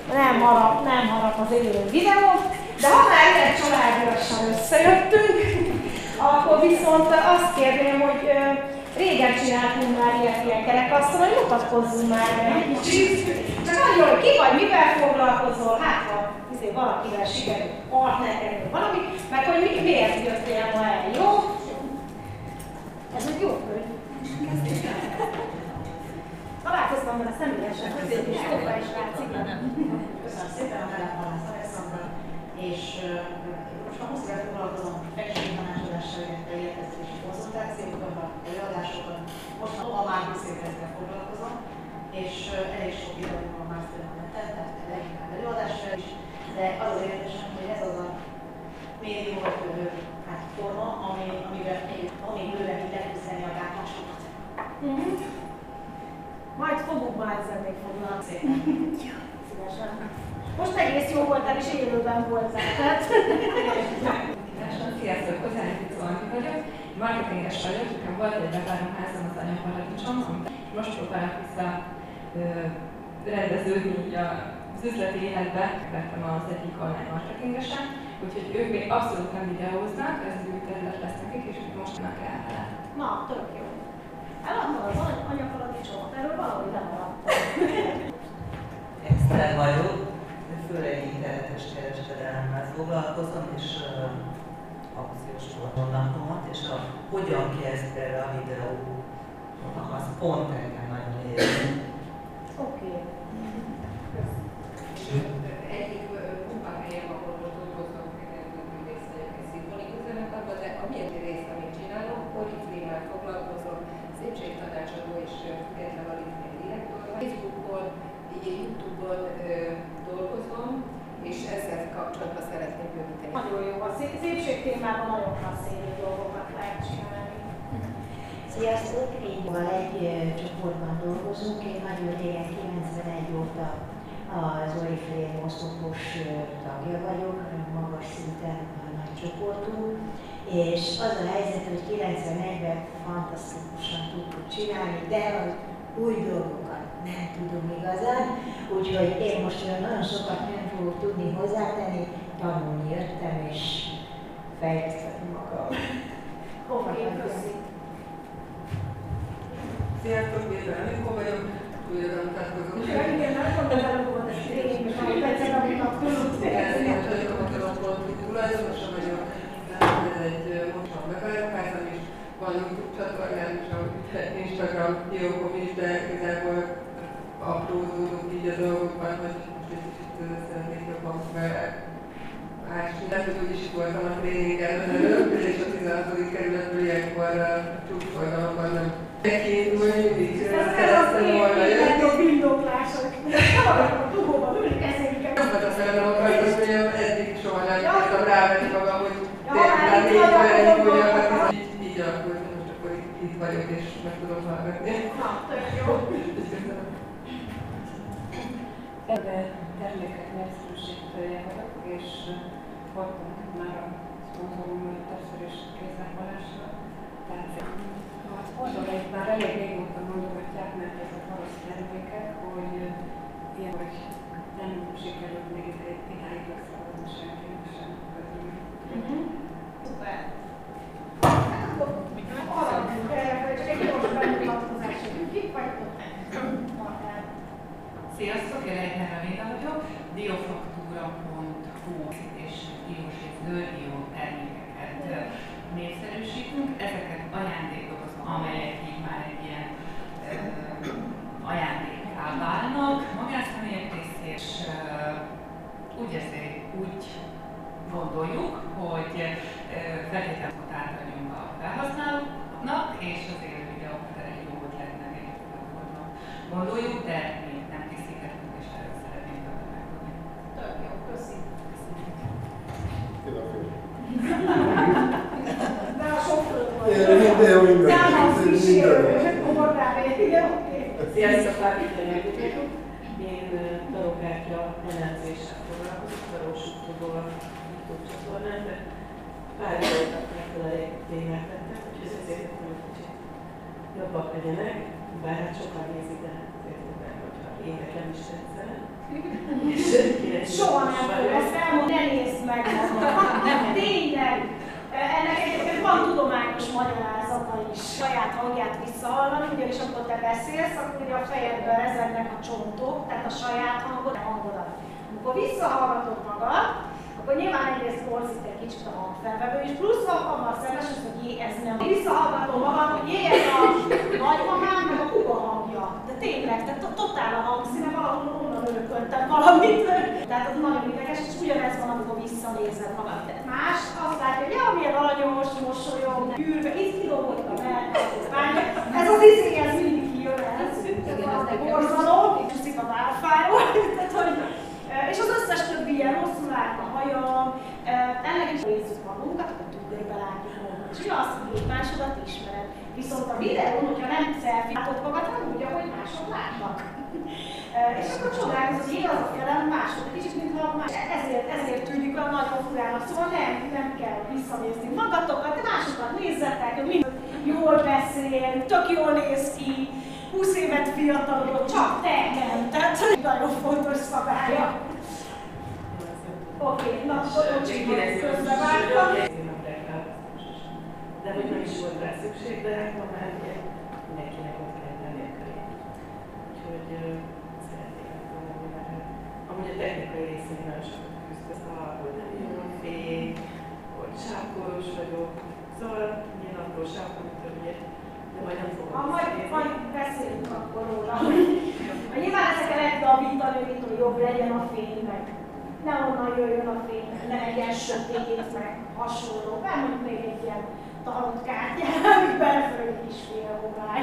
nem harap az élő videó, de ha már ilyen családiasan összejöttünk, akkor viszont azt kérném, hogy régen csináltunk már ilyen kerekasztalon, hogy mutatkozzunk már egy kicsit. Csak annyi, hogy ki vagy, mivel foglalkozol, hát ha valakivel sikerült partnerkedni, valami, meg hogy miért jöttél ma el, jó? Ez egy jó könyv. Találkoztam vele személyesen, közép is jóba is látszik. Köszönöm szépen, a Belepalász Alexandra, és most már 20 éve foglalkozom felsői tanácsadással, illetve érkezési konzultációkkal, előadásokkal. Most a már 20 éve ezzel foglalkozom, és elég sok videó van már szerintem, tehát leginkább előadásra is, de az az érdekesen, hogy ez az a médium vagy forma, amivel még bőven így leküzdeni a gátlásokot. Majd fogunk már ezzel még foglalkozni. Szívesen. Most egész jó voltál, és élőben voltál, tehát. Sziasztok, Kozányi Picóanki vagyok. Marketinges vagyok, nekem volt egy beváromházam az anyaparadicsom, amit most próbálok vissza rendeződni az üzleti életbe. Vettem az egyik online marketingesen, úgyhogy ők még abszolút nem videóznak, ez új terület lesz nekik, és most vannak el vele. Na, tök jó. Eladtad az anyaparadicsomot, erről valahogy lemaradtam. Eszter vagyok, főleg internetes kereskedelemmel foglalkozom, és akciós honlapomat, és hogyan kezd bele a videó, az pont engem nagyon érdekel. Oké. Egyik munkahelyen, ahol most dolgozom, hogy részt vagyok egy szimfonikus zenekarban, de a miért részt, amit csinálok, oriflémmel foglalkozom, szépségtanácsadó és független oriflém direktor. Facebookon, YouTube-on dolgozom, és ezzel kapcsolatban szeretném bővíteni. Nagyon jó, a szépség témában nagyon klasszélő dolgokat lehet csinálni. Sziasztok! Így egy csoportban dolgozunk. Én nagyon régen, 91 óta az Oriflame oszlopos tagja vagyok, magas szinten a nagy csoportú. És az a helyzet, hogy 91-ben fantasztikusan tudtuk csinálni, de az új dolgokat nem tudom igazán, úgyhogy én most nagyon sokat nem fogok tudni hozzátenni, tanulni jöttem és fejleszteni magam. Oké, köszi. Sziasztok, Bézsel Anikó vagyok, újra mutatkozom. Igen, nem mondom, előbb volt ez tréning, és ahogy tetszett, amit kaptunk. Én vagyok a Magyarországon tulajdonosa vagyok, ez egy mostan bevárokázom is, van YouTube csatornám is, Instagram fiókom is, de igazából aprózódunk így a dolgokban, hogy most egy kicsit szeretnék jobban ásni. Lehet, hogy úgyis itt voltam a tréningen előbb, és a 16. kerületből ilyenkor a csúcsoldalomban nem kiindulni, mindig szerettem volna jönni. A bildoklások. A dugóban ülünk, ezeket. Nem volt a szeretem akartam, hogy eddig soha nem tudtam rávenni magam, hogy tényleg így vagyok, így alakult, hogy most akkor itt vagyok és meg tudom hallgatni. Na, tök jó. Termékek népszerűsítője vagyok, és voltunk már a szponzorom többször is kézzelvalásra. Tehát oldalait már elég régóta mondogatják, mert ezek orosz termékek, hogy ilyen, hogy nem sikerült még idáig összehozni senkinek sem közülni. Szuper. Haladjunk erre, csak egy gyors bemutatkozás, hogy kik vagytok? Sziasztok, én Ejtner Améda vagyok, Diofaktura.hu és diós és zölddió termékeket népszerűsítünk. Ezeket ajándékozom, amelyek így már egy ilyen ajándékká válnak magánszemélyek részére, és úgy gondoljuk, hogy feltételeket átadjunk a felhasználóknak, és az élő videókat egy jó ötletnek egy platformon gondoljuk, de mi nem készíthetünk, és erről szeretnénk megmondani. Tök jó, köszi. De a sok fölött volt. Szállás kísérő, komordára, igen, oké. Sziasztok, Fábitja Nyelvütétük. Én tarokártya elemzéssel foglalkozok, valósítóból a YouTube csatornán, de pár voltak megfelelő témát tettek, úgyhogy ezért hogy kicsit jobbak legyenek, bár hát sokan nézik, de azért tudnám, hogyha én nekem is tetszene. És soha nem fogom ezt elmondani, ne nézd meg magad. Tényleg. Ennek egyébként van tudományos magyarázata is. Saját hangját visszahallani, ugyanis amikor te beszélsz, akkor ugye a fejedben rezegnek a csontok, tehát a saját hangodat. Amikor visszahallgatod magad, akkor nyilván egyrészt borzít egy kicsit a hangfelvevő, és plusz abban szembesülsz, hogy jé, ez nem. Visszahallgatom magad, hogy jé, ez a nagymamám, meg a kuba hangja. De tényleg, tehát totál a hangszíne, valahol onnan örököltem valamit. Tehát az nagyon ideges, és ugyanez van, amikor visszanézed magad. Tehát más azt látja, hogy ja, milyen aranyos, mosolyog, űrbe, itt kidolgodik a melkállapánya. Ez az izé, ez mindig kijön ez. Ez a borzalom, és csúszik a válfáról. És az összes többi ilyen rosszul állt a hajam, ennek is nézzük magunkat, akkor tükörbe látjuk magunkat. És ugye azt, hogy egy másodat ismered. Viszont a videón, hogyha nem selfie-látod magad, nem úgy, ahogy mások látnak. És akkor csodálkozol, hogy igaz a felem mások, egy kicsit mintha más. Ezért tűnik a nagyon furának. Szóval nem kell visszanézni magatokat, de másokat nézzetek, hogy mind jól beszél, tök jól néz ki, 20 évet fiatalodott, csak te nem. Tehát nagyon fontos szabálya. Oké, na, Sodocsihoz közbevágtam. De hogy nem is volt rá szükség, de ma már mindenkinek ott kell lenni a köré. Úgyhogy szeretnék mondani, mert amúgy a technikai részén nagyon sokat küzdök, hogy nem jön a fény, hogy sávkoros vagyok, szóval milyen apró sávkorútól ugye, de majd nem fogom majd beszélünk akkor róla. Nyilván ezeket lehet javítani, hogy jobb legyen a fény, meg ne onnan jöjjön a fény, ne legyen sötét, meg hasonló. Elmondjuk még egy ilyen tarotkártyát, amik beleföl egy kis félhomály.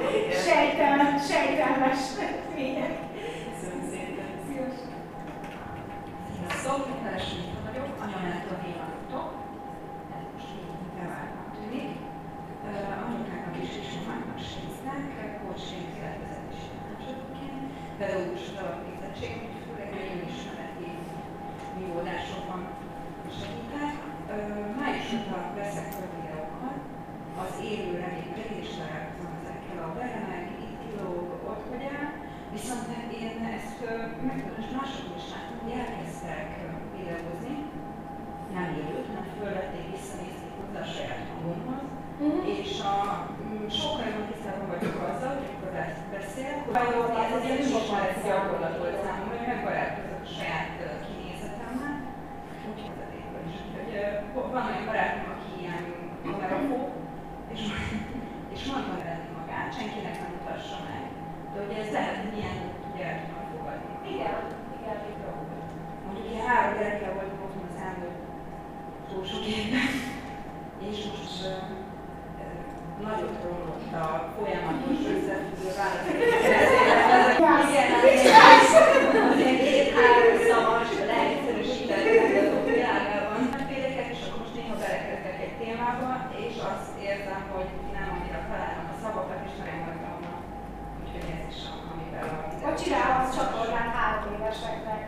Sejtelmes fények. Köszönöm szépen. Szívesen. Sziasztok, Mikteles Mika vagyok, anyamától hívhatok. Ez most így bevártnak tűnik. Anyukáknak és kismamáknak segítek, coaching életvezetési tanácsadóként, pedagógus alapképzettség, főleg önismereti vívódásokban segítek. Május óta veszek fel videókat, az élő reményeket és találkozom ezekkel a vele meg itt kilóg, ott hogyan. Viszont én ezt másokon is láttam, hogy elkezdtek videózni, nem élőt, hanem fölvették, visszanézték hozzá a saját hangomhoz, és sokkal jobban tisztában vagyok azzal, hogy amikor beszél, akkor ez egy ilyen ismeret gyakorlat volt számomra, hogy megbarátkozok a saját kinézetemmel, úgyhogy az elégben is. Van olyan barátom, aki ilyen kamerafó, és mondta venni magát, senkinek nem mutassa meg. De ugye ez lehet, hogy ilyen tudja el tudnak fogadni. Igen. Mondjuk ilyen 3 gyerekkel voltunk otthon az elmúlt túl sok évben, és most nagyot romlott a folyamatos összefüggő választások. Azért 2-3 szavas, leegyszerűsített mondatok világában féleket, és akkor most néha belekezdek egy témába, és azt érzem, hogy nem annyira találom a szavakat, és megmaradom. Úgyhogy ez is amivel a videó. Hogy csinálhatsz csatornát 3 éveseknek?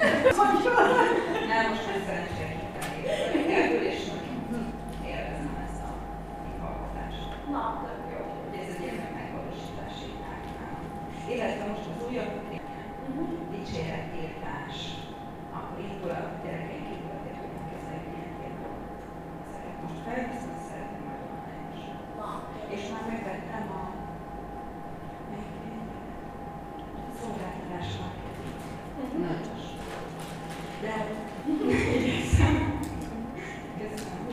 Nem, most már szerencsére hittem és élvezem ezt a hallgatást. Na, tök jó. Hogy ez egy ilyen megvalósítási átmány. Illetve most az újabb dicséretírtás. Akkor indul a gyerekeink indulaték, hogy elkezdek ilyen témákat. Ezeket most felveszem, szeretném majd online is. És már megvettem a szolgáltatás marketing. Nagyon. De igyekszem. Köszönöm.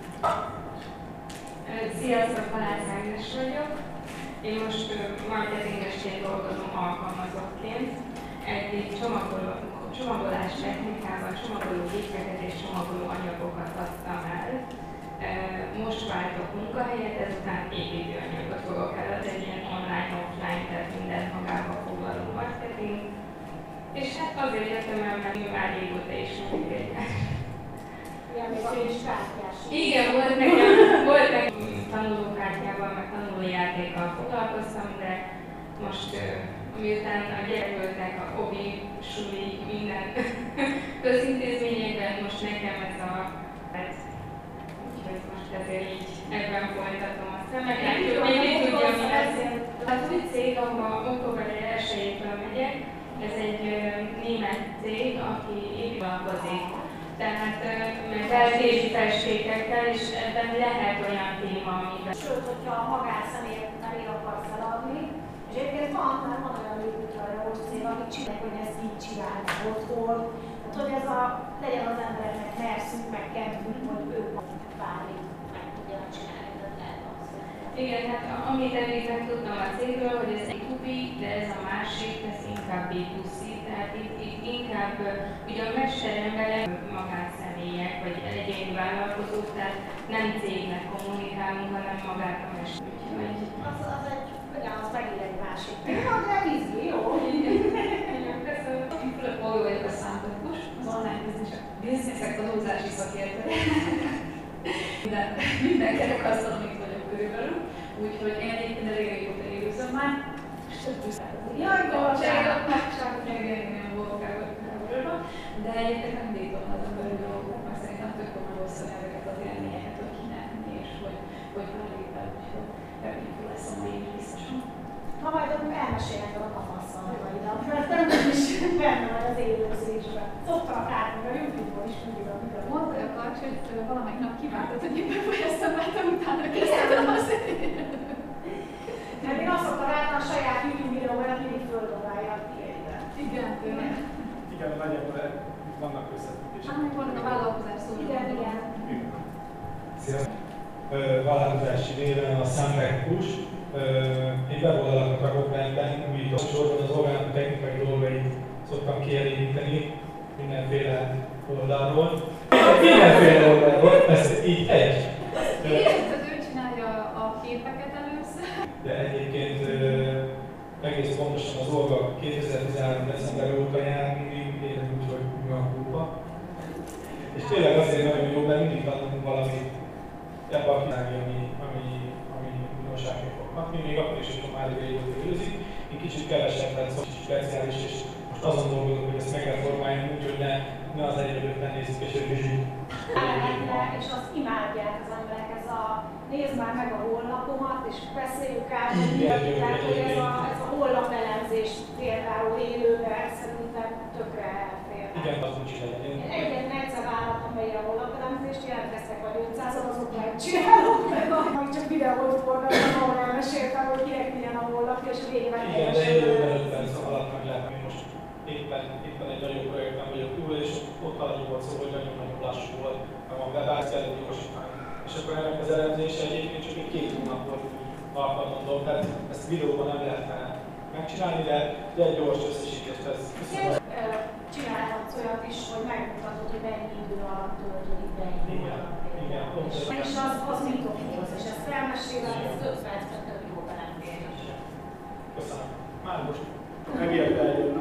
Sziasztok, Balázs Ágnes vagyok. Én most marketingesként dolgozom alkalmazottként. Eddig csomagolás technikával csomagoló vicceket és csomagoló anyagokat adtam el. Most váltok munkahelyet, ezután építőanyagot fogok eladni, egy ilyen online-offline, tehát mindent magába foglaló marketing. És hát azért jöttem el, mert már régóta ismerik egymást. Igen, még a pénzkártyás. Igen, volt nekem tanulókártyával, meg tanulójátékkal foglalkoztam, de most miután a gyermeköltek a obi, suli, minden közintézményekben, most nekem ez a úgyhogy most ezért így ebben folytatom a szemeket. Még tudja, mi lesz. Az új cég, ahol október 1-től megyek, Ez egy német cég, aki építkezik. Tehát feltési festékekkel, és ebben lehet olyan téma, amiben... Sőt, hogyha a magánszemélyek felé akarsz eladni, és egyébként van olyan építőanyagos cég, akik csinálják, hogy ezt így csinálnak otthon. Tehát, hogy ez legyen az embereknek merszünk, meg kedvünk, hogy ők bármit meg tudjanak csinálni, de lehet azt. Igen, hát amit eddig tudtam a cégről, hogy ez B2B, de ez a másik, ez inkább B2C, tehát itt inkább ugye a mesteremberek magánszemélyek, vagy egyéni vállalkozók, tehát nem cégnek kommunikálunk, hanem magát a mester. Az megint egy másik téma, de vízbi, jó? Köszönöm. Én főleg Paul vagyok a számítógépos, az online bizniszek tanulzási szakértő. Minden kerekasztalon itt vagyok körülbelül, úgyhogy én egyébként elég régóta élőzöm már, és több Jaj, dolgokságot megcsinálni volkában, de egyébként nem dítom az emberi dolgok, mert szerintem tök jól megosztani ezeket az élményeket, hogy csinálni, és hogy valójában, úgyhogy reméljük lesz a mai is biztosan. Ha majd elmesélnek a tapasztalataidat, mert nem is benne van az élőzésben. Szoktak látni, a YouTube-on is mindig a videó. Mondta a Kacs, hogy valamelyik nap kiváltott, hogy én befolyasztom, mert utána kezdtem azt. Mert én azt szoktam látni a saját YouTube videóban, mindig földobálja a tiédet. Igen, tőle. Igen, nagyjából vannak összefüggések. Hát van a vállalkozás szó. Igen. Sziasztok! Vállalkozási néven a Sunback-us. Én weboldalakat rakok benne, új sorban az oldalnak technikai dolgait szoktam kielégíteni mindenféle oldalról. Mindenféle oldalról, persze így egy. Érted, ő csinálja a képeket először. De egyébként egész pontosan az Olga 2013. december óta jár, mindig érez úgy, hogy mi a kulpa. És tényleg azért nagyon jó, mert mindig van valami ebben a világ, ami újdonságok fog hatni, még akkor is, hogyha már régóta élőzik. Én kicsit kevesebben szó, kicsit speciális, és most azon dolgozok, hogy ezt megreformáljam úgy, hogy ne az egyelőben nézzük, és ők is így. És azt imádják az emberek, ez a nézd már meg a honlapomat, és beszéljük át, hogy ez a honlap elemzés például élőben szerintem tökre elfér. Igen, az úgy is legyen. Egyetlen egyszer vállaltam be a honlapelemzést, jelentkeztek vagy 500-an, azok megcsinálok, meg csak videót forgattam, ahol elmeséltem, hogy kinek milyen a honlapja, és végében igen, de élőben 5 perc alatt meg lehet, hogy most éppen egy nagyobb projektben vagyok túl, és ott arra volt szó, hogy nagyon-nagyon lassú volt, mert a webárt kellett gyorsítani. És akkor ennek az elemzése egyébként csak egy 2 hónapot alkalmazom, tehát ezt videóban nem lehetne megcsinálni, de egy gyors összesítést tesz. Csinálhatsz olyat is, hogy megmutatod, hogy mennyi idő alatt töltődik be egy hónap. És az mit okoz, és ezt felmesélem, ez 5 percet tök jó belefér. Köszönöm. Már most megérte eljönnek.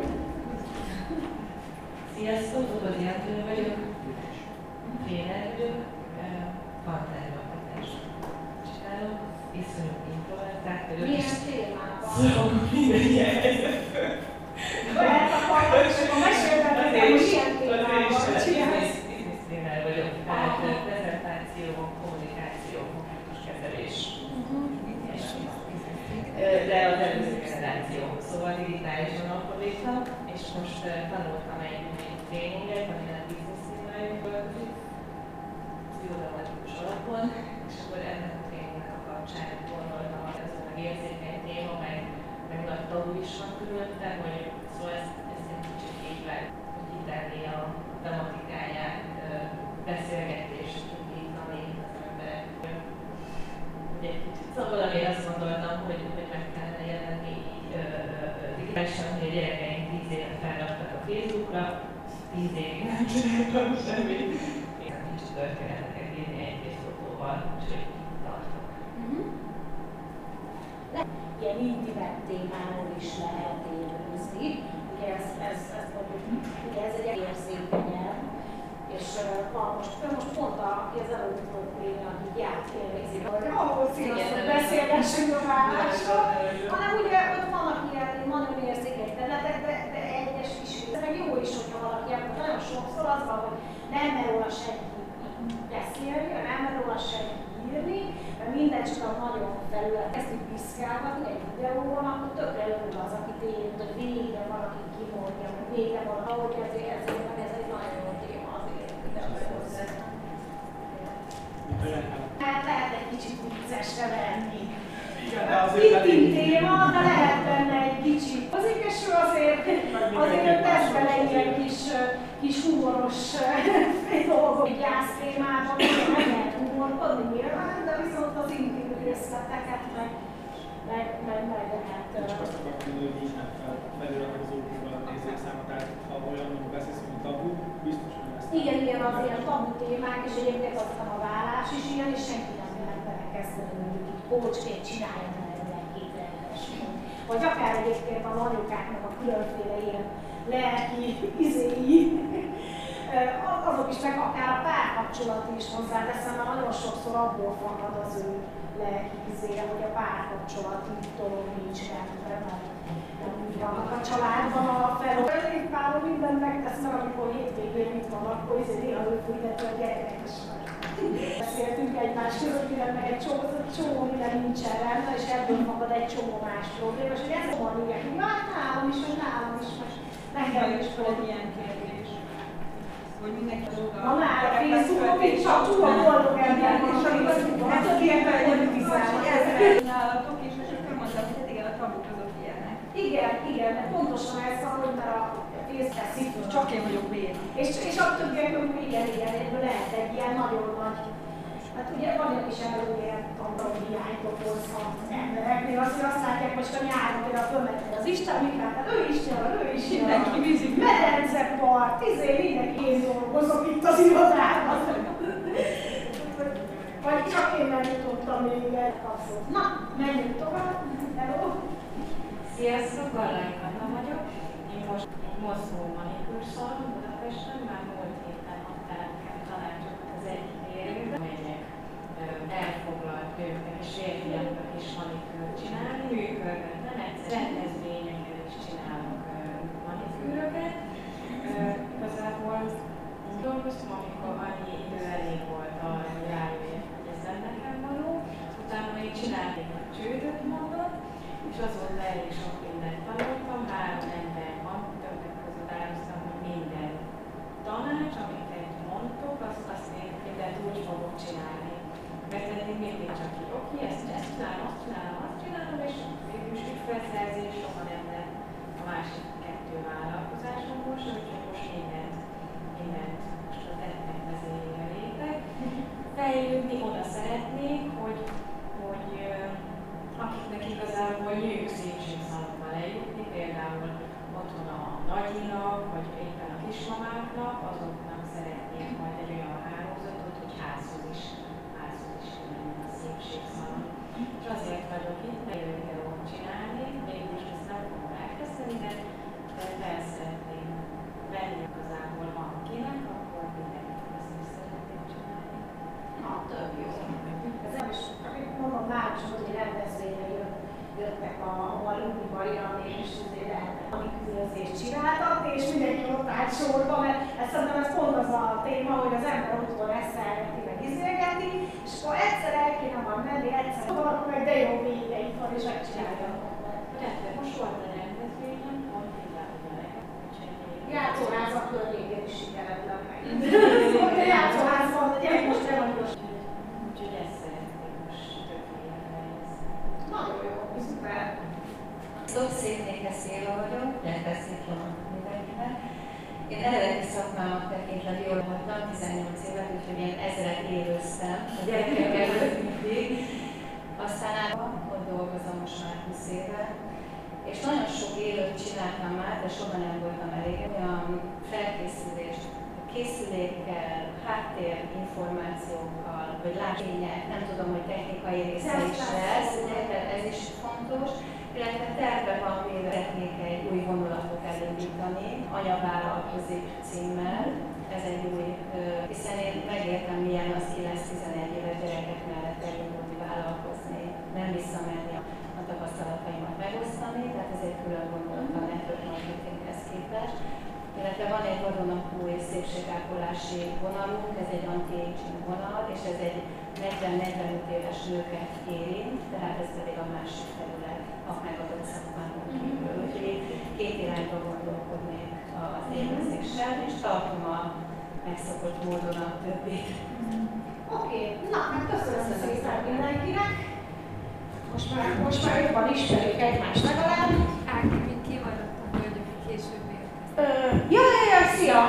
Sziasztok, Bogozi Antónia vagyok. Tréner vagyok. Partneralkotást csinálok. Iszonyú introvertált vagyok. Milyen témában? Szóval minden ilyen helyzetből. Lehet akartam, és akkor meséltem nekem, hogy milyen témában csinálsz. Business tréner vagyok. Tehát prezentáció, kommunikáció, konfliktuskezelés. De az előző generáció. Szóval digitálisan alkalmaztam, és most tanultam egy tréninget, amin a business trénerek dolgozik, biodramatikus alapon, és akkor ennek a tréningnek a kapcsán gondoltam, hogy ez a érzékeny téma, meg nagy tabu is van körülöttem, hogy szóval ezt egy kicsit így lehet, hogy kitenni a tematikáját, beszélgetést indítani az emberek. Ugye egy kicsit szóval valamiért azt gondoltam, hogy meg kellene jelenni így digitálisan, hogy a gyerekeim 10 éve felraktak a Facebookra, 10 évig nem csináltam semmit. Én a kicsit történeteket írni egy-két fotóval, úgyhogy itt tartok. Ilyen intimett témáról is lehet élőzni. Ugye ez egy érzékenyebb, és most pont az előző kolléga, akik végzik, hogy ahol szívesen beszélgessünk a vállásról, hanem ugye ott vannak ilyen nagyon érzékeny területek, de egyes is, de meg jó is, hogyha valaki ebben nagyon sokszor az van, hogy nem mer róla senki beszélni, nem mer róla senki írni, mert minden csak nagyon felület kezdjük piszkálgatni egy videóban, akkor tökre örül az, akit érint, hogy végre valaki kimondja, hogy végre valahogy ezért ez egy nagyon jó téma azért. Hát lehet egy kicsit viccesre venni. Intim téma, de lehet benne egy kicsit hozik, és ő azért tesz bele ilyen kis humoros dolgok, gyász témában, meg lehet humorkodni nyilván, de viszont az intim részleteket meg lehet. Csak azt akartam mondani, hogy így nem feliratkozókról a nézők száma, tehát ha olyan, amikor beszélsz, hogy tabu, biztos, hogy ezt. Igen, az ilyen tabu témák, és egyébként aztán a vállás is ilyen, és senki nem lehet belekezdeni, mondjuk így kócsként csinálja mellőleg két rendes. Vagy akár egyébként az anyukáknak a különféle ilyen lelki izéi, azok is, meg akár a párkapcsolat is hozzáteszem, mert nagyon sokszor abból fakad az ő lelki izéje, hogy a párkapcsolatítól nincs rendben, nem úgy vannak a családban a feloldása. Én párról mindent megtesz, mert amikor hétvégén itt van, akkor néha előfújtatja a gyerekek is. Beszéltünk egymás között, meg egy csomó minden nincsen rendben, és ebből magad egy csomó más probléma, és hogy ez van igen, hogy már nálam is, most nekem is volt ilyen kérdés. Hogy mindenki na már a Facebookon még csak tudom boldog embernek, és amikor tudom, hogy többiekben politizálni. nálatok, és akkor mondtam, hogy igen, a tabuk azok ilyenek. Igen, mert pontosan ez van, hogy mert a Facebook csak én vagyok béna. És a többiek, hogy igen, ebből lehet egy ilyen nagyon nagy. Hát ugye van egy is előilyen hiányt okozhat embereknél, azt látják, most a nyáron például fölmentek az Isten Miklát, hát ő is nyar, mindenki vízik. Medencepart, mindenki én dolgozok itt az irodában. Vagy csak én nem jutottam még egy kapszót. Na, menjünk tovább. Hello! Sziasztok, Gallai Anna vagyok. Én most mozgó manikűrszalon Budapesten, már múlt héten adtál nekem tanácsokat az egyik érőben, megyek elfoglalt nőknek és férfiaknak is manikűrt csinálni, műkörben, nem egyszer rendezvényeken is csinálok manikűröket. Igazából dolgoztam, amikor annyi idő elég volt arra, hogy rájöjjek, hogy ez nem nekem való. Utána még csinálnék a csődöt mondott, és azóta elég sok mindent tanultam, 3 ember van, többek között állítom, hogy minden tanács, amit egy mondtok, azt én mindent úgy fogok csinálni. Mert eddig mindig csak így, oké, ezt csinálom, azt csinálom, és végülis ügyfelszerzés soha nem lett a másik 2 vállalkozásomból, úgyhogy most mindent most az etnek vezérére lépek. Fejlődni oda szeretnék, hogy akiknek igazából nyűjük szépségszalommal eljutni, például otthon a nagyinak, vagy éppen a kismamáknak, azoknak szeretnék majd egy olyan hálózatot, hogy házhoz is menjen a szépségszalon. És azért vagyok itt, mert videót csinálni, mégis ezt nem fogom elkezdeni, de el szeretném venni igazából valakinek, akkor mindenkit ezt is szeretném csinálni. Na, több jó. Ez nem is, mondom, már is volt, hogy rendezvényre jöttek a Baluni Marian, és lehetett manikűrözést csináltatni, és mindenki ott állt sorba, mert szerintem ez pont az a téma, hogy az ember otthon eszelgeti, meg izélgeti, és akkor egyszer el kéne majd menni, egyszer valaki meg de jó vége itt van, és megcsinálja. De most volt a rendezvényen, pont így látja a játszóházak környékén is sikeretlen meg. Ott a játszóházban, de gyerek most elmondós. Úgyhogy ezt szeretném most többnyire helyezni. Nagyon jó, szuper. Szépnéke Széla vagyok, szépen mindenkiben. Én eredeti szakmámat tekintve jól voltam, 18 évet, úgyhogy én ezeret élőztem a gyerekek előtt mindig. Aztán ott dolgozom most már 20 éve, és nagyon sok élőt csináltam már, de soha nem voltam elég. Olyan felkészülést, készülékkel, háttérinformációkkal, vagy látványok, nem tudom, hogy technikai része is lesz, de ez is fontos. Illetve terve van, hogy szeretnék egy új vonulatot elindítani, Anya vállalkozik címmel. Ez egy új, hiszen én megértem, milyen az 9-11 éves gyerekek mellett elindulni, vállalkozni, nem visszamenni a tapasztalataimat megosztani, tehát ez egy külön gondolat a network marketinghez képest. Illetve van egy vadonatúj szépségápolási vonalunk, ez egy anti-aging vonal, és ez egy 40-45 éves nőket érint, tehát ez pedig a másik terület, a megadott szakmákon kívül. Úgyhogy két irányba gondolkodnék az élvezéssel, és tartom a megszokott módon a többit. Oké, na, hát köszönöm szépen mindenkinek. Most már jobban ismerjük egymást legalább. Ági, mint kimaradt a hölgy, aki később érkezik. Jaj, szia,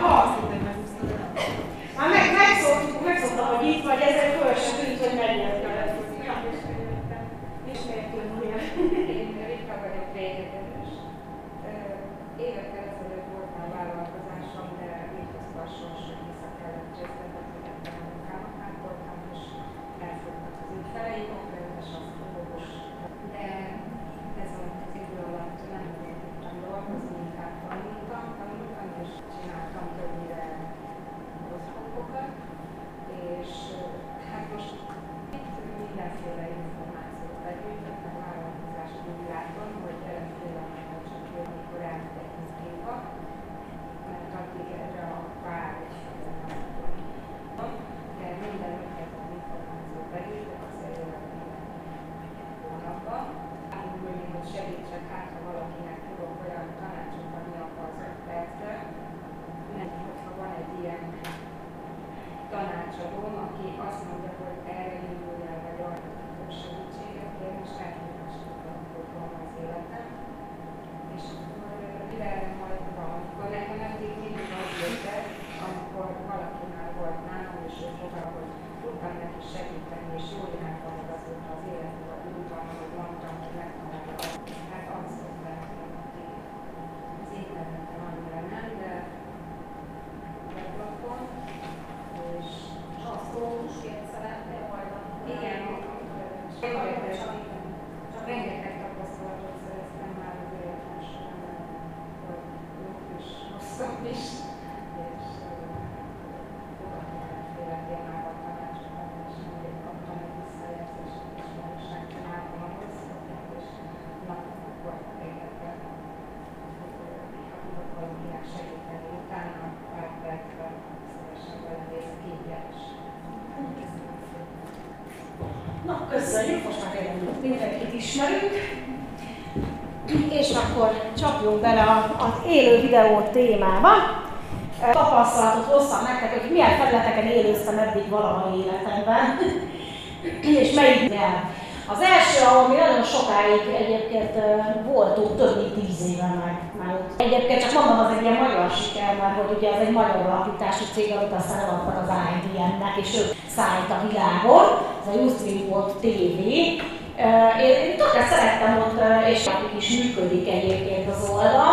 már megszoktam, hogy itt vagy, ezért föl sem tűnt, hogy megjöttem. Ismertől újra. Én Rika vagyok, végletes. Évekkel ezelőtt volt már vállalkozásom, de így hozta a sors, hogy vissza kellett részletetni a munkámat, átoltam, és elfogtak az ügyfeleim, és azt fogos. De ez az idő alatt nem tudtam dolgozni, inkább tanultam, és csináltam többnyire rosszhangokat, és hát most mindenféle információt begyűjtöttem vállalkozási világon, hogy pillanatban csak jön, amikor elmegyek Moszkvéba, mert addig erre a pár de minden ötletet információt begyűjtök, azért jövök minden hónapban. Mondjuk, hogy segítsek, hát ha valakinek tudok olyan tanácsot adni abba az 5 percre, nem, hogyha van egy ilyen tanácsadóm, aki azt mondja, hogy erre indulj el, vagy arra segítséget kér, és elhívásítom az életem. És akkor mivel majd valamikor nekem eddig mindig az jöttek, amikor valaki már volt nálam, és ő fogal, hogy tudtam neki segíteni, és jól irányba azóta az életet, vagy úton, ahogy mondtam, hogy megtalálja azt. Hát azt szokták, hogy az interneten annyira nem, de weblapon, és asztrológusként szeretnél majd igen, rengeteg tapasztalatot szereztem már az életem során, hogy jók is, rosszabb is, és fogadtam mindenféle témában tanácsokat, és mindig kaptam egy visszajelzést, és már is megcsináltam a hosszabbját, és napoknak voltak végekben, ha tudok valakinek segíteni, utána pár percben szívesen belenézek ingyen is. Na, köszönjük, most már tényleg mindenkit ismerünk. És akkor csapjunk bele az élő videó témába. Tapasztalatot hoztam nektek, hogy milyen területeken élőztem eddig valaha életemben, és melyik el. Az első, ahol mi nagyon sokáig egyébként voltunk, több mint 10 éve már ott. Egyébként csak mondom, az egy ilyen magyar siker, mert hogy ugye az egy magyar alapítású cég, amit aztán eladtak az IBM-nek, és ők szállt a világon, ez a Ustream.tv. Én tökre szerettem ott, és akik is működik egyébként az oldal,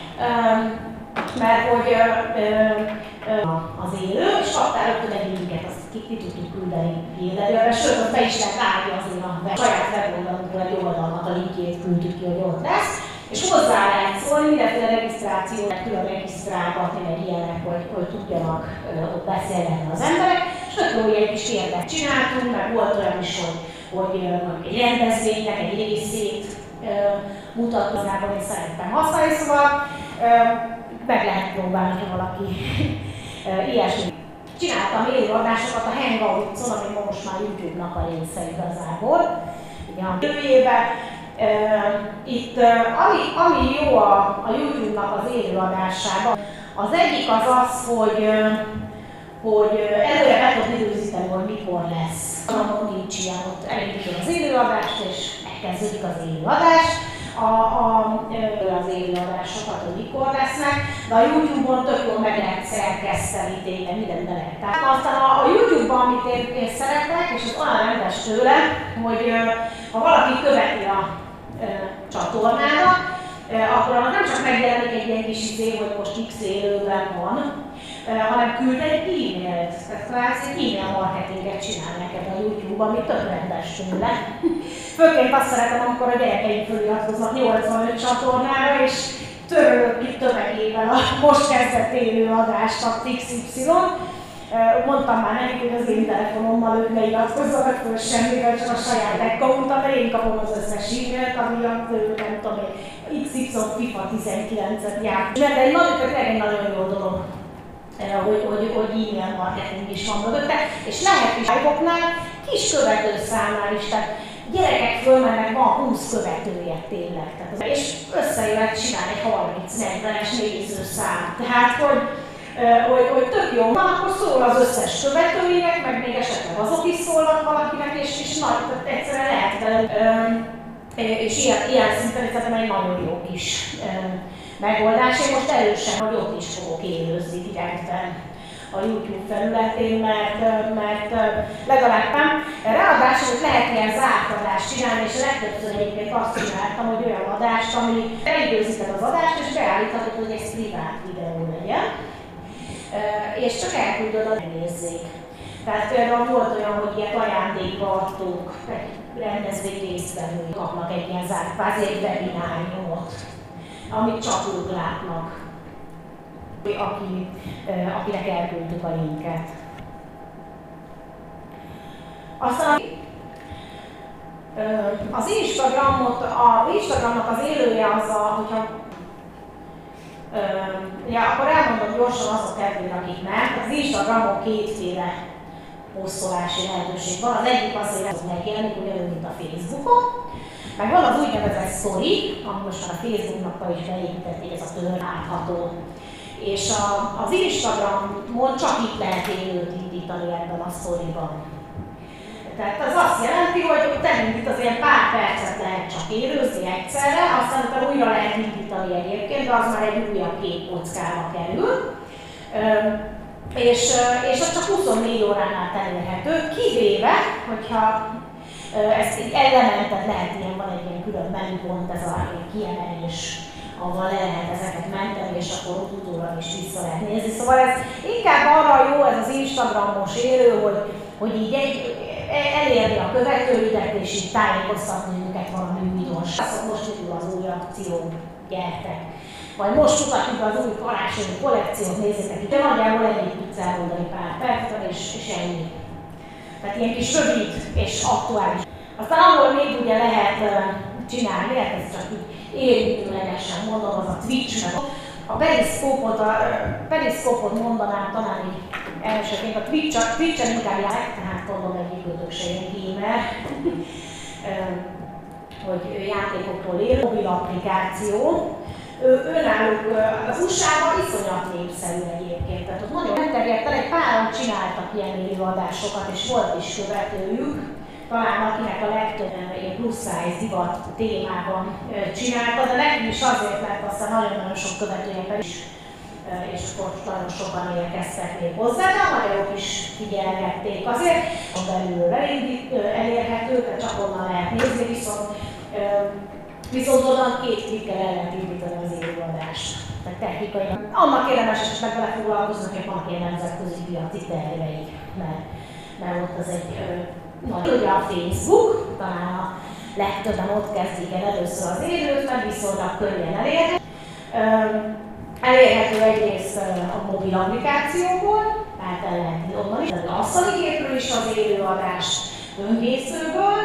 mert hogy az élő, és kaptál rögtön egy linket, azt ki tudtuk küldeni élelőre, sőt, ott be is lehet állni azért a saját weboldalunkról egy oldalnak a linkjét küldtük ki, hogy ott lesz, és hozzá lehet szólni, mindenféle regisztrációt külön regisztrálgatni, meg ilyenek, hogy tudjanak ott beszélgetni az emberek, és tök jó ilyen kis kérdet csináltunk, meg volt olyan is, hogy egy rendezvénynek egy részét mutatkozában én szerettem használni, szóval meg lehet próbálni, ha valaki ilyesmi. Csináltam élőadásokat a Hangouts-on, ami most már YouTube-nak a része igazából. Ugye a jövőjében. Itt ami jó a YouTube-nak az élőadásában, az egyik az, hogy előre be tudod időzíteni, hogy mikor lesz. Annak nincs ilyen, ott elindítod az élőadást, és megkezdődik az élőadás. Az élőadásokat, hogy mikor lesznek, de a YouTube-on tök jól meg lehet szerkeszteni, tényleg mindent be lehet. Aztán a YouTube-ban, amit én szeretek, és az olyan rendes tőle, hogy ha valaki követi a csatornádat, akkor annak nem csak megjelenik egy ilyen kis izé, hogy most X élőben van, hanem küld egy e-mailt. Tehát kvázi e-mail marketinget csinál neked a YouTube, ami tök rendes tőle. Főként azt szeretem, amikor a gyerekeim feliratkoznak 85 csatornára, és törölök ki tömegével a most kezdett élő adást a XY. Mondtam már nekik, hogy az én telefonommal ők ne iratkozzanak föl semmivel, csak a saját account-a, mert én kapom az összes e-mailt, ami nem tudom én, XY FIFA 19-et járt. De egy nagyon jó dolog, hogy e-mail marketing is van mögötte, és lehet is live-oknál kis követőszámnál is, tehát gyerekek fölmennek, van 20 követője tényleg. Tehát, és összejöhet csinálni egy 30-40-es nézőszám. Tehát, hogy tök jó van, akkor szól az összes követőinek, meg még esetleg azok is szólnak valakinek, és nagy, tehát egyszerűen lehet és ilyen szinten szerintem egy nagyon jó kis megoldás. Én most erősen, hogy ott is fogok élőzni direkten a YouTube felületén, mert legalább nem. Ráadásul hogy lehet ilyen zárt adást csinálni, és legtöbbször egyébként azt csináltam, hogy olyan adást, ami elidőzíted az adást, és beállíthatod, hogy egy privát videó legyen, és csak elküldöd, hogy nézzék. Tehát például volt olyan, hogy ilyet ajándékba adtunk, egy rendezvény résztvevői kapnak egy ilyen zárt, kvázi egy webináriumot, amit csak ők látnak, akinek elküldtük a linket. Aztán az Instagramnak az élője az, hogyha akkor elmondom gyorsan azok kedvére, akik nem. Az Instagramon kétféle posztolási lehetőség van. Az egyik azért az megjelenik, ugyanúgy, mint a Facebookon. Meg van az úgynevezett story, ami most már a Facebooknak is beépítették, ez a látható. És az Instagramon csak itt lehet élőt indítani ebben a storyban. Tehát az azt jelenti, hogy te indítasz ilyen pár percet lehet csak élőzni egyszerre, aztán utána újra lehet indítani egyébként, de az már egy újabb képkockába kerül. És az csak 24 óránál elérhető, kivéve, hogyha ezt így elementet lehet, ilyen van egy ilyen külön menüpont, ez a kiemelés, ahol le lehet ezeket menteni, és akkor utólag is vissza lehet nézni. Szóval ez inkább arra jó ez az Instagramos élő, hogy így elérni a követőidet, és így tájékoztatni őket valami újdonság. Most indul az új akció, gyertek! Vagy most mutatjuk az új karácsonyi kollekciót, nézzétek itt, de nagyjából ennyit tudsz elmondani pár percben, és ennyi. Tehát ilyen kis rövid és aktuális. Aztán ahol még ugye lehet csinálni, hát ez csak így érintőlegesen mondom, az a Twitch-nek. A periszkópot mondanám talán így elsőként, a Twitch-en inkább jár, tehát mondom egyikőtök se ilyen gamer, hogy játékokról él, mobil applikáció. Önállók az USA-ban iszonyat népszerű egyébként, tehát ott nagyon elterjedt el, egy páran csináltak ilyen élőadásokat, és volt is követőjük, talán akinek a legtöbb ilyen plusz size divat témában csinálta, de nekünk is azért, mert aztán nagyon-nagyon sok követője pedig is, és akkor nagyon sokan érkeztek még hozzá, de a magyarok is figyelgették azért, hogy belülről elérhető, tehát csak onnan lehet nézni, viszont onnan 2 klikkel el lehet indítani az élőadást. Tehát technikai. Annak érdemes esetleg vele foglalkozni, hogy vannak ilyen nemzetközi piaci terveik, mert ott az egy nagy. Ugye a Facebook, talán a legtöbben ott kezdik el először az élőt, mert viszonylag könnyen elérhető. Elérhető egyrészt a mobil applikációból, tehát el lehet onnan is, de asztali gépről is az élőadás böngészőből,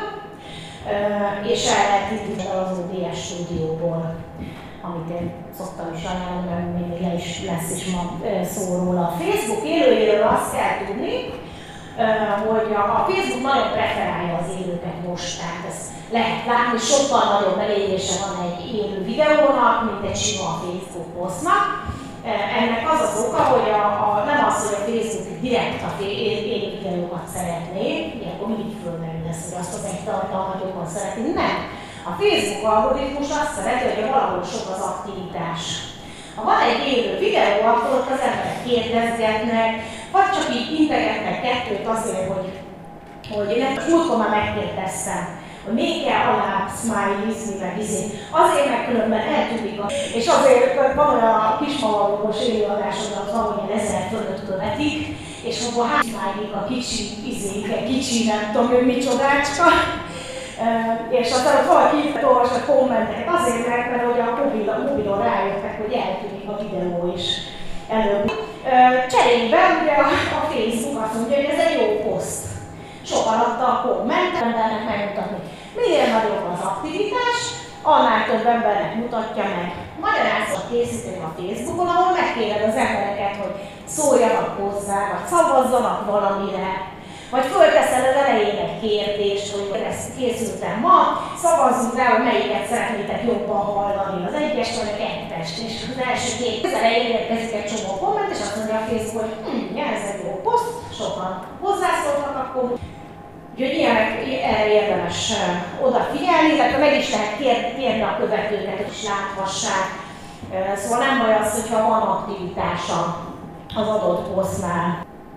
és el lehet indítani az OBS stúdióból, amit én szoktam is ajánlani, mert még lesz is ma szó róla. A Facebook élőjéről azt kell tudni, hogy a Facebook nagyon preferálja az élőket most, tehát ezt lehet látni, sokkal nagyobb elérése van egy élő videónak, mint egy sima Facebook posztnak. Ennek az az oka, hogy nem az, hogy a Facebook direkt a élő videókat szeretné, ilyenkor mindig fölmerül lesz, hogy azt az egy tartalmat jobban szeretné, nem. A Facebook algoritmus azt szereti, hogy valahol sok az aktivitás. Ha van egy élő videó, akkor ott az emberek kérdezgetnek, vagy csak így integetnek kettőt azért, hogy nem múltkor már megkérdeztem, hogy még kell alá smiley-izni, meg azért meg különben eltűnik és azért van olyan a kismavalógos élőadásodnak, van, hogy 1000 fölött követik, és akkor smiley a kicsi nem tudom, hogy micsodácska. És aztán ott valaki olvas a kommenteket azért, mert hogy a mobilon rájöttek, hogy eltűnik a videó is előbb. Cserébe ugye a Facebook azt mondja, hogy ez egy jó poszt. Sokan adta a kommentet, embernek megmutatni. Minél nagyobb az aktivitás, annál több embernek mutatja meg. Magyarázat készítünk a Facebookon, ahol megkéred az embereket, hogy szóljanak hozzá, vagy szavazzanak valamire, Vagy fölteszel az elején egy kérdést, hogy ezt készültem ma, szavazzunk rá, hogy melyiket szeretnétek jobban hallani, az egyest vagy a kettest. És az első két az elején érkezik egy csomó komment, és azt mondja a Facebook, hogy ez egy jó poszt, sokan hozzászóltak akkor. Úgyhogy erre érdemes odafigyelni, illetve meg is lehet kérni a követőket, hogy is láthassák. Szóval nem baj az, hogyha van aktivitása az adott posztnál.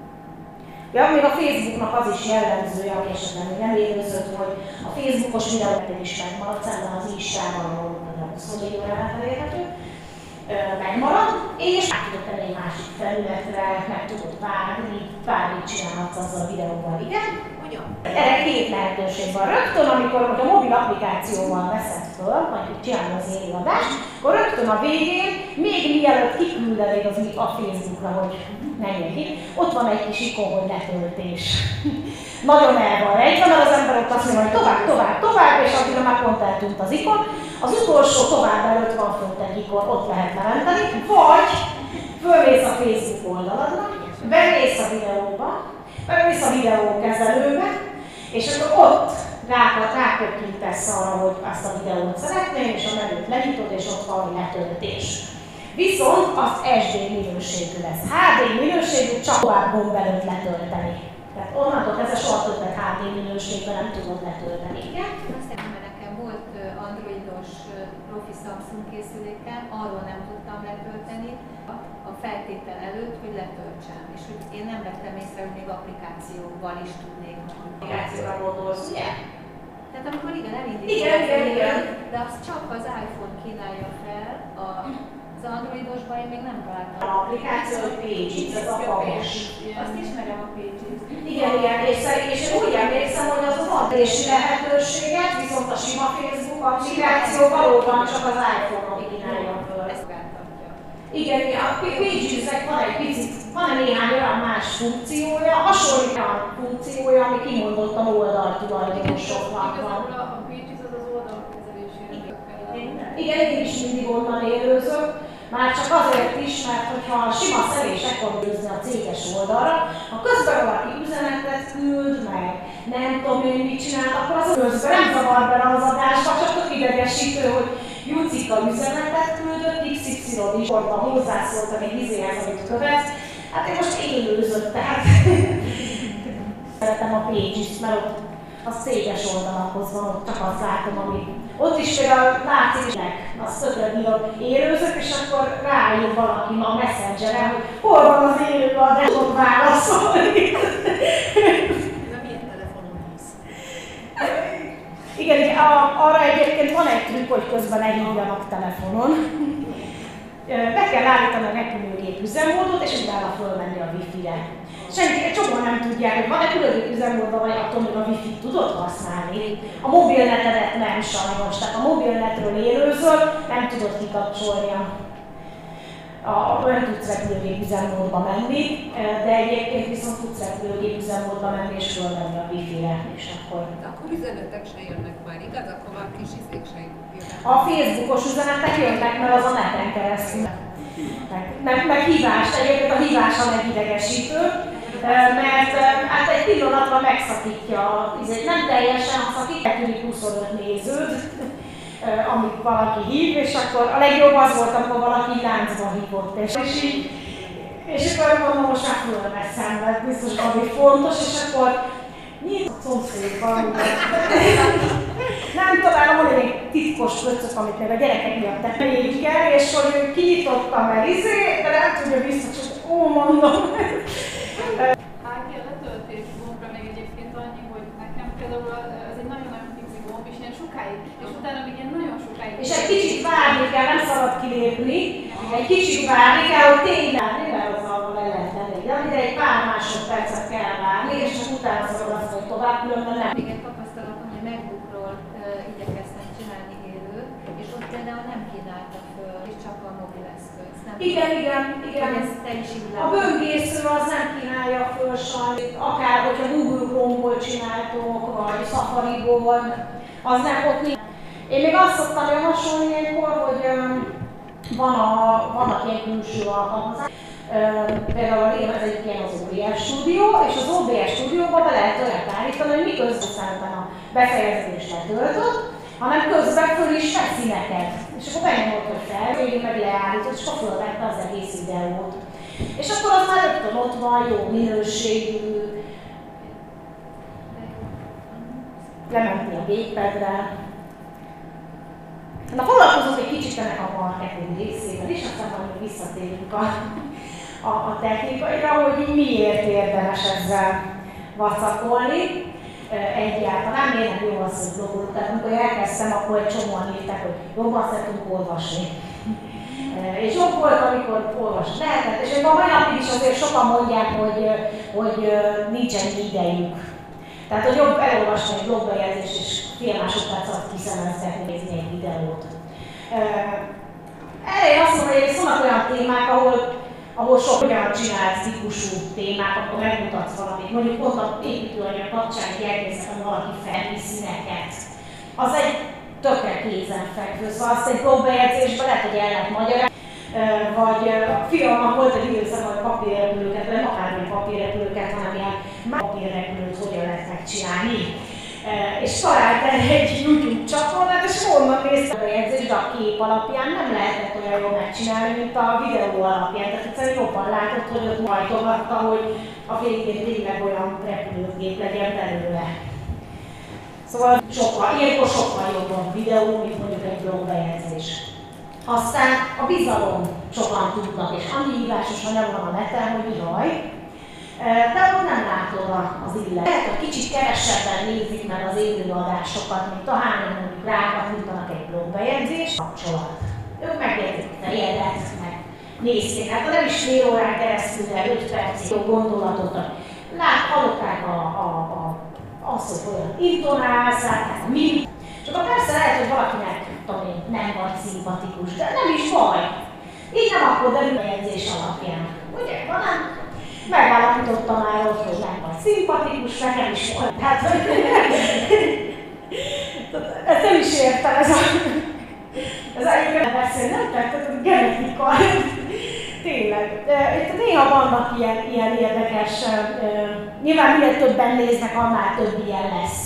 Ja, még a Facebooknak az is jellemzője, ami esetben még nem élőzött, hogy a Facebookos videók is megmarad, szemben az Instában, ahol például 24 órán elérhető, megmarad, és át tudod tenni egy másik felületre, meg tudod vágni, bármit csinálhatsz azzal a videóval, igen? Erre két lehetőség van. Rögtön, amikor a mobil applikációval veszed föl, vagy csinálod az élőadást, akkor rögtön a végén, még mielőtt kiküldenéd a Facebookra, hogy menjél ki, ott van egy kis ikon, hogy letöltés. Nagyon el van rejtve, mert az ember ott azt mondja, hogy tovább, és addigra már pont eltűnt az ikon. Az utolsó tovább előtt van fönt egy ikon, ott lehet lementeni, vagy fölmész a Facebook oldaladra, bemész a videóba, bemész a videókezelőbe, és akkor ott rákökkintesz arra, hogy azt a videót szeretném, és a menüt lenyitod, és ott van letöltés. Viszont az SD minőségű lesz. HD minőségű csak tovább gomb előtt letölteni. Tehát onnantól kezdve soha többet HD minőségben nem tudod letölteni. Igen? Aztán, mert nekem volt androidos profi Samsung készülékem, arról nem tudtam letölteni a feltétel előtt, hogy letöltsem. És hogy én nem vettem észre, hogy még applikációval is tudnék. Applikációra gondolsz, ugye? Tehát amikor igen, elindítom, igen. De azt csak az iPhone kínálja fel, az androidosban én még nem találtam. A applikáció, hogy Pages, ez a papos. Azt ismerem a Pages. Igen, és úgy emlékszem, hogy az adrési lehetőséget, viszont a sima Facebook applikáció valóban csak az iPhone-on kínálja föl. Igen, a Pages-nek van egy picit, van néhány olyan más funkciója, hasonló olyan funkciója, ami kimondottan oldaltulajdonosoknak van. A Pages az az oldalkezelésére. Igen, én is mindig onnan élőzök, már csak azért is, mert hogyha a sima személyes akar nézni a céges oldalra, ha közben valaki üzenetet küld meg, nem tudom én mit csinál, akkor az közben nem zavar bele az adásba, csak tök idegesítő, hogy Jucika üzenetet küldött, XY is orban hozzászóltam egy izéhez, amit követ. Hát én most élőzök, tehát szeretem a Pages, mert ott a céges oldalakhoz van, ott csak azt látom, ami... Ott is például látszik, azt tökre bírom, élőzök, és akkor ráír valaki a Messengeren, hogy hol van az élőadás, tudok válaszolni. De milyen telefonon hisz? Igen, arra egyébként van egy trükk, hogy közben ne hívjanak telefonon. Be kell állítani a repülőgép üzemmódot, és utána fölmenni a Wi-Fi-re. Senki, egy csomóan nem tudják, hogy van repülőgép üzemmódban, vagy attól még a Wi-Fi-t tudod használni. A mobilnetedet nem sajnos, tehát a mobilnetről élőzöl, nem tudod kikapcsolni nem tudsz repülőgép üzemmódba menni, de egyébként viszont tudsz repülőgép üzemmódba menni és fölmenni a Wi-Fi-re, és akkor... De akkor üzenetek se jönnek már, igaz? Akkor már kis izék se jönnek. A Facebookos üzenetek jönnek, mert az a neten keresztül. Meg hívás, egyébként a hívás a legidegesítő, mert hát egy pillanatra megszakítja, nem teljesen szakítja, tűnik 25 néződ, amit valaki hív, és akkor a legjobb az volt, amikor valaki láncba hívott, és akkor mondom, most már fölveszem, mert biztos valami fontos, és akkor nyílt a szomszédban. Nem találom, hogy egy titkos pöccök, amit meg a gyerekek miatt tepeljék kell, és hogy kinyitottam el de nem tudja biztos, hogy mondom. Ági a letöltés gombra még egyébként annyi, hogy nekem például ez egy nagyon-nagyon pici gomb, és ilyen sokáig, és utána még ilyen nagyon sokáig. És egy kicsit várni kell, nem szabad kilépni, egy kicsit várni kell, hogy tényleg azzal le lehet tenni, de egy pár másodpercet kell várni, és csak utána szabad azt, hogy tovább, különben nem. Még egy tapasztalatom, hogy MacBookról igyekeztem csinálni élőt, és ott például nem kínálta föl, és csak a mobileszköz. Igen. A böngésző az nem kínálja föl sajnos, akár hogyha Google Chrome-ból csináltok, vagy Safari-ból, az nem ott nincs. Én még azt szoktam javasolni ilyenkor, hogy vannak ilyen külső alkalmazások. Például ez egy ilyen az OBS stúdió, és az OBS stúdióban be lehet olyat állítani, hogy miközben a befejezés letöltött, hanem közben föl is veszi neked. És akkor benyomod, hogy fel, végül meg leállított, és akkor fölvette az egész videót. És akkor az már rögtön ott van, jó minőségű, lemenni a gépedre. Na, foglalkozunk egy kicsit ennek a marketing részével is, aztán majd visszatérünk a technikaira, hogy miért érdemes ezzel vacakolni egyáltalán. Miért nem jó az, hogy blogolunk. Tehát amikor elkezdtem, akkor egy csomóan írták, hogy jobban szeretünk olvasni. És jobb volt, amikor olvasni lehetett, és a mai napig is azért sokan mondják, hogy nincsen idejük. Tehát, hogy jobb elolvasni egy blogbejegyzést és fél másodperc alatt kiszemeztetni, nézni egy videót. Erre azt mondom, hogy vannak olyan témák, ahol sok olyan csinálsz típusú témák, akkor megmutatsz valamit. Mondjuk pont a építőanyag kapcsán elkészítem valaki felhí színeket. Az egy tökre kézenfekvő, szóval azt egy blogbejegyzésben lehet, hogy el lehet magyarázni. Vagy a filmben volt egy időszak, hogy papírrepülőket, vagy akármilyen papírrepülőket, hanem ilyen papírrepülőt hogyan lehet megcsinálni. És talált egy YouTube csatornát, és onnan néztem a bejegyzést, de a kép alapján nem lehetett olyan jól megcsinálni, mint a videó alapján. Tehát egyszerűen jobban látott, hogy ott majtogatta, hogy a végén tényleg olyan repülőgép legyen belőle. Szóval ilyenkor sokkal jobb a videó, mint mondjuk egy blogbejegyzés. Aztán a bizalom sokan tudnak, és annyi írásos anyag van a neten, hogy jaj, de akkor nem látod az illet. Lehet, hogy kicsit kevesebben nézik meg az élőadásokat, mint a hányan mondjuk rákattintanak egy blogbejegyzést, kapcsolat. Ők megjegyzik a fejedet, meg nézték, hát nem is fél órán keresztül, de 5 percig jó gondolatot. Hallották azt, hogy olyan intonálsz, látták a mimik. Csak akkor persze lehet, hogy valakinek nem vagy szimpatikus, de nem is baj. Így nem akkor derül a jegyzés alapján. Ugye, hanem megállapítottam már ott, hogy nem vagy szimpatikus, nekem is volt. Tehát, ezt nem is értem, ez egyébként beszélni, nem tettek, hogy genetika. Tényleg. Itt néha vannak ilyen érdekes, nyilván minél többen néznek, annál több ilyen lesz.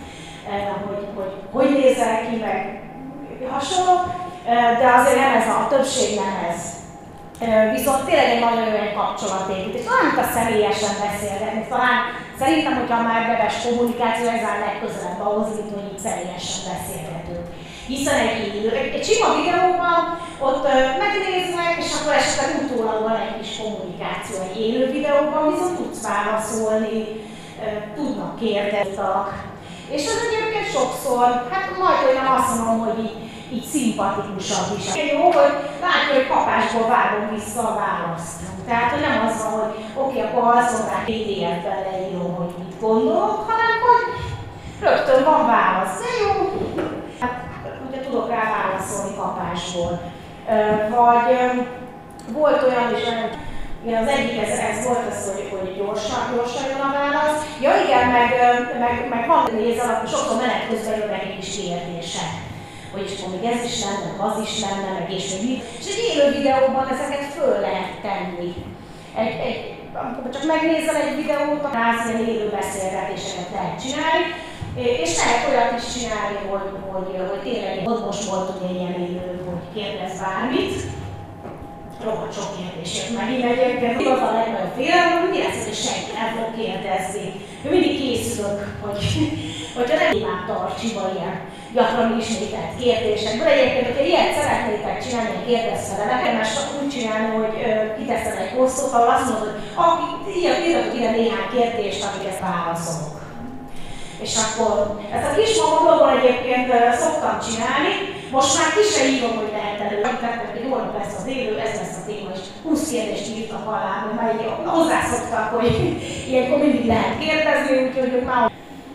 Hogy nézel ki, meg hasonló, de azért nem ez a többség nem ez. Viszont tényleg egy nagyon jó kapcsolatépítés. Talán mint a személyesen beszélgetni. Talán szerintem, hogyha már webes kommunikáció, ez áll legközelebb ahhoz, mint hogy így személyesen beszélgetünk. Hiszen egy sima videóban ott megnéznek, és akkor esetleg utólag van egy kis kommunikáció. Egy élő videóban viszont tudsz válaszolni, tudnak kérdezni. És ez egyébként sokszor, hát majd olyan azt mondom, hogy így szimpatikusabb is. Jó, hogy látja, hogy kapásból vágom vissza a választ. Tehát, hogy nem az van, hogy oké, akkor alszom rá PDF-ben leírom, hogy mit gondolok, hanem hogy rögtön van válasz. De jó, hát ugye tudok rá válaszolni kapásból. Vagy volt olyan is, igen, az egyik ez volt az, hogy gyorsan jön a válasz. Ja igen, meg van nézel, akkor sokszor menet közben jön meg egy kis kérdése. Hogy is még ez is lenne, meg az is lenne, meg és még mit. És egy élő videóban ezeket föl lehet tenni. Amikor csak megnézel egy videót, akkor ilyen élő beszélgetéseket lehet csinálni. És lehet olyat is csinálni, hogy tényleg most volt ugye ilyen élő, hogy kérdez bármit. Rohadt sok kérdés jött megint egyébként. Az a legnagyobb félelem, hogy mi lesz, hogy senki nem fog kérdezni. Én mindig készülök, hogyha nem témát tartsiba ilyen gyakran ismételt kérdésekből. Egyébként, hogyha ilyet szeretnétek csinálni, ilyen kérdezfelelek, érdemes úgy csinálni, hogy kiteszed egy posztot, ahol azt mondod, hogy írjatok ide néhány kérdést, amiket válaszolok. És akkor ezt a kis blogon egyébként szoktam csinálni, most már ki se írom, hogy lehet előtt, hogy holnap lesz az élő, ez lesz a téma, és 20 kérdést írtak alá, hogy már így hozzászoktak, hogy ilyenkor mindig lehet kérdezni, úgyhogy már...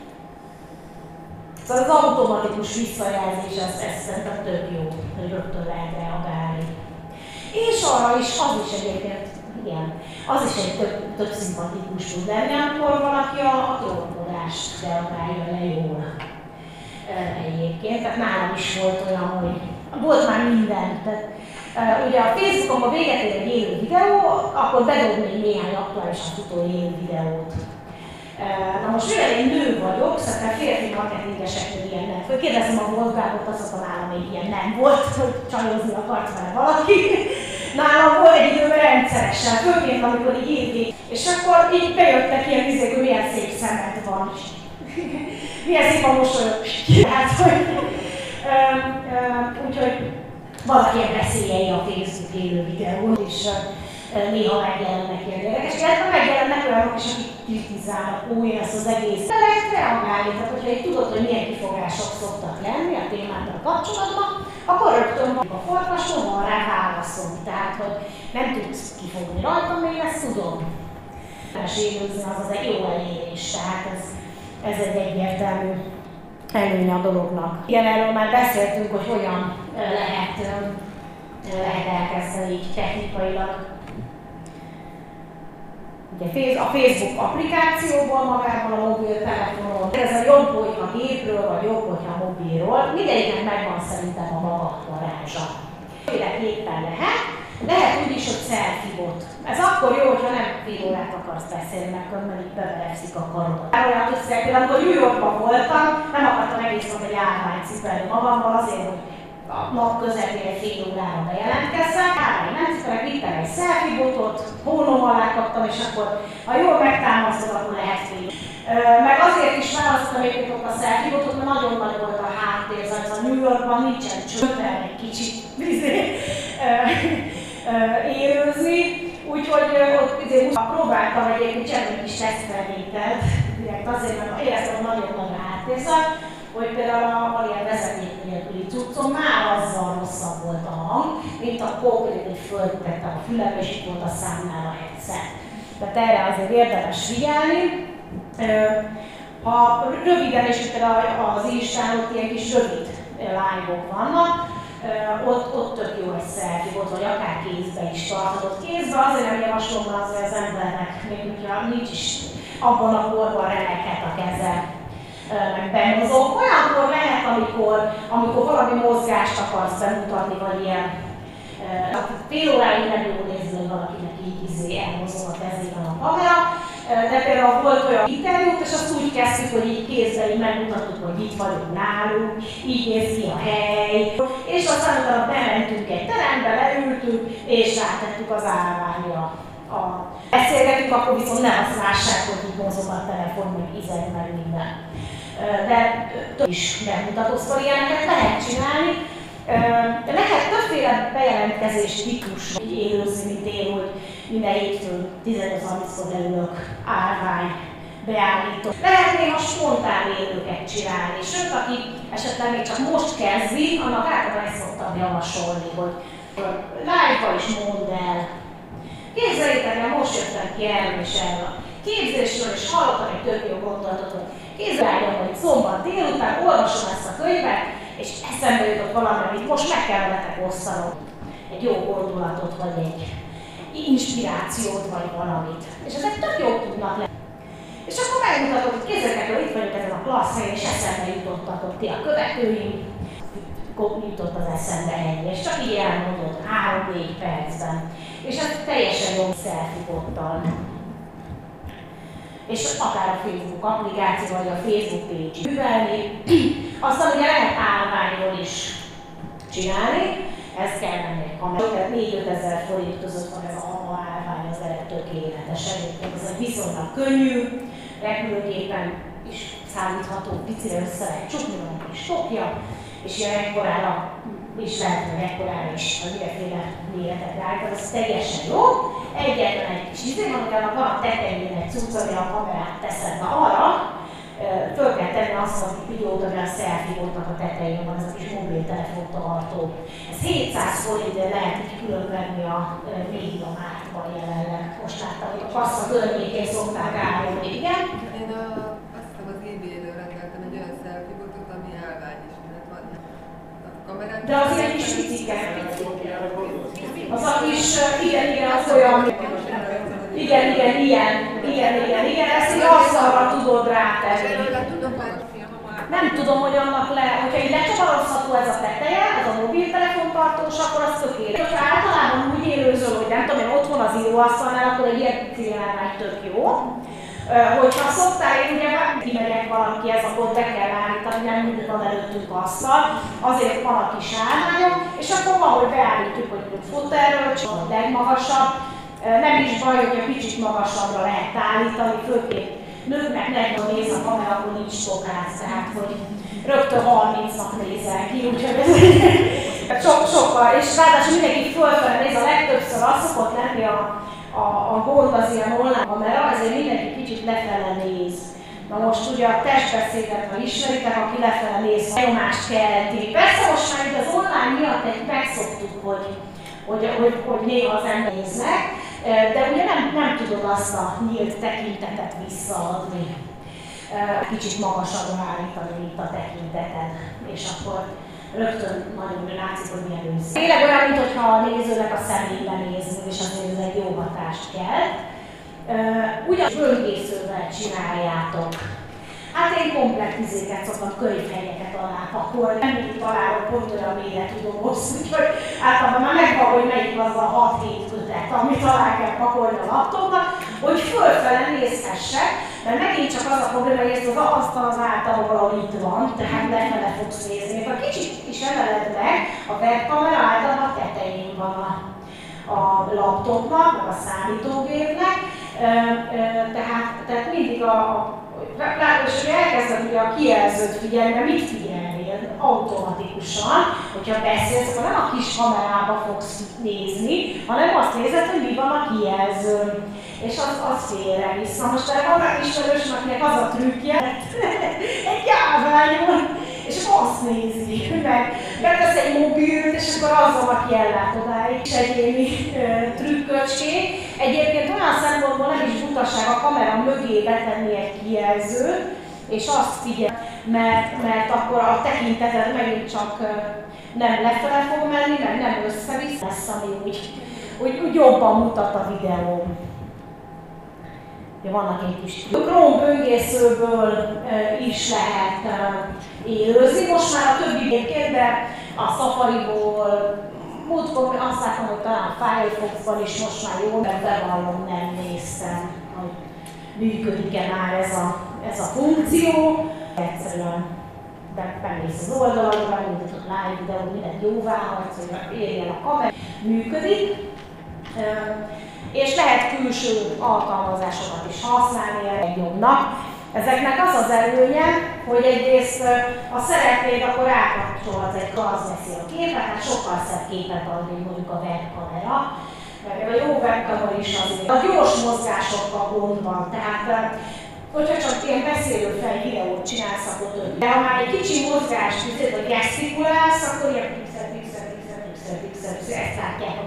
Szóval az automatikus visszajelzés, ez szerintem tök jó, hogy rögtön lehet reagálni. És arra is, az is egyébként, igen, az is egy tök szimpatikus tud lenni, amikor valaki a trónkodást reagálja le jól. Egyébként, tehát nálam is volt olyan, hogy volt már minden. Tehát Ugye a Facebookon, ha véget ér egy élő videó, akkor bedob még néhány aktuálisan futó élő videót. Na most mivel én nő vagyok, szerintem férfi marketingeseknél ilyen nem. Kérdezem a Wolfgangot, azt mondta, nálam még ilyen nem volt, hogy csajozni akart vele valaki. Nálam volt egy időben rendszeresen, főként amikor így évig. És akkor így bejöttek ilyen vizék, hogy milyen szép szemed van. Milyen szép a mosolyog. Hát, hogy... Úgyhogy vannak ilyen veszélyei a Facebook élő videón, és néha megjelennek ilyen érdekes. Illetve megjelennek olyanok is, akik kritizálnak, új lesz az egész. De lehet reagálni, tehát hogyha így tudod, hogy milyen kifogások szoktak lenni a témáddal kapcsolatban, akkor rögtön van a forgason, van rá válaszol. Tehát, hogy nem tudsz kifogni rajtam, én ezt tudom. Sérülni az egy jó elérés, tehát ez egy egyértelmű előnye a dolognak. Igen, erről már beszéltünk, hogy hogyan lehet elkezdeni így technikailag. Ugye a Facebook applikációból, magában a mobiltelefonon, ez a jobb, hogyha gépről, vagy jobb, hogyha mobilról, mindegyiknek megvan szerintem a maga varázsa. Mindenképpen lehet úgy is, hogy selfie-bot. Ez akkor jó, hogyha nem fél órát akarsz beszélni, mert így beverekszik a karodat. Olyan tudsz, például amikor New Yorkban voltam, nem akartam egész nap egy állványt cipelni magammal azért, hogy a nap közepére fél órára bejelentkezzen. Nem cipelek, vittem egy selfie botot, hónom alá kaptam, és akkor ha jól megtámasztod, akkor lehet fél. Meg azért is választottam egyébként a selfie botot, mert nagyon nagy volt a háttérzaj, a New Yorkban nincsen csöndben egy kicsit élőzni, úgyhogy ott próbáltam egyébként csinálni kis tesztfelvételt, direkt azért, mert éreztem, hogy nagyon nagy a háttérzaj, hogy például a ilyen vezeték nélküli cuccom már azzal rosszabb volt a hang, mint akkor, hogy föltettem a fülembe, és itt volt a számnál a headset. Tehát erre azért érdemes figyelni. Ha röviden, és például az Instán ott ilyen kis rövid live-ok vannak, ott tök jó egy selfie volt, vagy akár kézbe is tarthatod. Kézbe azért nem javaslom az embernek, még hogyha nincs is abban a korban remekhet a keze, meg bemozog. Olyankor lehet, amikor valami mozgást akarsz bemutatni, vagy ilyen fél óráig nem jó nézni, hogy valakinek így elmozog a kezében a kamera. De például volt olyan interjút, és azt úgy kezdtük, hogy így kézbe így megmutattuk, hogy itt vagyunk nálunk, így néz ki a hely. És aztán utána bementünk egy terembe, leültünk, és rátettük az állványra. Beszélgetünk, akkor viszont ne azt lássák, hogy így mozog a telefon, meg izeg, meg minden. De több is bemutató sztoriáneket lehet csinálni. Lehet többféle bejelentkezés típus, így élőzni, mint én, hogy minden hétfőn 15-30-kor leülök, állvány, beállítok. Lehet még a spontán élőket csinálni, sőt, aki esetleg még csak most kezdi, annak általában ezt szoktam javasolni, hogy live-val is mondd el. Képzeljétek el, most jöttem ki erről és erről. Képzésről is hallottam egy tök jó gondolatot, hogy képzeljétek, hogy szombat délután olvasom ezt a könyvet, és eszembe jutott valami, amit most meg kell veletek osztanom. Egy jó gondolatot, vagy egy inspirációt, vagy valamit. És ezek tök jók tudnak lenni. És akkor megmutatod, hogy képzeljétek, hogy itt vagyok ezen a klassz helyen, és eszembe jutottatok ti a követőim, jutott az eszembe ennyi, és csak így elmondod 3-4 percben. És ez teljesen jó selfie-bottal. És akár a Facebook applikáció, vagy a Facebook page művelni. Aztán ugye lehet állványról is csinálni, ez kell menni egy kamera. Tehát 4-5 ezer forint között van ez a állvány, az erre tökéletes. Egyébként ez egy viszonylag könnyű, repülőgépen is szállítható, picire össze lehet csukni, van egy kis stopja, és ilyen ekkorára is lehet, hogy ekkorára is, vagy mindenféle méretekre állítani, ez teljesen jó. Egyetlen egy kis izé van, hogy annak van a tetején egy cucc, ami a kamerát teszed, na arra föl kell tenni azt a videót, ami a selfie-botnak a tetején van, ez a kis mobiltelefon tartó. Ez 700 forintért lehet így külön venni a Média Mártban jelenleg. Most láttam, hogy a passza környékén szokták árulni, igen? Én azt hiszem az eBay-ről rendeltem egy olyan selfie-botot, ami állvány is, mert van a kamerát. De az ilyen kis picike. Az a kis, igen, az olyan. Igen, ezt egy asztalra tudod rátenni. Tudom, hogy Nem tudom, hogy annak hogyha így lecsavarozható ez a teteje, ez a mobiltelefontartós, akkor az tökéletes. Hogyha általában úgy élőzöl, hogy nem tudom, én otthon az íróasztalnál, akkor egy ilyen célárvány tök jó. Hogyha szoktál, én ugye kimegyek valakihez, akkor be kell állítani, nem mindig van előttünk asztal, azért van a kis állványom, és akkor valahogy beállítjuk, hogy fotelről, csak a legmagasabb. Nem is baj, hogyha kicsit magasabbra lehet állítani, főként nőknek 40 néz a kamera, akkor nincs fogász, tehát hogy rögtön 30-nak nézel ki, úgyhogy ez sokkal, és ráadásul mindenki fölfele néz, a legtöbbször az szokott lenni a gond az ilyen online kamera, ezért mindenki kicsit lefele néz. Na most ugye a testbeszédet, ha ismeritek, aki lefele néz, nyomást kelti. Persze most már az online miatt megszoktuk, hogy néha az ember néznek, de ugye nem tudod azt a nyílt tekintetet visszaadni. Kicsit magasabbra állítani itt a tekinteted, és akkor rögtön nagyon látszik, hogy milyen őszintén. Tényleg olyan, mintha a nézőnek a szemébe nézni, és azért ez egy jó hatást kelt. Ugyan böngészővel csináljátok. Hát én komplett izéket szoktam, könyvhelyeket alá pakolni. Nem mindig találok pont olyan méretű dobozt, úgyhogy általában már megvan, hogy melyik az a 6-7 kötet, amit alá kell pakolni a laptopnak, hogy fölfele nézhessek, mert megint csak az a probléma, hogy ezt az asztal az általában valahol itt van, tehát lefele fogsz nézni. Ha kicsit is emeled meg, a webkamera általában a tetején van a laptopnak, meg a számítógépnek, tehát mindig és hogy elkezded ugye a kijelzőt figyelni, mert mit figyelnél automatikusan, hogyha beszélsz, akkor nem a kis kamerába fogsz nézni, hanem azt nézed, hogy mi van a kijelzőn. És az félrevisz. Na most erre vannak ismerősnek az a trükkje, egy állványon, és azt nézi, meg betesz egy mobilt, és akkor azon, aki ellát odáig. És egyéni trükköcské. Egyébként olyan szempontból nem is butaság a kamera mögé betenni egy kijelzőt, és azt figyel, mert akkor a tekinteted megint csak nem lefele fog menni, meg nem össze-vissza lesz, ami úgy jobban mutat a videón. Vannak egy kis Chrome böngészőből is lehet élőzni. Most már a többi egyébként, de a Safariból, múltkor azt láttam, hogy talán Firefoxban is most már jó, mert bevallom, nem néztem, hogy működik-e már ez a funkció. Egyszerűen bemész az oldaladra, indított live videó, mindent jóvá hagysz, hogy érjen a kamera, működik. És lehet külső alkalmazásokat is használni a legjobbnak. Ezeknek az az előnye, hogy egyrészt ha szeretnéd, akkor átkapcsolhatsz egy karszveszi a képet, hát sokkal szebb képet ad, mint mondjuk a webkamera. Mert a jó webkamera is azért. A gyors mozgásokkal gond van, tehát hogyha csak ilyen beszélőfej videót csinálsz, akkor több. De ha már egy kicsi mozgást tűzed, hogy gesztikulálsz, akkor ilyen pixel, ezt látják.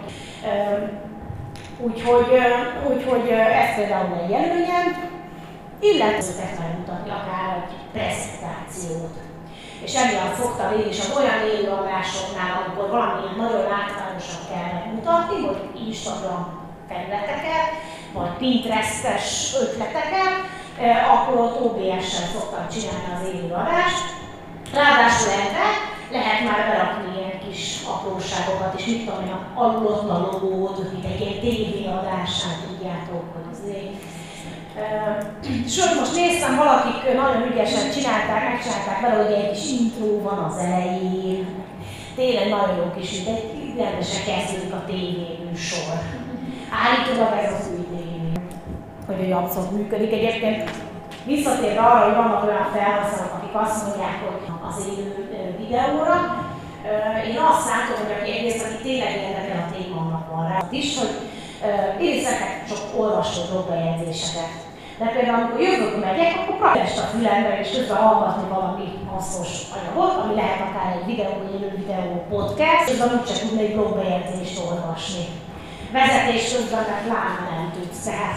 Úgyhogy ez például egy előnye, illetve ezeket megmutatni akár egy prezentációt. És emiatt szoktam én is az olyan élőadásoknál, amikor valamilyen nagyon látványosan kell megmutatni, hogy Instagram felületeket, vagy Pinterestes ötleteket, akkor ott OBS-sel szoktam csinálni az élőadást. Ráadásul erre lehet már berakni ilyen kis apróságokat, és mit tudom én, alul ott a logód, mint egy ilyen tévéadásnál tudjátok, hogy azért. Sőt, most néztem, valakik nagyon ügyesen megcsinálták vele, hogy egy kis intro van az elején. Tényleg nagyon jó kis, mint egy rendesen kezdődik a tévéműsor. Állítólag ez az új tévé, hogy abszolút működik. Egyébként visszatérve arra, hogy vannak olyan felhasználók, akik azt mondják, hogy az élő videóra, én azt látom, hogy aki tényleg érdekel a témának van rá is, hogy érzekek csak olvasó blogbejegyzéseket. De például amikor jövök megyek, akkor protest a fülembe és közben hallgatni valami hasznos anyagot, ami lehet akár egy videó, élő videó, podcast, és közben úgyse tudni egy blogbejegyzést olvasni. Vezetés közben meg pláne nem tudsz, tehát.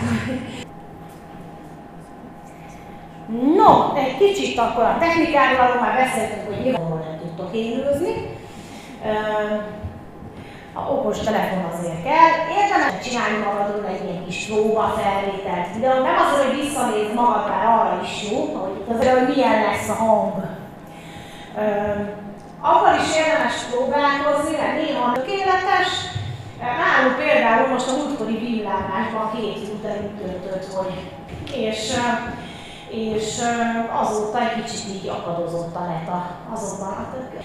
No, egy kicsit akkor a technikáról már beszéltünk, hogy nyilvánvalóan nem tudtok élőzni. A okos telefon azért kell. Érdemes csinálni magadról egy ilyen kis próbafelvételt videót. Nem azért, hogy visszanézd magad, már arra is jó, hogy azért, hogy milyen lesz a hang Avval is érdemes próbálkozni, mert néha tökéletes. Nálunk például most a múltkori villámásban 2 után töltött, hogy és azóta egy kicsit így akadozott a net azonban a tök.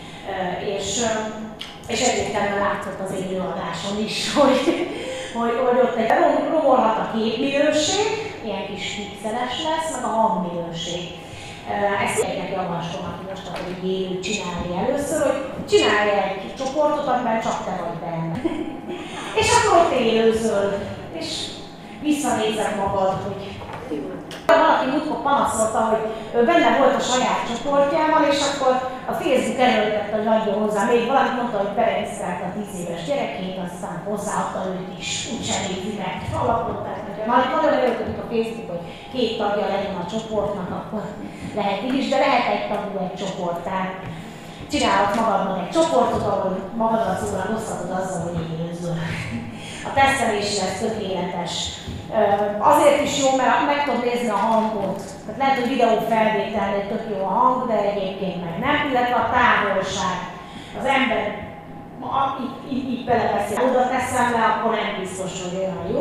És egyébként látszott az élőadáson is, hogy ott egy romolhat a képminőség, ilyen kis pixeles lesz, meg a hangminőség. Ezt egynek javaslom, aki most akar egy élőt csinálni először, hogy csinálj egy csoportot, amiben csak te vagy benne. És akkor ott élőzöl, és visszanézed magad, hogy valaki múltkor panaszolta, hogy ő benne volt a saját csoportjával, és akkor a Facebook erőltette, hogy adjon hozzá. Még valaki mondta, hogy beregisztrálta a 10 éves gyerekét, aztán hozzáadta őt is, úgysem nézi meg. Alapot, tehát hogyha nagyon erőltetik a Facebook, hogy 2 tagja legyen a csoportnak, akkor lehet így is, de lehet egy tagú egy csoport. Tehát csinálod magadnak egy csoportot, ahol magadra szórakoztatod azzal, hogy élőzöl. A tesztelés lesz tökéletes. Azért is jó, mert meg tudod nézni a hangot. Tehát lehet, hogy videófelvételnél tök jó a hang, de egyébként meg nem, illetve a távolság. Az ember így belebeszél, oda teszem le, akkor nem biztos, hogy olyan jó.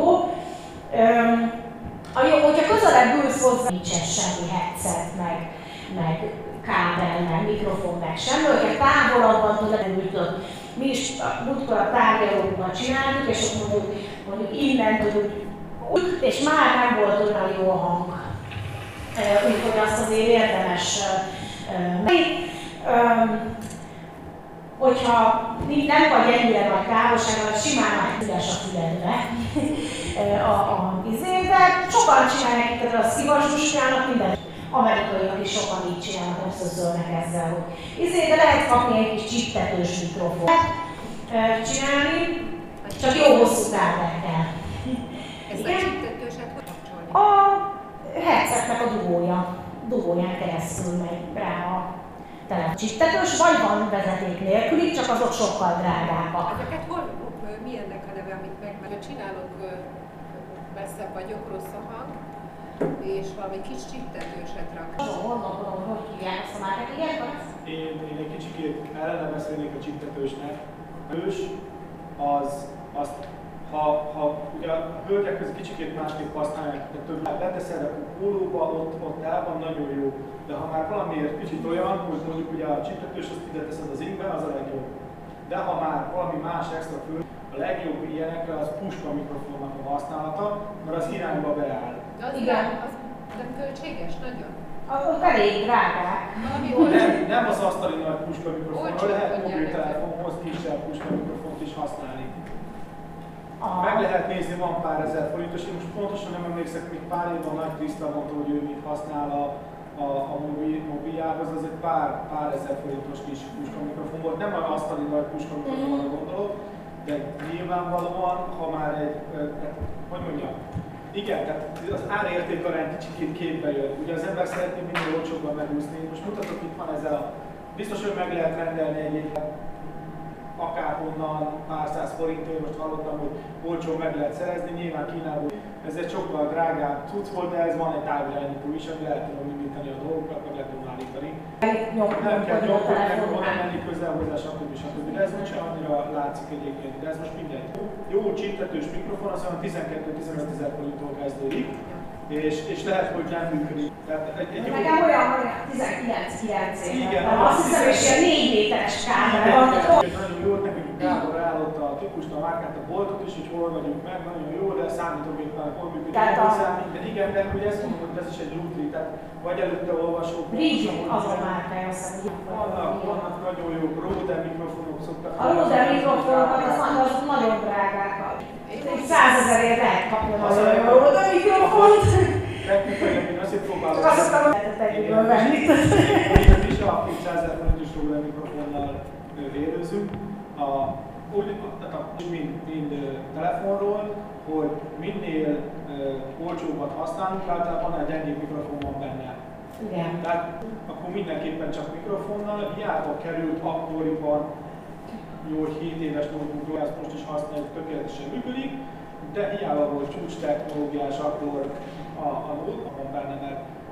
Hogyha közelebb ülsz hozzá, nincsen semmi headset, meg kábel, meg mikrofon, meg semmi, hogyha távolabban tudod ültöd. Mi is múltkor a tárgyalókban csináltuk, és ott mondjuk innen tudjuk, és már nem volt olyan jó a hang. Úgyhogy azt azért érdemes hogyha nem vagy ennyire nagy távolságban, simán már üres a füledre de sokan csinálják itt a szivasduskának, minden amerikaiak is sokan így csinálnak, összözölnek ezzel, hogy de lehet kapni egy kis csiptetős mikrofont csinálni, csak jó hosszú kábel kell. Ez a csiptetőset hogy kapcsolni? A headsetnek a dugóján keresztül megy rá a telefoncsiptetős, vagy van vezeték nélküli, csak azok sokkal drágábbak. Ezeket mi ennek a neve, amit meg csinálok, messzebb vagyok, rossz a hang, és valami kis csiptetőset rak. Gondolom, hogy hívják azt a márkát, igen? Én egy kicsikét ellene beszélnék a csiptetősnek. Ős, ha ugye a hölgyek között kicsikét másképp használják, de több leteszed a pólóba, ott el van nagyon jó. De ha már valamiért kicsit olyan, hogy mondjuk ugye a csiptetős, azt ide teszed az ingbe, az a legjobb. De ha már valami más extra föl, a legjobb ilyenekre az puska mikrofonnak a használata, mert az irányba beáll. De az igen, az nem költséges nagyon? Azok elég drágák. Nem az asztali nagy puska mikrofonról, lehet mobiltelefonhoz kisebb puska mikrofont is használni. Meg lehet nézni, van pár ezer forintos, én most pontosan nem emlékszek, még pár évben Nagy Kriszta mondta, hogy ő mit használ a mobiljához, az egy pár ezer forintos kis puska mikrofon volt, nem az asztali nagy puska mikrofonra gondolok, de nyilvánvalóan, ha már hogy mondjam, igen, tehát az árértékarány kicsit képbe jön. Ugye az ember szeretné minél olcsóbban megúszni. Most mutatok, itt van ezzel biztos, hogy meg lehet rendelni egy akárhonnan pár száz forintért, most hallottam, hogy olcsón meg lehet szerezni, nyilván Kínából ez egy sokkal drágább cucc volt, de ez van egy távirányító is, ami lehet tudom indítani a dolgokat, meg lehet tudom állítani. Nem kell nyomkodni, oda menni közel hozzá, stb. De ez úgyse annyira látszik egyébként, de ez most mindegy. Jó csiptetős mikrofon, az olyan 12-15 ezer forinttól kezdődik, és lehet, hogy nem működik. Nekem olyan 19-9 éve. Azt hiszem, hogy ilyen 4 méteres kábel van. Nagyon jó, nekünk Gábor állott a típust, a márkát, a boltot is, hogy hol vagyunk meg, nagyon jó, de számítógéppel hol működik. De igen, de hogy ezt mondom, hogy ez is egy rútli, tehát vagy előtte olvasók. Régi az a márkája, azt hiszem. Vannak nagyon jó Rode mikrofonok szoktak. A Rode mikrofonokat, azok nagyon drágák. 100 000-ért lehet kapni az a Rode mikrofont. Technikailag én azért próbálom. Csak azt szoktam, hogy lehetett egyből venni. Mi is a 200 000 forintos Rode mikrofonnal vérőzünk. Mind telefonról, hogy minél olcsóbbat használunk, általában egy gyengébb mikrofon van benne. Igen. Tehát akkor mindenképpen csak mikrofonnal, hiába került akkoriban, jó, hogy 7 éves notebookról, ezt most is használjuk, tökéletesen működik, de hiába volt csúcs technológiás, akkor a notebook van benne, mert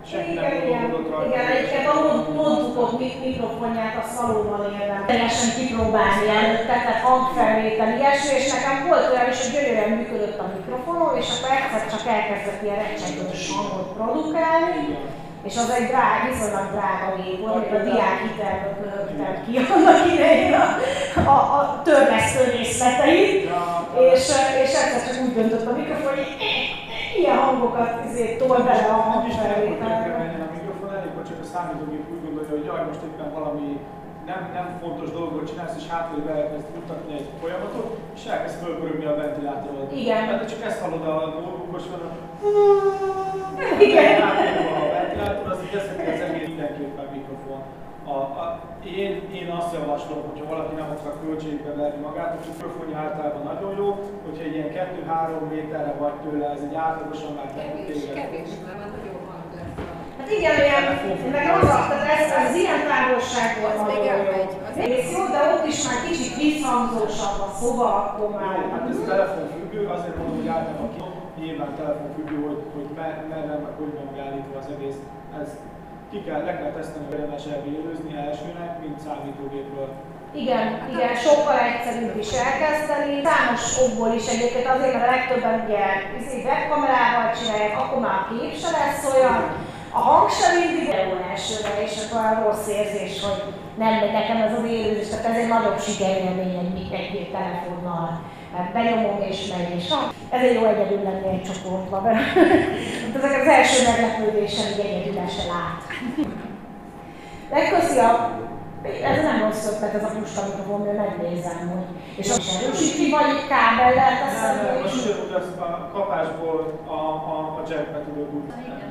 senki nem gondolkodott rajta. Igen, egyébként a notebookok mikrofonját a szalonban érdemes teljesen kipróbálni előtte, tehát hangfelvétel, ilyesmi, és nekem volt olyan is, hogy gyönyörűen működött a mikrofonom, és akkor egyszer csak elkezdett ilyen recsegős hangot produkálni, és az egy viszonylag drága gép volt, még a diákhitelből költöttem ki annak idején a törlesztő részleteit, és egyszer csak úgy döntött a mikrofon, hogy ilyen hangokat tol bele a hangfelvételbe. A mikrofon elég, hogy csak a számítógép úgy gondolja, hogy jaj, most éppen valami nem fontos dolgot csinálsz, és hátrébb elkezd futtatni egy folyamatot, és elkezd fölpörögni a ventilátorod. Igen. De csak ezt hallod a notebookos van, igen. A ventilátor, az így eszembe az egész mindenképpen mikrofon. Én azt javaslom, hogyha valaki nem akar költségbe verni magát, a mikrofonja általában nagyon jó, hogyha egy ilyen 2-3 méterre vagy tőle, ez egy átlagosan már Kevés, mert már nagyon hang lesz. Hát igen, nekem az ez ilyen távolságból nagyon jó. Egész jó, de ott is már kicsit visszhangzósabb a szoba, akkor már... Jó, hát ez telefonfüggő, azért mondom, hogy általában nyilván telefonfüggő, hogy merre meg hogy van beállítva az egész. Le kell teszteni, hogy érdemesebb élőzni elsőnek, mint számítógépről. Igen, sokkal egyszerűbb is elkezdeni. Számos okból is egyébként azért, mert a legtöbben ugye webkamerával csinálják, akkor már a kép se lesz olyan, a hang sem mindig videón elsőre, és akkor a rossz érzés, hogy nem megy nekem ez az élőzés, tehát ez egy nagyobb sikerélmény egy telefonnal. Hát benyomom és megy, és ez egy jó egyedül lenni egy csoportban, mert ezek az első meglepődésem, hogy egyedül se lát. De köszi ez nem rossz ötlet, ez a pusta mikrofon, mert megnézem, hogy... És azt erősíti, vagy kábellel teszem? Nem, most ezt a kapásból a jackbe tudod úgy.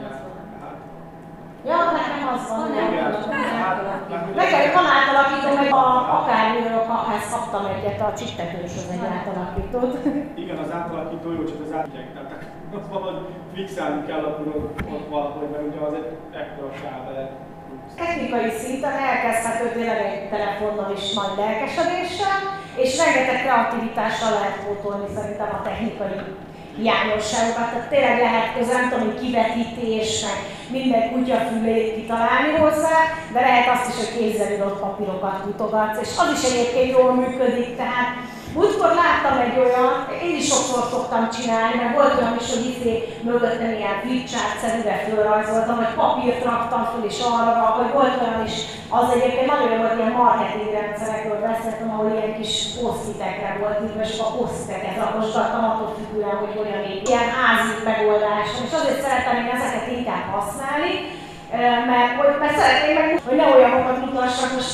Ja, nekem az van, nekem van átalakítom, hogy akármiről kaptam egyet, a csittetőshöz egy átalakítót. Igen, az átalakító jó, csak az átjegyek, tehát azt valahogy fixálni kell akkor ott valahogy, mert ugye az egy ekkora kábel. Technikai szinten elkezdhető tényleg egy telefonnal is nagy lelkesedéssel, és rengeteg kreativitással lehet pótolni szerintem a technikai hiányosságokat. Tehát tényleg lehet nem tudom, kivetítés, meg minden kutyafülét kitalálni hozzá, de lehet azt is, hogy kézzel írott papírokat mutogatsz, és az is egyébként jól működik, tehát múltkor láttam egy olyan, én is sokszor szoktam csinálni, mert volt olyan is, hogy mögöttem ilyen flipchart-szerűre fölrajzoltam, vagy papírt raktam föl is arra, vagy volt olyan is, az egyébként nagyon jó, hogy ilyen marketing rendszerekről beszéltem, ahol ilyen kis posztitekre volt írva, és a posztiteket rakosgattam attól függően, hogy hogyan ilyen házi megoldás. És azért szeretem én ezeket inkább használni, mert szeretném meg, hogy ne olyanokat mutassak, most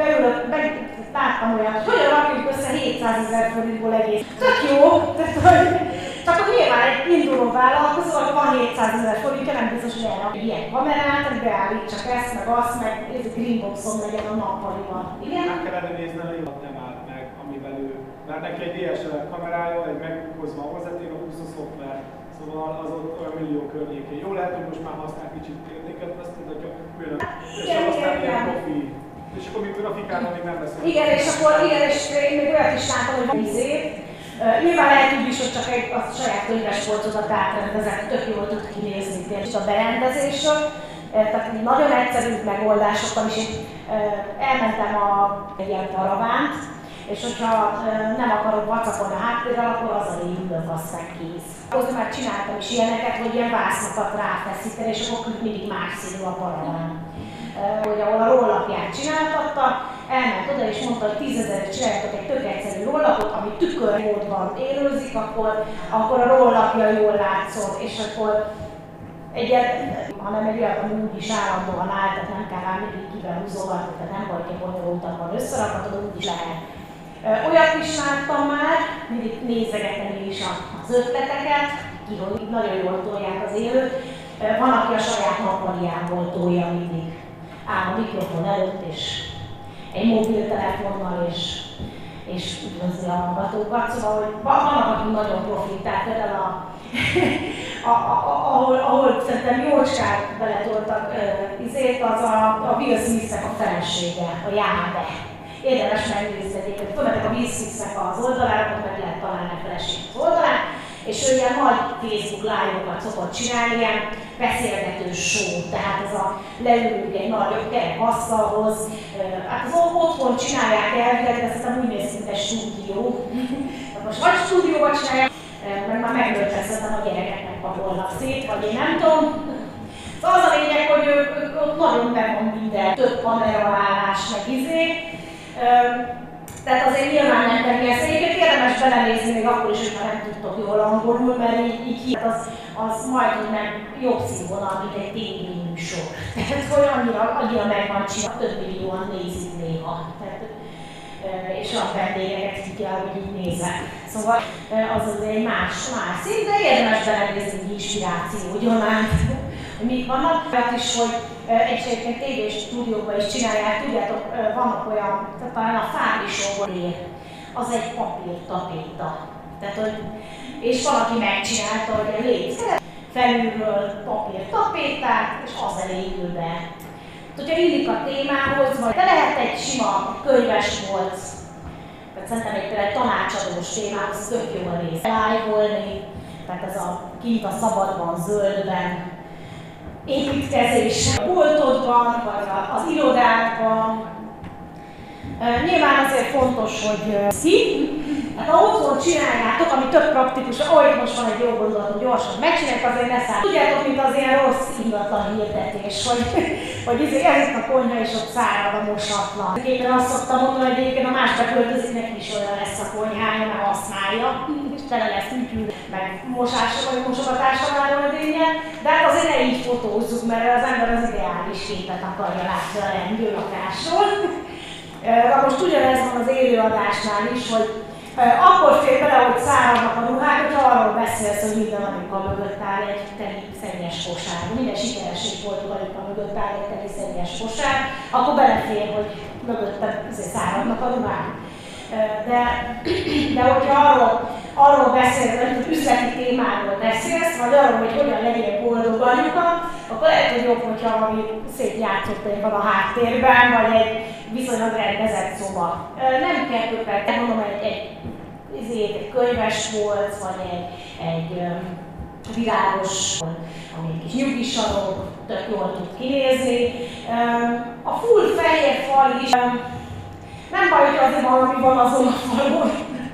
láttam olyat, hogy hogyan rakjuk össze 700 000 forintból egész. Tök jó, csak hogy nyilván egy induló vállalkozó, hogy van 700 000 forintja, nem biztos, hogy elrak egy ilyen kamerát, hogy beállítsak ezt, meg azt, meg ez a greenboxon legyen a nappaliban. Igen? Meg kellene nézni, hogy nem állt meg, amivel ő. Mert neki egy DSLR kamerája, egy MacBookhoz van hozzátéve, a 20 szoftver. Szóval az ott olyan millió környékén. Jó lehet, hogy most már használ kicsit értéket, azt tudja, hogy és aztán ilyen profi. És akkor még grafikában még nem beszélünk. Igen, és akkor és én még olyat is látom, hogy van izét. Nyilván lehet úgy is, hogy csak a saját könyvespolcodat átrendezett, tök jól tud kinézni és a berendezésről. Tehát nagyon egyszerű megoldásokkal is. Én elmentem egy ilyen paravánt, és hogyha nem akarok vacakolni a háttérrel, akkor azzal én ülök, aztán kész. Ahhoz már csináltam is ilyeneket, hogy ilyen vásznakat ráfeszíteni, és akkor mindig más színű a paraván. Hogy ahol a rollapját csináltatta, elment oda és mondta, hogy 10 000-re csináltak egy tök egyszerű rollapot, ami tükörmódban élőzik, akkor a rollapja jól látszott, és akkor hanem egy olyan, ami úgyis állandóan áll, tehát nem kell rá mindig kibehúzogatni, tehát nem vagy, hogy bonyolultabban összerakhatod, úgyis lehet. Olyat is láttam már, mindig nézegetem én is az ötleteket, ki, hogy nagyon jól tolják az élőt. Van, aki a saját nappaliából tolja mindig. Áll a mikrofon előtt, és egy mobiltelefonnal, és üdvözli a hallgatókat. Szóval, hogy vannak, akik nagyon profit, tehát például ahol szerintem jócskát beletoltak az a Will Smith-nek a felesége, a Jábe. Érdemes megnézni egyébként, fölmetek a Will Smith-nek az oldalára, ott meg lehet találni a feleségnek az oldalán, És ő ilyen nagy Facebook live-okat szokott csinálni, ilyen beszélgető show, tehát ez a leülünk egy nagyobb kerek asztalhoz. Hát az otthon csinálják elvileg, de szerintem úgy néz, mint egy stúdió. Most vagy stúdióban csinálják, meg már megöltöztetem a gyerekeknek pakolnak szét, vagy én nem tudom. Szóval az a lényeg, hogy ők nagyon be van minden, több kameraállás, meg izé. Tehát azért nyilván nem tenni ezt. Egyébként érdemes belenézni még akkor is, hogyha nem tudtok jól angolul, mert így az majdnem nem jobb színvonal, mint egy tévéműsor. Tehát hogy annyira meg van csinálva, több millióan nézik néha. És a vendégeket figyel, hogy így nézek. Szóval az azért egy más szint, de érdemes belenézni, hogy inspiráció, hogy mik vannak. Tehát is, hogy egyébként tévés stúdióban is csinálják, tudjátok, vannak olyan, tehát talán a Fábrisóban ér, az egy papírtapéta. Tehát, hogy, és valaki megcsinálta, hogy a léc felülről papírtapétát, és az elé ül be. Hogyha illik a témához, vagy de lehet egy sima könyves polc, tehát szerintem egy tanácsadós témához tök jó a rész. Live-olni, tehát ez a kint a szabadban, zöldben, építkezés a boltodban, vagy az irodákban. Nyilván azért fontos, hogy hát ha otthon csináljátok, ami tök praktikus, ahogy most van egy jó gondolat, hogy gyorsan megcsinálják, azért ne száll. Tudjátok, mint az ilyen rossz ingatlan hirdetés, hogy ez itt a konyha és ott szárad a mosatlan. Éppen azt szoktam mondani, hogy egyébként a más beköltözik, neki is olyan lesz a konyhája, mert használja, és tele lesz ügyül, meg mosásra vagy mosogatásra várolodénye, de hát azért ne így fotózzuk, mert az ember az ideális képet akarja látni a rendő lakásról. De most ugyanez van az élőadásnál is, hogy akkor fél bele, hogy száradnak a ruhák, hogyha arról beszélsz, hogy minden anyuka mögött áll egy teli szennyes kosár. Minden sikereség volt, hogy anyuka mögött áll egy teli szennyes kosár, akkor belefér, hogy mögötte száradnak a ruhák. De hogyha arról beszélsz, hogy üzleti témáról beszélsz, vagy arról, hogy hogyan legyél boldog anyuka, akkor lehet, hogy jobb, hogyha valami szép játszott van a háttérben, vagy egy viszonylag rendezett szoba. Nem kell többet, mondom, egy könyves polc, vagy egy világos, ami egy kis nyugisarok, tök jól tud kinézni. A full fehér fal is nem baj, hogy azért valami van azon a falon,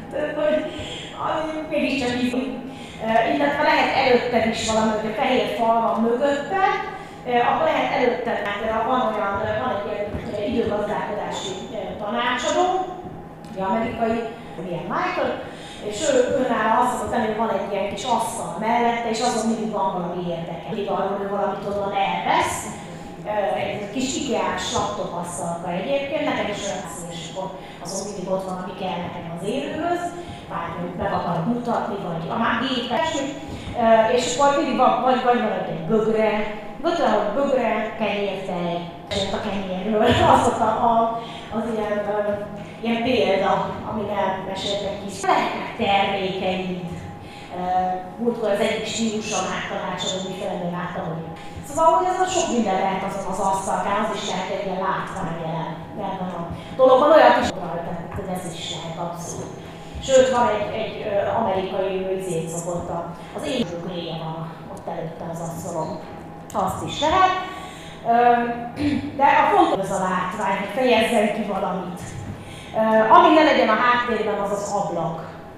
hogy mégiscsak izgi. Illetve lehet előtted is valami, hogy a fehér fal van mögötte, akkor lehet előtted, mert van egy ilyen időgazdálkodási tanácsadó, egy amerikai, ilyen Michael, és őnála azt szokott tenni, hogy van egy ilyen kis asztal mellette, és azon mindig van valami érdeke. Mindig arról, hogy valamit onnan elvesz. Egy kis IKEA-s laptop asztalka egyébként, nekem is olyan szín, és akkor azon mindig ott van, ami kell nekem az élőhöz, bármit meg akarok mutatni, vagy a már gépes, és akkor mindig vagy van egy bögre, kenyértej, a kenyérről, az ilyen példa, amin elmeséltek is. Lehetnek termékeid. Múltkor az egyik stíluson áttanácsadó műfelemben láttam, hogy szóval, hogy ez a sok minden lehet azon az asztalkán, az is lehet egy ilyen látványjelen. Van a dologban olyan kis rajta, hogy ez is lehet abszolút. Sőt, van egy amerikai őzét szokott, az én zsugléje van ott előtte az asztalon. Azt is lehet. De a fontos az a látvány, hogy fejezzen ki valamit. Ami ne legyen a háttérben, az az ablak.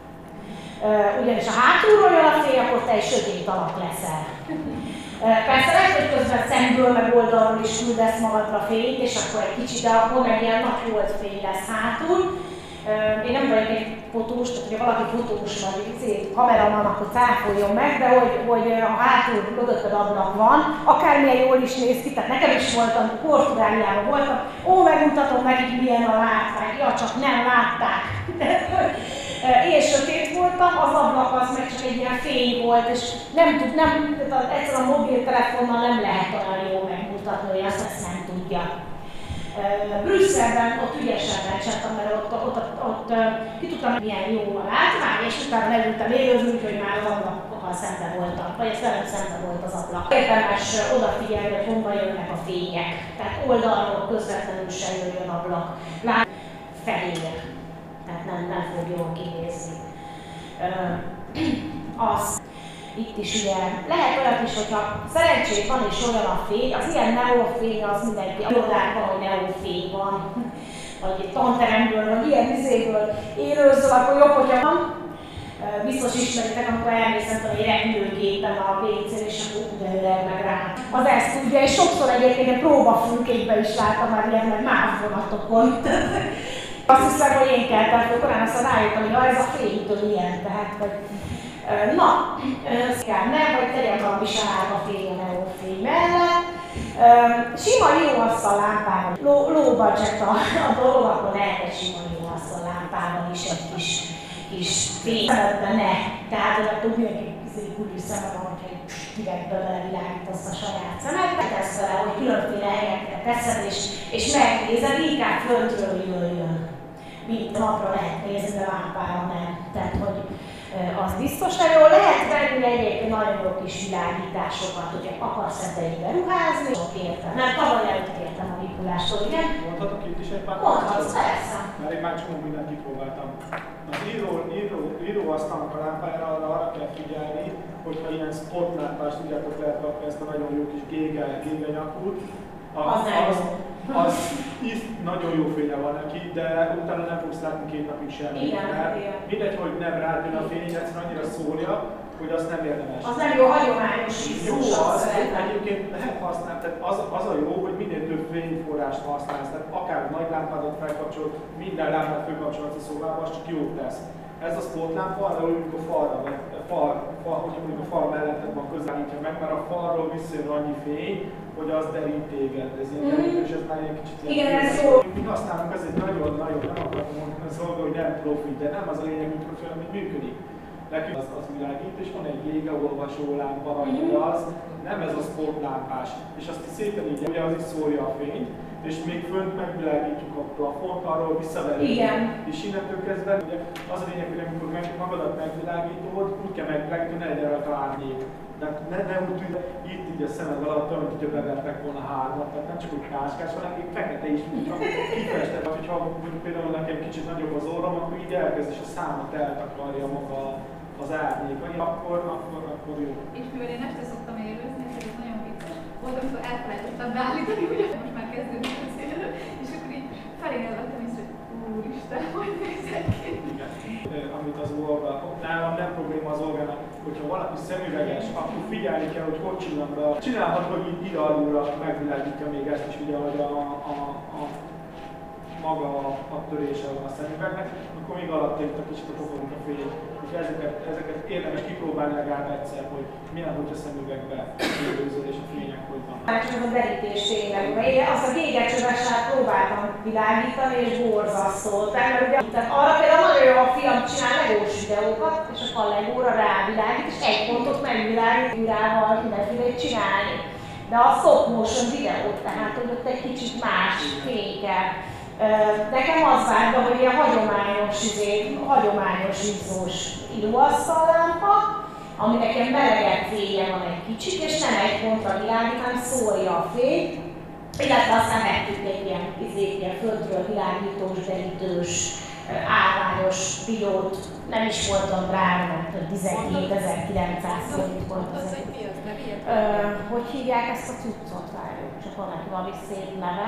Ugyanis ha hátulról jön a fény, akkor te egy sötét alak leszel. Persze lehet, hogy közben szemből meg oldalról is küldesz magadra fényt, és akkor egy kicsit, de akkor meg ilyen nagy holdfény lesz hátul. Én nem vagyok egy fotós, tehát hogyha valaki fotós vagy kameraman, akkor cáfoljon meg, de hogy ha hátul mögötted ablak van, akármilyen jól is néz ki, tehát nekem is voltam, Portugáliában voltam, megmutatom nekik milyen a látvány, ja, csak nem látták. Én sötét voltam, az ablak az meg csak egy ilyen fény volt, és egyszerűen a mobiltelefonnal nem lehet olyan jól megmutatni, hogy azt nem tudja. Brüsszelben ott ügyesen csináltam, mert ott ki tudtam, milyen jó a látvány, és utána leültem élőzni, úgyhogy már az ablakkal szemben voltam, vagy ez velem szemben volt az ablak. Érdemes odafigyelni, hogy honnan jönnek a fények, tehát oldalról közvetlenül sem jöjjön ablak. Fehér, tehát nem fog jól kinézni. Az. Itt is ugye lehet olyat is, hogyha szerencsét van és olyan a fény, az ilyen neonfény az mindenki, irodában, hogy neonfény van, vagy egy tanteremből, vagy ilyen izéből élőzöl, akkor jobb, hogyha van. Biztos ismeritek, amikor elmész egy repülőgépen a WC-n, és akkor ugyanőleg meg rá. Az ezt tudja, és sokszor egyébként egy próbafülkékben is láttam már ilyen, meg más vonatokon. Azt hiszem, hogy én keltem, hogy korán aztán rájöttem, hogy ez a fénytől ilyen, tehát, hogy na, nem, vagy tegyen valami sárga fény a neonfény mellett. Sima jó asztal lámpával, low budget a dolog, akkor lehet egy sima jó asztal lámpával is egy kis fény. Szemedben ne, tehát hogy akkor mindenki gurű szemed van, hogy direktbe belevilágítasz a saját szemedbe. Tesz vele, hogy különféle helyekre teszed, és megnézed, inkább föntről jöjjön. Mint napra lehet nézni, de lámpára nem. Tehát, hogy az biztos, hogy jól lehet venni egyébként nagyon jó kis világításokat, hogyha akarsz ebbe így beruházni, sok értem. Nem, tavaly előtt kértem a Mikulástól, igen? Mondhatok itt is egy pár? Mondhatsz, persze. Mert én már csomó mindent kipróbáltam. Az íróasztalnak a lámpájára arra kell figyelni, hogyha ilyen spotlámpás, tudjátok, lehet kapni ezt a nagyon jó kis gége nyakút. Az nagyon jó fénye van neki, de utána nem fogsz látni 2 napig semmit. Mindegy, hogy nem rád jön a fény, egyszerűen annyira szórja, hogy azt nem érdemes. Az nem jó, hagyományos jó az, egyébként lehet használni, tehát az a jó, hogy minél több fényforrást használsz, tehát akár a nagy lámpádat felkapcsolod, minden lámpát fölkapcsolod a szobába, az csak jót tesz. Ez a spotlámpa arra, hogy a falra, hogyha mondjuk a fal melletted van, közelítja meg, mert a falról visszajön annyi fény, hogy az derít téged. Ez ilyen derítős, ez már egy kicsit igen, ez jó. Mi használunk ezért nagyon-nagyon, nem akartam mondani a szolga, hogy nem profi, de nem az a lényeg, hogy profi, amit működik. Nekünk az világít, és van egy jégeolvasó lámpa rajta, de az nem ez a spotlámpás. És azt szépen így, ugye az is szórja a fényt, és még fönt megvilágítjuk a plafont, arról visszaverjük. És innentől kezdve ugye az a lényeg, hogy amikor magadat megvilágítod, úgy kell megvilágítani, hogy ne legyen rajta árnyék. Tehát ne úgy tűnj, itt így a szemed alatt, olyan, hogy bevertek volna 3-at, tehát nem csak úgy káskás, hanem még fekete is, csak kifestett. Vagy hogyha például nekem kicsit nagyobb az orrom, akkor így elkezd, és a számat eltakarja maga az árnyékai, akkor jó. És mivel én este szoktam élőzni, és ez nagyon vicces, volt, amikor elfelejtettem beállítani, ugye most már kezdődik a szélő, és akkor így felélvettem is, hogy úristen, hogy nézek ki. Igen. Amit az orga, nálam nem probléma az orgának, hogyha valaki szemüveges, akkor figyelni kell, hogy hogy csinálom be. Csinálhat, hogy így ide alulra megvilágítja még ezt is, ugye, hogy maga a törése van a szemüvegnek, akkor még alatt itt a kicsit a pokolunk a fény. És ezeket érdemes kipróbálni legalább egyszer, hogy milyen, hogy a szemüvegbe élőzöl és a fények hogy van. Csak a derítés tényleg. Én azt a gégecsövessel próbáltam világítani, és borzasztó. Tehát arra például nagyon jó, a fiam csinál legós videókat, és akkor a legóra rávilágít, és egy pontot megvilágít, ürával mindenfélét csinálni. De a stop motion videót, tehát hogy ott egy kicsit más fény kell. Nekem az várja, hogy ilyen hagyományos izzós íróasztallámpa, aminek ilyen melegebb fénye van egy kicsit, és nem egy pontra világít, hanem szórja a fényt, illetve aztán megtudjuk egy ilyen földről világítós, derítős, állványos pilót. Nem is voltam rá, mert 12.900 forint volt az. Hogy hívják ezt a cuccot? Várjuk, csak van neki valami szép neve.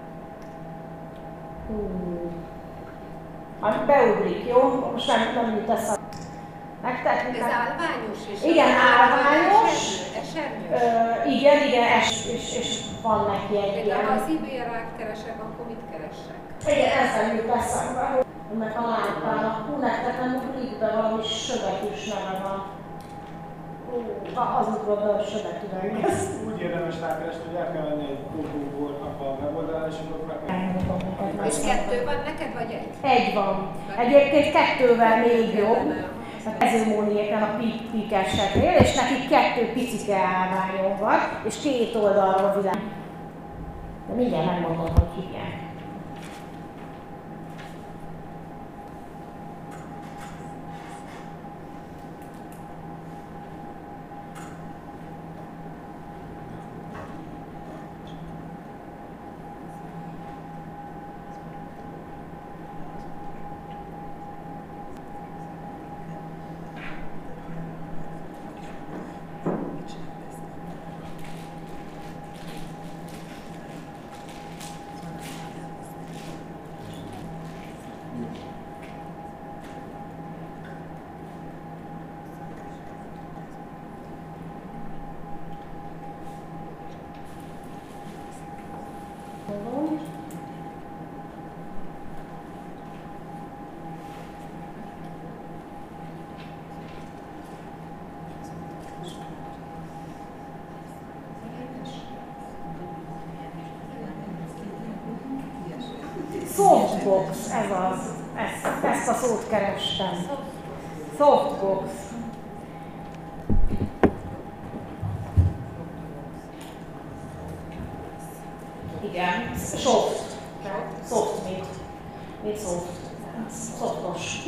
Beugrik, jó? Most nem jut eszembe. Ez állványos is? Igen, állványos. Esernyős? Igen, és van neki egy ilyen. Ha az eBay-re keresek, akkor mit keresek? Igen, ez nem jut eszembe. Ennek a lámpának. Nektek nem ugrik be, valami sövetűs neve van. Azokról be a sövetűvel. Úgy érdemes rákeresni, hogy el kell venni egy fotóbortnak a weboldalán, és akkor meg És 2 van neked, vagy egy? Egy van. Egyébként 2-vel még jobb. A kezőmóniéken a pikeseknél, és nekik 2 picike állványon van, és 2 oldalról világ. De mindjárt megmondom, hogy hívják. Softbox, ez az. Ezt a szót kerestem. Softbox. Igen, soft. Soft, mint soft. Softos.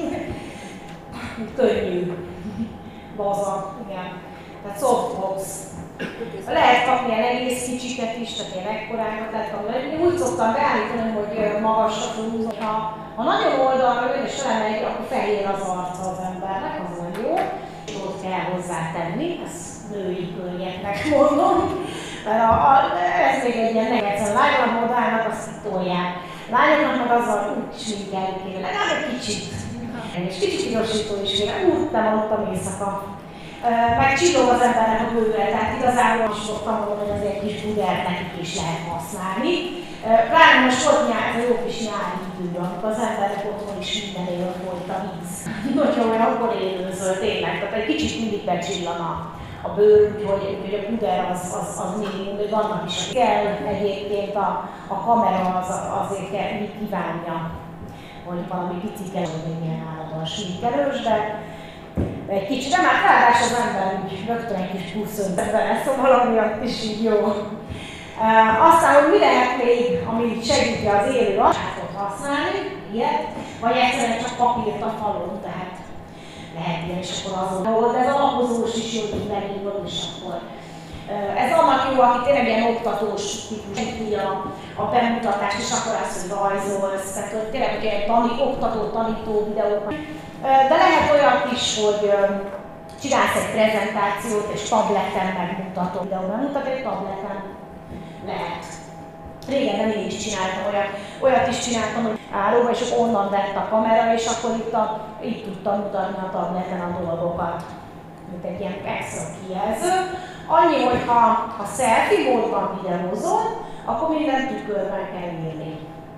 Könnyű. Baza, igen. Tehát softbox. Lehet kapni ilyen egész kicsiket is, tehát ilyen ekkorákat lehet kapni. Én úgy szoktam beállítani, hogy magasra fölhúzom. Ha nagyon oldalra jön és felemegy, akkor fehér az arca az embernek, az olyan jó. És ott kell hozzá tenni, ezt női könnyeknek mondom. Mert ez még egy ilyen egyszerűen lányoknak modálnak, azt tolják. Lányoknak meg azzal úgy sminkelni kéne, legalább egy kicsit. És kicsit pirosító is kéne, nem aludtam éjszaka. Meg csillog az embernek a bőre, tehát igazából is szoktam mondani, hogy azért kis pudert nekik is lehet használni. Pláne most volt nyár, ez a jó kis nyári idő, amikor az embernek otthon is minden éve folyt a víz. Hogyha olyan, akkor élőzöl tényleg, tehát egy kicsit mindig becsillan a bőr, úgyhogy a puder az minimum, de vannak is, hogy kell egyébként a kamera azért kell, mit kívánja, hogy valami picit kell, hogy milyen állandóan sminkelős, de egy kicsit, de már ráadás az ember úgy rögtön egy kis plusz vele, szóval amiatt is így jó. Aztán, hogy mi lehet még, ami segíti az élő arcátot használni, ilyet, vagy egyszerűen csak papírt a falon, tehát lehet ilyen, és akkor azon, de ez alapozós is jó, hogy megindul, és akkor ez annak jó, aki tényleg ilyen oktatós típus, a bemutatást, és akkor azt, hogy rajzolsz, tehát hogy tényleg egy oktató-tanító videókat. De lehet olyan is, hogy csinálsz egy prezentációt, és tableten megmutatod. Videó nem mutat egy tableten? Lehet. Régen nem én is csináltam, olyat is csináltam, hogy állóba, és onnan vett a kamera, és akkor itt tudtam mutatni a tableten a dolgokat, mint egy ilyen extra kijelző. Annyi, hogy ha selfie módban videózol, akkor minden tükörben kell írni.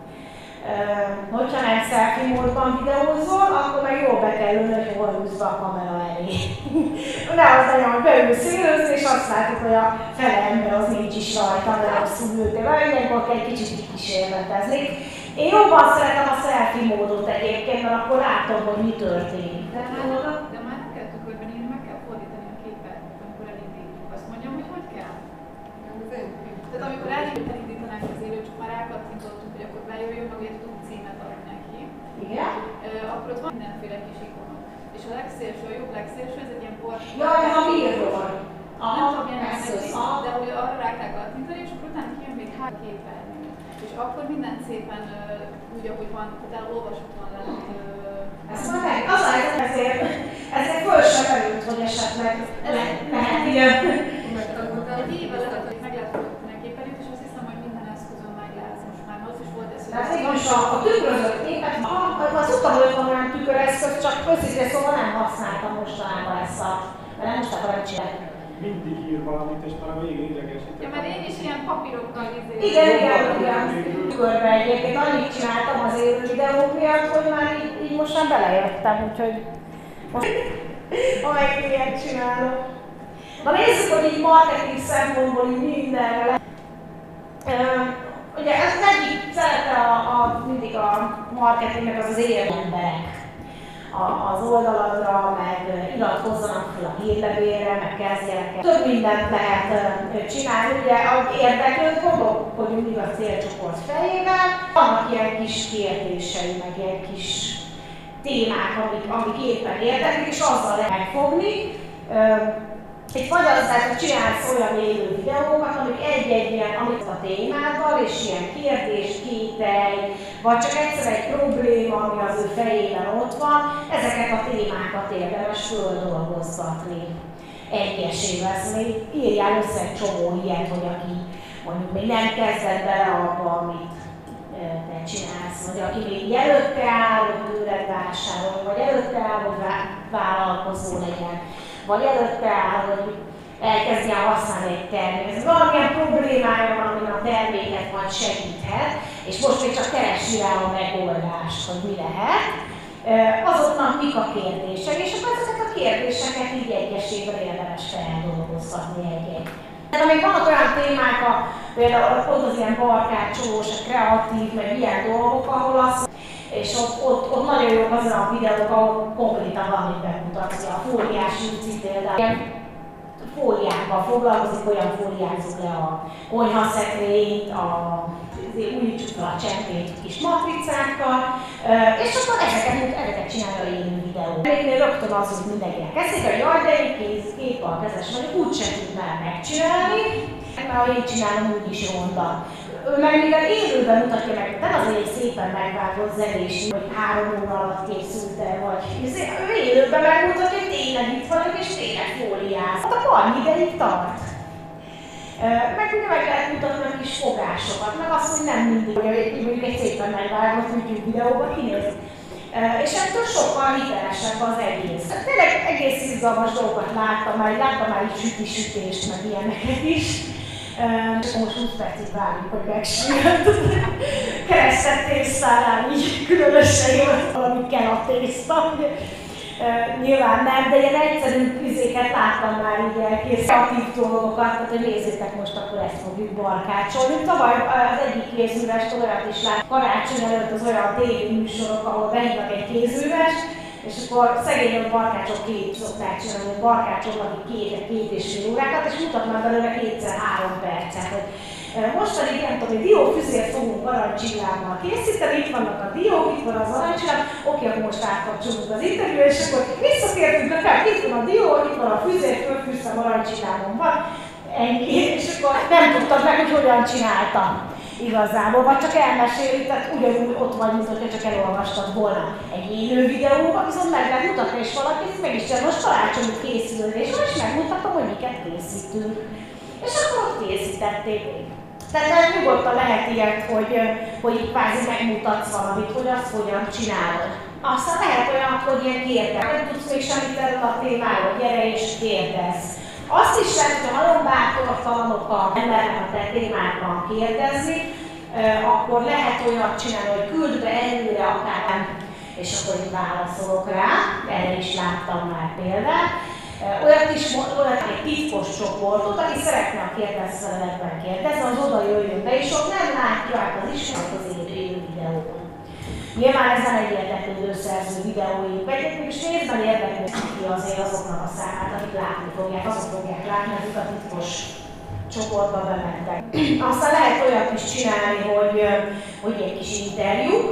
Hogyha nem selfie módban videózol, akkor meg jól be kell ülni, hogy hol húzva a kamera elé. Ne az legyen, hogy beülsz élőzni, és azt látod, hogy a fele ember az nincs is rajta, de rosszul ültél. Ilyenkor kell egy kicsit kísérletezni. Én jobban szeretem a selfie módot egyébként, mert akkor látom, hogy mi történik. De már nem kell tükörben írni, meg kell fordítani a képet, amikor elindítjuk. Azt mondjam, hogy kell? Tehát amikor elindítanánk az élőt, csak már rákattintottunk, hogy akkor bejöjjön, meg ugye tudunk címet adni neki. Igen? Akkor ott van mindenféle kis ikonok. És a legszélső, a jobb legszélső, ez egy ilyen port. Jaj, ha bírról. Nem tudom, milyen eszköz, de hogy arra rá kell kattintani, és akkor utána kijön még 3 képernyő. És akkor minden szépen úgy, ahogy van, utána olvashatóan lehet. Ezt már meg, az a ezért föl sem merült, hogy esetleg lehet ilyen. Egy éve lehet, hogy meg lehet fordítani a képernyőt, és azt hiszem, hogy minden eszközön meg lehet most már. Az is volt ez. Tehát mégis a tükrözött képet, azt tudtam, hogy van olyan tüköreszköz, csak őszintén szóval nem használtam mostanában ezt mert nem most akarom csinálni. Mindig ír valamit, és talán végig idegesítek. Ja, mert én is ilyen papírokkal Igen. Tükörbe egyébként annyit csináltam az élő videók miatt, hogy már így most már belejöttem, úgyhogy most amelyik ilyet csinálok. Na nézzük, hogy így marketing szempontból így mindenre ugye ez egyik szerete mindig a marketingnek az élő emberek. Az oldaladra, meg iratkozzanak fel a hírlevélre, meg kezdjenek el. Több mindent lehet csinálni, ugye érdeklőd, gondolkodjunk mindig a célcsoport fejével. Vannak ilyen kis kérdései, meg ilyen kis témák, amik éppen érdeklik, és azzal lehet megfogni. Egy magyarországon csinálsz olyan élő videókat, amik egy-egy ilyen, amit a témáddal, és ilyen kérdés, kételj, vagy csak egyszer egy probléma, ami az ő fejében ott van, ezeket a témákat érdemes földolgoztatni. Egyesé veszni, írjál össze egy csomó ilyet, hogy aki mondjuk még nem kezdett bele abba, amit te csinálsz, vagy aki még előtte áll, hogy tőled vásárol, vagy előtte áll, hogy vállalkozó legyen, vagy előtte áll, hogy elkezdjen használni egy terméket. Valamilyen problémája van, ami a terméket majd segíthet, és most még csak keresi rá a megoldást, hogy mi lehet. Azoknak mik a kérdések, és akkor ezeket a kérdéseket így egyesével érdemes feldolgoztatni egy-egy. De még vannak olyan témák, például ott az ilyen barkácsolós, kreatív, meg ilyen dolgok, ahol azt és ott nagyon jók azon a videók, ahol konkrétan valamit bemutatja. A fóliás Júci például ilyen fóliákkal foglalkozik, olyan fóliázzuk le a konyhaszekrényt, újítsuk fel a csempét kis matricákkal, és akkor ezeket csinálja a élő videó. Még rögtön az, hogy mindenkinek eszik, hogy jaj, de én képpal kezes vagyok, úgysem tudnám megcsinálni, mert én csinálom úgyis ronda. Ő meg mivel élőben mutatja meg, nem az egy szépen megvágott zenés, hogy 3 óra alatt készült el, vagy ő élőben megmutatja, hogy tényleg itt vagyok, és tényleg fóliáz. Hát akkor annyi ideig tart. Meg ugye meg lehet mutatni a kis fogásokat, meg azt, hogy nem mindig, hogy mondjuk egy szépen megvágott YouTube videóban kinéz. És ettől sokkal hitelesebb az egész. Tényleg egész izgalmas dolgokat láttam már így sütést, meg ilyeneket is. Most 20 percig várjuk, hogy megsüljön. Keresztett tésztánál így különösen jó, valamit kell a tészta. Nyilván nem, de ilyen egyszerű üzéket láttam már így elkész aktív dolgokat, tehát hogy nézzétek most akkor ezt fogjuk barkácsolni. Tavaly az egyik kézművest olyat is lát, karácsony előtt az olyan tévé műsorok, ahol behívnak egy kézművest, és akkor szegény barkácsok szokták csinálni, hogy barkácsolnak 2,5 órákat, és mutatnak belőle 2x3 percet. Most pedig nem tudom, hogy diófüzért fogunk aranycsillámmal készíteni, itt vannak a diók, itt van az aranycsillám, oké, akkor most átkapcsolunk az interjúra, és akkor visszatértünk akár, itt van a dió, itt van a füzér, fölfűztem, aranycsillámon van, ennyi, és akkor nem tudtad meg, hogy hogyan csináltam igazából, vagy csak elmeséli, tehát ugyanúgy ott vagy, mint hogyha csak elolvastad volna egy élő videóban, viszont meg lehet mutatni, és valakit meg is csinál, most karácsonyi készülés, és megmutatom, hogy miket készítünk. És akkor ott készítették. Tehát nyugodtan lehet ilyet, hogy kvázi megmutatsz valamit, hogy azt hogyan csinálod. Aztán lehet olyan, hogy ilyen kérdez. Nem tudsz még semmit erről a témáról, gyere és kérdezz. Azt is lehet, hogy nagyon bátortalanok a embernek a te témákban kérdezni, akkor lehet olyat csinálni, hogy küld be előre akár, és akkor én válaszolok rá. Erre is láttam már példát. Olyat egy titkos csoportot, aki szeretne a kérdezfelületben kérdezni, az oda jöjjön be, és ott nem látja át az ismeret az élő videóban. Nyilván ez nem egy érdeklődő szerző videóink, és részben érdeklődik azért azoknak a számát, akik látni fogják, azok fogják látni, akik a titkos csoportba bementek. Aztán lehet olyat is csinálni, hogy egy kis interjúk.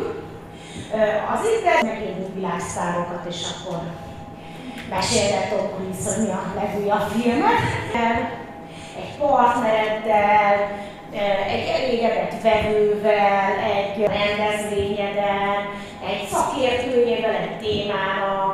Az interjú megérünk világsztárokat, és akkor meséltek Tom Cruise, hogy mi a legújabb filmet. Egy partnereddel, egy elégedett vevővel, egy rendezvényeden, egy szakértőjével, egy témának.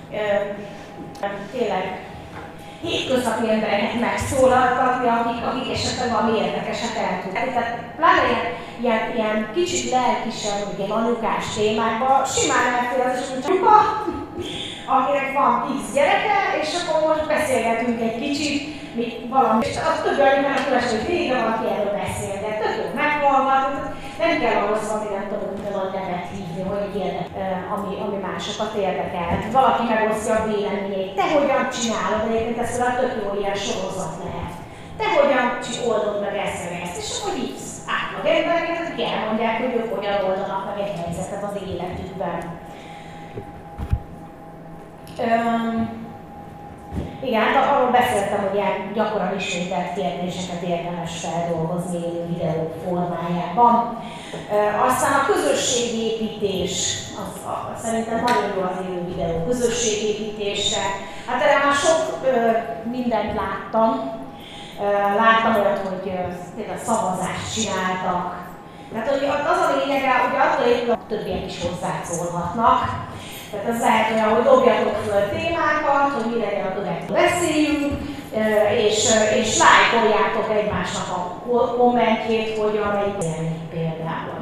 Tényleg hétköznapi embereket megszólaltatni, akik esetleg valami érdekeset el tudnak. Tehát pláne ilyen kicsit lelkisebb, ilyen anyukás témákban simán elfér az is, hogy anyuka, akinek van 10 gyereke, és akkor most beszélgetünk egy kicsit, valami, és az többi anyukának különösen, hogy vége valaki erről beszél, de tök jó meghallgatni, nem kell ahhoz valami, nem tudom, hogy a nevet hívni, hogy ami másokat érdekel. Valaki megosztja a véleményét, te hogyan csinálod, egyébként ez például tök jó ilyen sorozat lehet. Te hogyan oldod meg ezt, és akkor hívsz átlag embereket, akik elmondják, hogy ők hogyan oldanak meg egy helyzetet az életükben. Igen, hát arról beszéltem, hogy ilyen gyakran ismételt kérdéseket érdemes feldolgozni élő videó formájában. Aztán a közösségépítés, az szerintem nagyon jó az élő videó közösségépítésre. Hát erre már sok mindent láttam. Láttam olyat, hogy például szavazást csináltak. Tehát hogy az a lényege, hogy attól épül, hogy többiek is hozzászólhatnak. Tehát ez lehet olyan, hogy dobjatok föl témákat, hogy mi legyen a következő beszéljünk, és lájkoljátok egymásnak a kommentjét, hogy amelyik élmény például.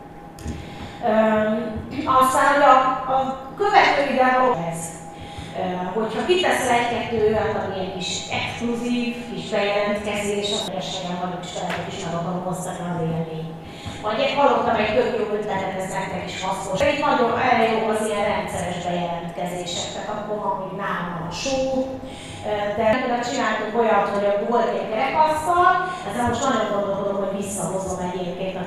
Aztán a követő videó ez, hogyha kiteszel egy-kettő olyat, ami egy kis exkluzív, kis bejelentkezés, akkor esetleg van is felett, és meg akarom osztani az élményt. Vagy hallottam egy tök jó ötletet, ez nektek is hasznos. Itt nagyon elég az ilyen rendszeres bejelentkezések, tehát akkor van, hogy nálam a show, de például csináltunk olyat, hogy volt egy kerekasztal, ezzel most nagyon gondolkodom, hogy visszahozom egyébként a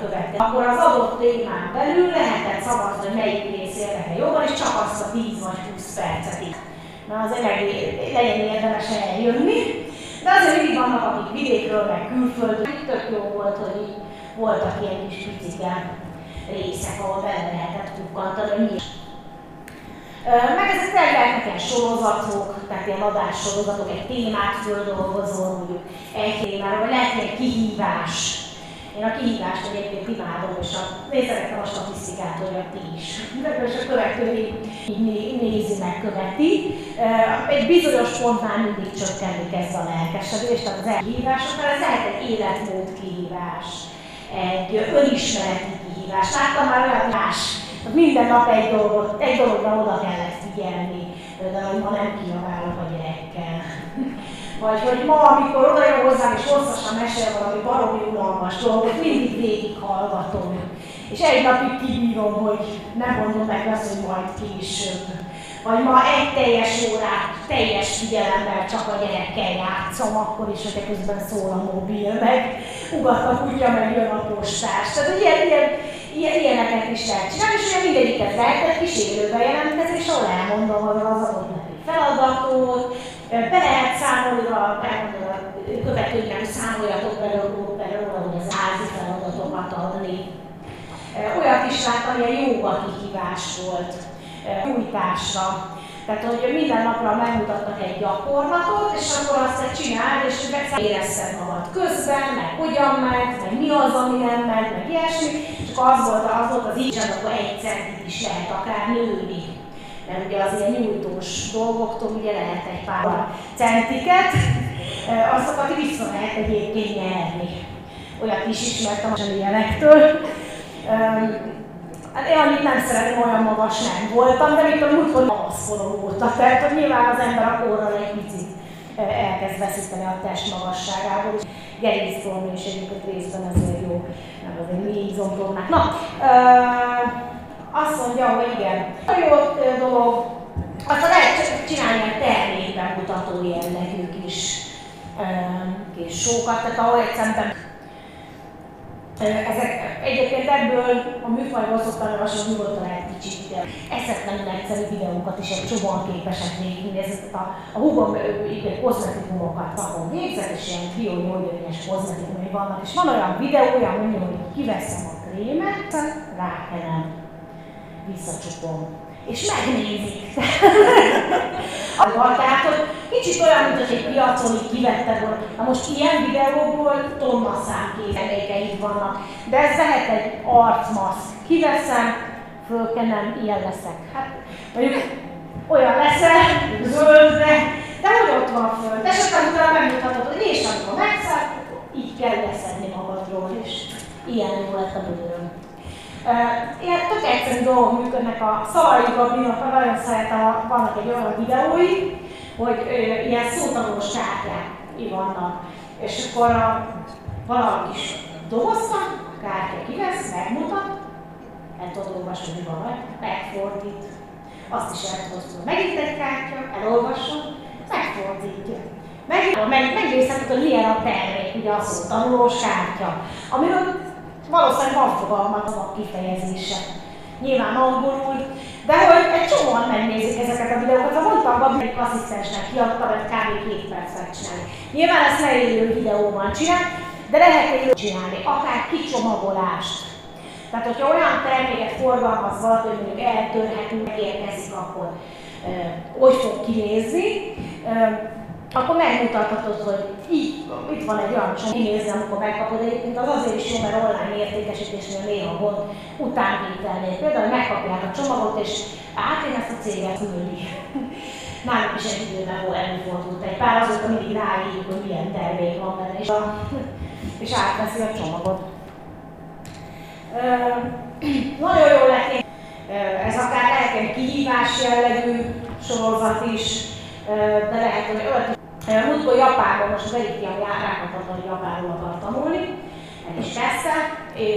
következni. Akkor az adott témán belül lehetett szavazni, hogy melyik rész érdekel jobban, és csak azt a 10 vagy 20 percet is. Na azért legyen érdemes eljönni. De azért mindig vannak, akik vidékről, meg külföldről. Tök jó volt, hogy így voltak ilyen kis picike részek, ahol benne lehetett kukkantani, hogy mi. Meg ezek lehetnek ilyen sorozatok, tehát ilyen adássorozatok, egy témát földolgozol, mondjuk egy témára, vagy lehet egy kihívás. Én a kihívást egyébként imádom, és nézzenek a statisztikát, hogy a ti is. És a követői így nézi, megköveti. Egy bizonyos pontnál mindig csökkenni kezd a lelkesedés, tehát az elhívásoknál ez lehet egy életmód kihívás, egy önismereti kihívás. Láttam már olyan más, hogy minden nap egy dologra oda kellett figyelni, például, hogy ma nem kiabálok a gyerekkel. Vagy hogy ma, amikor oda jön hozzám és hosszasan mesél valami baromi unalmas dolgot, mindig végighallgatom. És egy napig kibírom, hogy nem mondom meg azt, hogy majd később. Vagy ma egy teljes órát, teljes figyelemmel csak a gyerekkel játszom, akkor is, hogy közben szól a mobil, meg ugat a kutya, meg jön a postás. Tehát ilyeneket is lehet csinálni, és ugye mindegyiket lehetett kísérőbe jelentkezni, és ahol elmondom, hogy az adott napi feladatot, be lehet számolni a követőknek, hogy számoljatok belőle, hogy az házi feladatokat adni. Olyat is láttam, ilyen jóga kihívás volt, nyújtásra. Tehát, hogy minden napra megmutattak egy gyakorlatot, és akkor azt csináld, és érezted magad közben, meg hogyan ment, meg mi az, ami nem ment, meg ilyesmi. És az volt az így, akkor 1 centit is lehet akár nőni. Mert ugye az ilyen nyújtós dolgoktól ugye lehet egy pár centiket, azokat vissza lehet egyébként nyerni. Olyat is ismertem a ilyenektől. Hát én annyit nem szeretem, olyan magas nem voltam, de mit tudom, úgyhogy magaszkorom óta. Tehát, hogy nyilván az ember akkorral egy picit elkezd veszíteni a test magasságából. Gerinctorna is egyébként részben ezért jó, meg azért mély izomtornák. Na, azt mondja, hogy igen, a jó dolog, aztán lehet csinálni ilyen termékbemutató jellegű kis sókat, tehát ahol egy szemben ezek egyébként ebből a műfajból szoktam javasolni, nyugodtan egy kicsit ide. Eszetlenül egyszerű videókat is egy csomóan képesek végignézni. A húgom kozmetikumokat szakon végzett, és ilyen bio-növényes kozmetikumai vannak. És van olyan videója, mondja, hogy kiveszem a krémet, rákenem, visszacsupom. És megnézik. Tehát, hogy kicsit olyan, mint hogy egy piacon így kivetted volna. Na most ilyen videóból tonnaszám készülékeid vannak. De ez lehet egy arcmaszk. Kiveszem, fölkenem, ilyen leszek. Hát mondjuk olyan leszel, zöldre, de hogy ott van föl. De sokan utána megmutatod, hogy és amikor megszáll, így kell leszedni magadról, és ilyen jó lett a bőröm. Ilyen tök egyszerű dolgok működnek a Szalai Gabinak, nagyon szeretem, vannak egy olyan videói, hogy ilyen szótanulós kártyák vannak. És akkor valami kis dobozban, kártya kivesz, megmutat, el tudod olvasni, mi van rajta, megfordít. Azt is el tudod, megint egy kártya, elolvasom, megfordítja. Megnézheted, hogy milyen a termék, ugye a szótanulós kártya, amiről valószínűleg van fogalmat a kifejezése. Nyilván angolul, de hogy egy csomóan megnézik ezeket a videókat. Ha mondtam, Gabi asszisztensnek kiadta, mert kb. 2 percet csinálni. Nyilván ezt ne élő videóban csinál, de lehet élő csinálni, akár kicsomagolást. Tehát, hogyha olyan terméket forgalmaz valaki, hogy mondjuk eltörhetünk, megérkezik, akkor hogy fog kinézni, akkor megmutathatod, hogy itt van egy olyan csomó kinézni, amikor megkapod. Egyébként az azért is jó, mert online értékesítésnél néha gond utánvételnél. Például megkapják a csomagot, és én ezt a céget küldi. Nálunk is egy időben előfordult egy pár, azóta mindig ráírjuk, hogy milyen termék van benne, és átveszi a csomagot. Nagyon jó lett, ez akár lehet egy kihívás jellegű sorozat is, de lehet, hogy ölt. Múltkor Japánban, most az egyik ilyen rákapott, hogy Japánról akar tanulni, meg is kezdte, és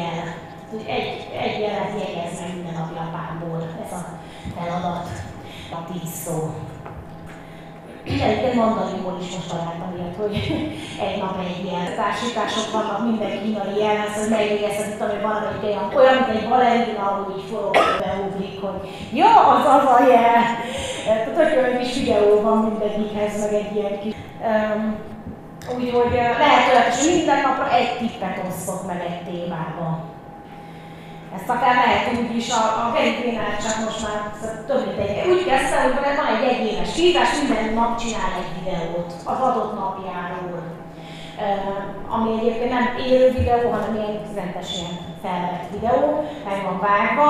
egy jelet jegyez meg minden nap Japánból, ez a feladat, a 10 szó. Egyébként Mandaliból is most találtam ilyet, hogy egy nap egy ilyen társítások vannak minden kínai jellemz, hogy megvégezhetik, ami van olyan, mint egy balerina, ahogy így forogva beugrik, hogy ja, az a jel. Tehát olyan kis videó van mindegyikhez, meg egy ilyen kis... Úgyhogy lehet olyan, hogy minden napra egy tippet osztok meg egy témában. Ezt akár lehet úgy is, a Gerikrénál csak most már több mint egy. Úgy kezdte, hogy van egy egyénes kihívás, minden nap csinál egy videót az adott napjáról. Ami egyébként nem élő videó, hanem ilyen rendes ilyen felvett videó, meg van vágva.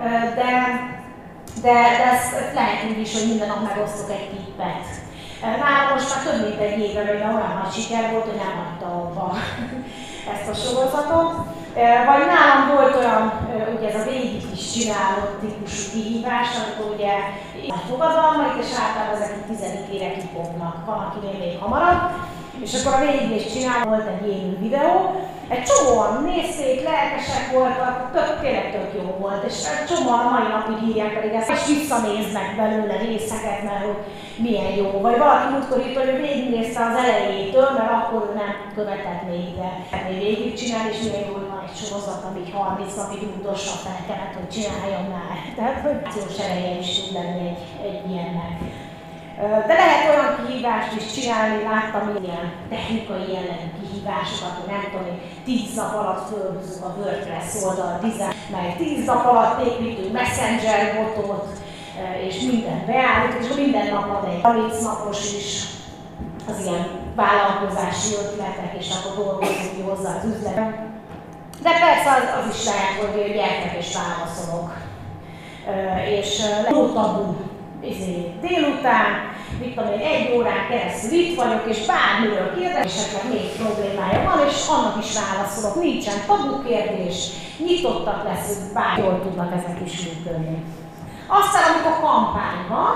De ezt lehet úgy is, hogy minden nap megosztok egy tippet. Nálam most már több mint egy éve, hogy olyan nagy siker volt, hogy nem hagyta abba ezt a sorozatot. Vagy nálam volt olyan, ugye ez a végig is csinálott típusú kihívás, amikor ugye a fogadalmaik, és általában ezek 10-ére kipognak, van akinél még hamarabb. És akkor a végig is csinálva volt egy élő videó. Egy csomóan nézték, lelkesek voltak, tényleg tök jó volt, és egy csomóan a mai napig írják pedig ezt, és visszanéznek belőle részeket, mert hogy milyen jó. Vagy valaki múltkor írt, hogy végignézte az elejétől, mert akkor ő nem követett még ide. Még végig csinálni, és milyen jó, hogy van egy sorozat, amíg 30 napig útossa a felkenet, hogy csináljon már. Tehát, hogy akciós ereje is tud lenni egy ilyennek. De lehet olyan kihívást is csinálni, láttam ilyen technikai jellegű kihívásokat, hogy nem tudom, hogy 10 nap alatt fölhúzzuk a WordPress oldal design, meg 10 nap alatt építünk Messenger botot, és mindent beállítunk, és minden nap van egy 30 napos is az ilyen vállalkozási ötletek, és akkor dolgozunk ki hozzá az üzletet. De persze az is lehet, hogy gyertek és válaszolok. És tabu. Délután, mit tudom én, 1 órán keresztül itt vagyok, és bármiről kérdés, esetleg még problémája van, és annak is válaszolok. Nincsen tabu kérdés, nyitottak leszünk, bár jól tudnak ezek is működni. Aztán, amikor kampány van,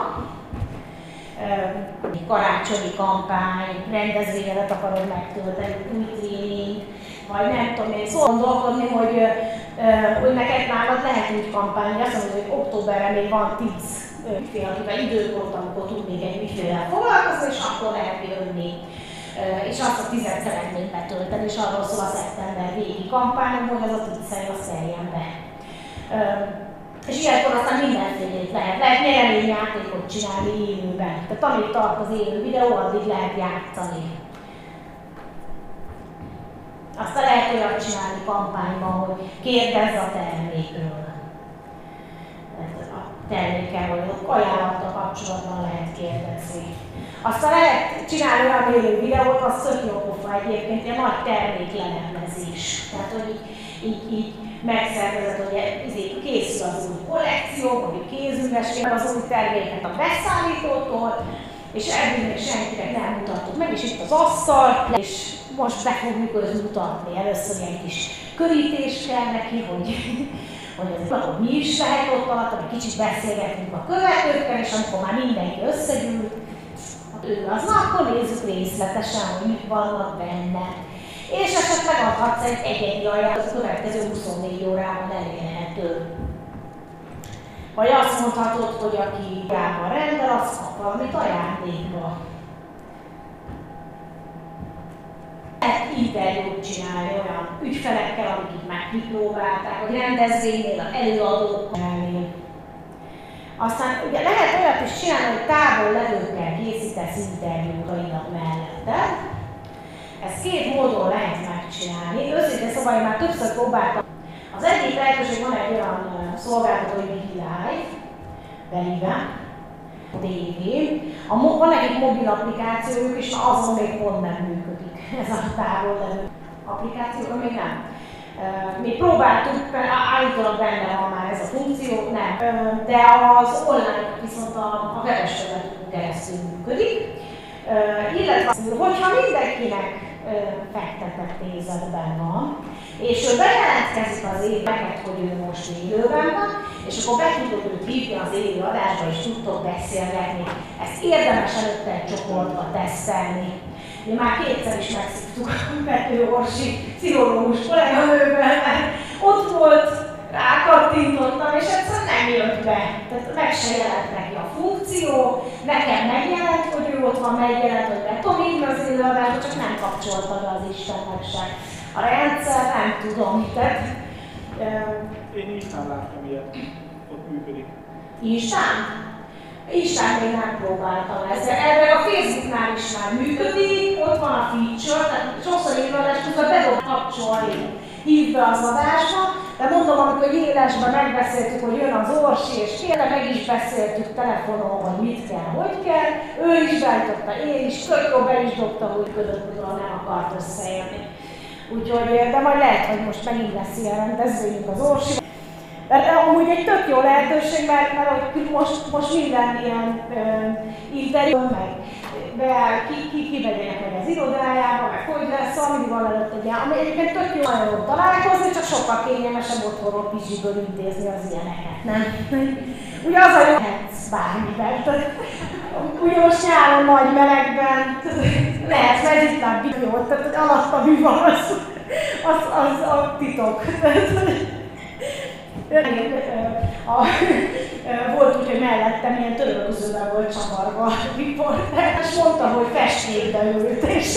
karácsonyi kampány, rendezvényedet akarod megtölteni, új tréning, vagy nem tudom én, szóval gondolkodni, hogy neked nálad lehet úgy kampány, azt mondod, hogy októberre még van 10 ügyfél, akivel idők volt, amikor tudnék egy ügyféllel foglalkozni, és akkor lehet jönni. És azt a 10-et szeretnénk betölteni, és arról szól a szeptember végi kampányom, hogy az a 10 hely az teljen be. És ilyenkor aztán mindenfélét lehet. Lehet nyereményjátékot csinálni élőben. Tehát amíg tart az élő videó, addig lehet játszani. Aztán lehet olyat csinálni kampányban, hogy kérdezz a termékről. A termékkel vagy ajánlattal kapcsolatban lehet kérdezni. Aztán lehet csinálni olyan élő videót, az tök jó pofa egyébként, ilyen nagy terméklelemezés. Tehát, hogy így megszervezed, hogy készül az új kollekció, vagy kézművesség, az új terméket a beszállítótól, és eddig még senkinek nem mutattuk meg, és itt az asztal, és most be fogjuk őt mutatni. Először egy kis körítés kell neki, hogy ez mi is lehet ott alatt, hogy kicsit beszélgetünk a követőkkel, és amikor már mindenki összegyűlt, ő az, na akkor nézzük részletesen, hogy mit vannak benne. És esetleg adhatsz egy egyedi ajánlatot, a következő 24 órában elérhető. Vagy azt mondhatod, hogy aki járva rendel, az kap valamit ajándékba. Lehet interjút csinálni olyan ügyfelekkel, akik itt már kipróbálták, vagy rendezvénynél, előadóknál. Aztán ugye lehet olyat is csinálni, hogy távol levőkkel készítesz interjút a irat mellette. Ezt 2 módon lehet megcsinálni. Őszintén szóval én már többször próbáltam. Az egyik lehetőség, van egy olyan szolgáltató, hogy Live, Beliben, TV. Van nekik mobil applikációjuk, és azon még pont nem működik ez a távol levő applikáció, még nem. Mi próbáltuk, állítólag benne van már ez a funkció, nem. De az online viszont a webes felületükön keresztül működik. Illetve, hogyha mindenkinek fektetett nézetben van, és ő bejelentkezik az éveket, hogy ő most élőben van, és akkor be tudod őt hívni az élő adásba, és tudtok beszélgetni. Ezt érdemes előtte egy csoportba tesztelni. Mi már 2-szer is megszívtuk a Pető Orsi pszichológus kolléganővel, mert ott volt, rákattintottam, és egyszerűen nem jött be, tehát meg se jelent neki a funkció, nekem megjelent, hogy ő ott van, megjelent, hogy be tudom írni az előadásba, csak nem kapcsolta be az Istennek se. A rendszer nem tudom, tehát... Én Instán láttam ilyet, ott működik. Instán? Instán még nem próbáltam ezzel. Erre a Facebooknál is már működik, ott van a feature, tehát sokszor előadást tudod bedob kapcsolni, hív be az adásba, de mondom, amikor élesben megbeszéltük, hogy jön az Orsi, és tényleg meg is beszéltük telefonon, hogy mit kell, hogy kell, ő is beállította, én is, tök jó be is dobta, hogy ködött, nem akart összejönni. Úgyhogy, de majd lehet, hogy most megint lesz ilyen rendezvényünk az Orsi. Mert amúgy egy tök jó lehetőség, mert most minden ilyen interjú, meg kivegyenek meg az irodájába, meg hogy lesz, mindig van előtt egy ami egyébként tök jó, nagyon jó találkozni, csak sokkal kényelmesebb otthonról pizsiből intézni az ilyeneket, nem? Ugye az a jó lehetsz bármiben. Ugye most nyáron nagy melegben lehet mezitláb bigyót, tehát hogy alatt a bű van, az a titok. Volt úgy, hogy mellettem ilyen törölközőben volt csavarva a riporter, és mondta, hogy festékbe ült, és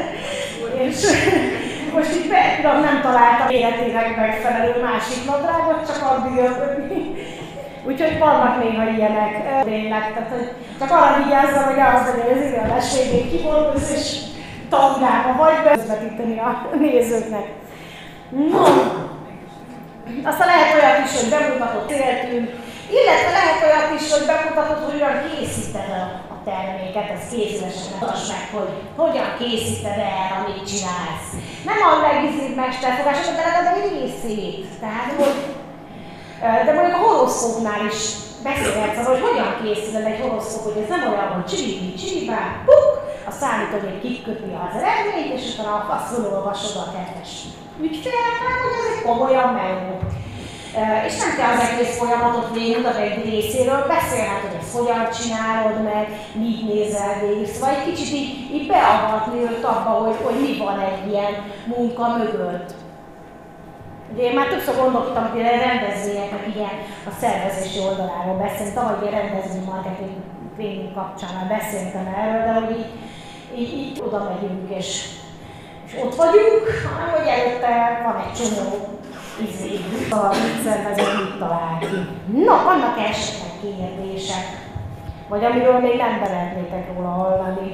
most így nem találtam életének megfelelő másik nadrágot, csak addig öltözni. Úgyhogy vannak néha ilyenek tényleg, tehát hogy csak arra vigyázzam, hogy az legyen az igazás végén kiborulsz, és tangába vagy közvetíteni a nézőknek. No. Aztán lehet olyat is, hogy bemutatott éltünk, illetve lehet olyat is, hogy bemutatod, hogy hogyan készíted a terméket, ez készülesen mutasd meg, hogy hogyan készíted el, amit csinálsz. Nem a legizébb mesterfogásokat, de legalább egy részét. Tehát, hogy, de mondjuk a horoszkópnál is beszélhetsz arról, hogy hogyan készíted egy horoszkóp, hogy ez nem olyan, hogy csiribá, puk, a számítógép kiköti az eredményt, és utána azt felolvasod a kedves ügyfélnek, hanem hogy ez egy komolyan meló. És nem kell az egész folyamatot végigmutatni egy részéről, beszélhet, hogy ezt hogyan csinálod meg, mit nézel végig, szóval egy kicsit így beavatni őt abba, hogy mi van egy ilyen munka mögött. Ugye én már többször gondoltam, hogy a rendezvényeknek ilyen a szervezési oldaláról beszélni, tavaly ilyen rendezvény marketing tréning kapcsán már beszéltem erről, de hogy így oda megyünk és ott vagyunk, hanem hogy előtte van egy csomó szóval mit szervezünk, mit talál ki. No, vannak esetleg kérdések, vagy amiről még nem szeretnétek róla hallani.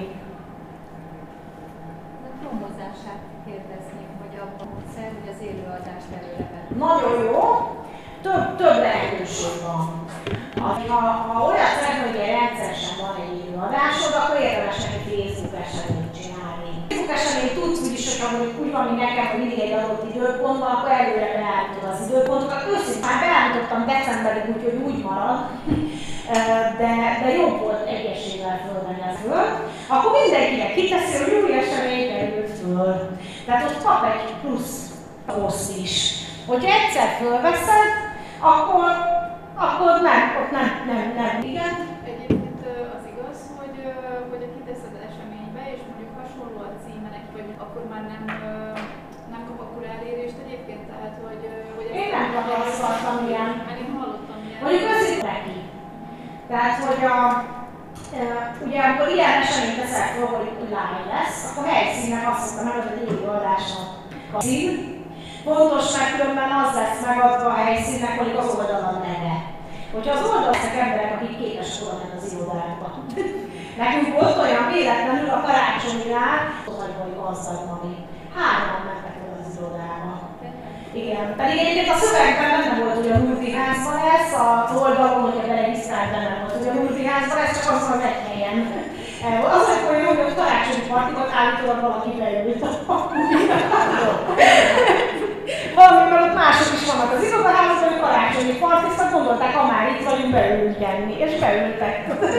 A promózását kérdezném, hogy abban módszer, hogy az élőadást előrevetni. Nagyon jó, több lehetőség van. Ha olyan szeretnél, hogy rendszeresen van egy élőadásod, akkor érdemes neki Facebook eseményt csinálni. Facebook eseményt tudsz úgyis, hogyha úgy van, mint nekem, hogy mindig egy adott időpontban, akkor előre beállítod az időpontokat. Őszintén már beállítottam decemberig, úgyhogy úgy marad, de jobb volt egyesével fölvenni az föl. Akkor mindenkinek kiteszi, hogy új esemény került föl. Tehát ott kap egy plusz poszt is. Hogyha egyszer fölveszed, akkor nem, ott nem. Igen. Egyébként az igaz, hogy a kiteszed eseménybe, és mondjuk hasonló a címe neki, vagy akkor már nem kap akkor elérést egyébként, tehát hogy én nem tapasztaltam ilyen. Mert én hallottam ilyen. Mondjuk összít neki. Tehát, hogy ugye amikor ilyen eseményt teszel föl, hogy live lesz, akkor helyszínnek azt mondtam meg, hogy egy élőadásnak a cím. Fontos, mert különben az lesz megadva a helyszínnek, hogy az oldalon neve. Hogyha az oldalon lesznek emberek, akik képesek oda menni az irodába. Nekünk volt olyan véletlenül a karácsonynál, hogy gazdag mami. 3-an mentek oda az irodába. Igen, pedig egyébként a szövegben benne volt, hogy a multiházban lesz, az oldalon, hogyha beregisztrált benne volt, hogy a multiházban lesz, csak azon az egy helyen. Az, hogy jó, hogy karácsonyi partikat állítólag valaki beült a valami, mert ott mások is vannak az irodaházban, hogy karácsonyi partisztak, gondolták, ha már itt vagyunk, beülünk enni, és beültek.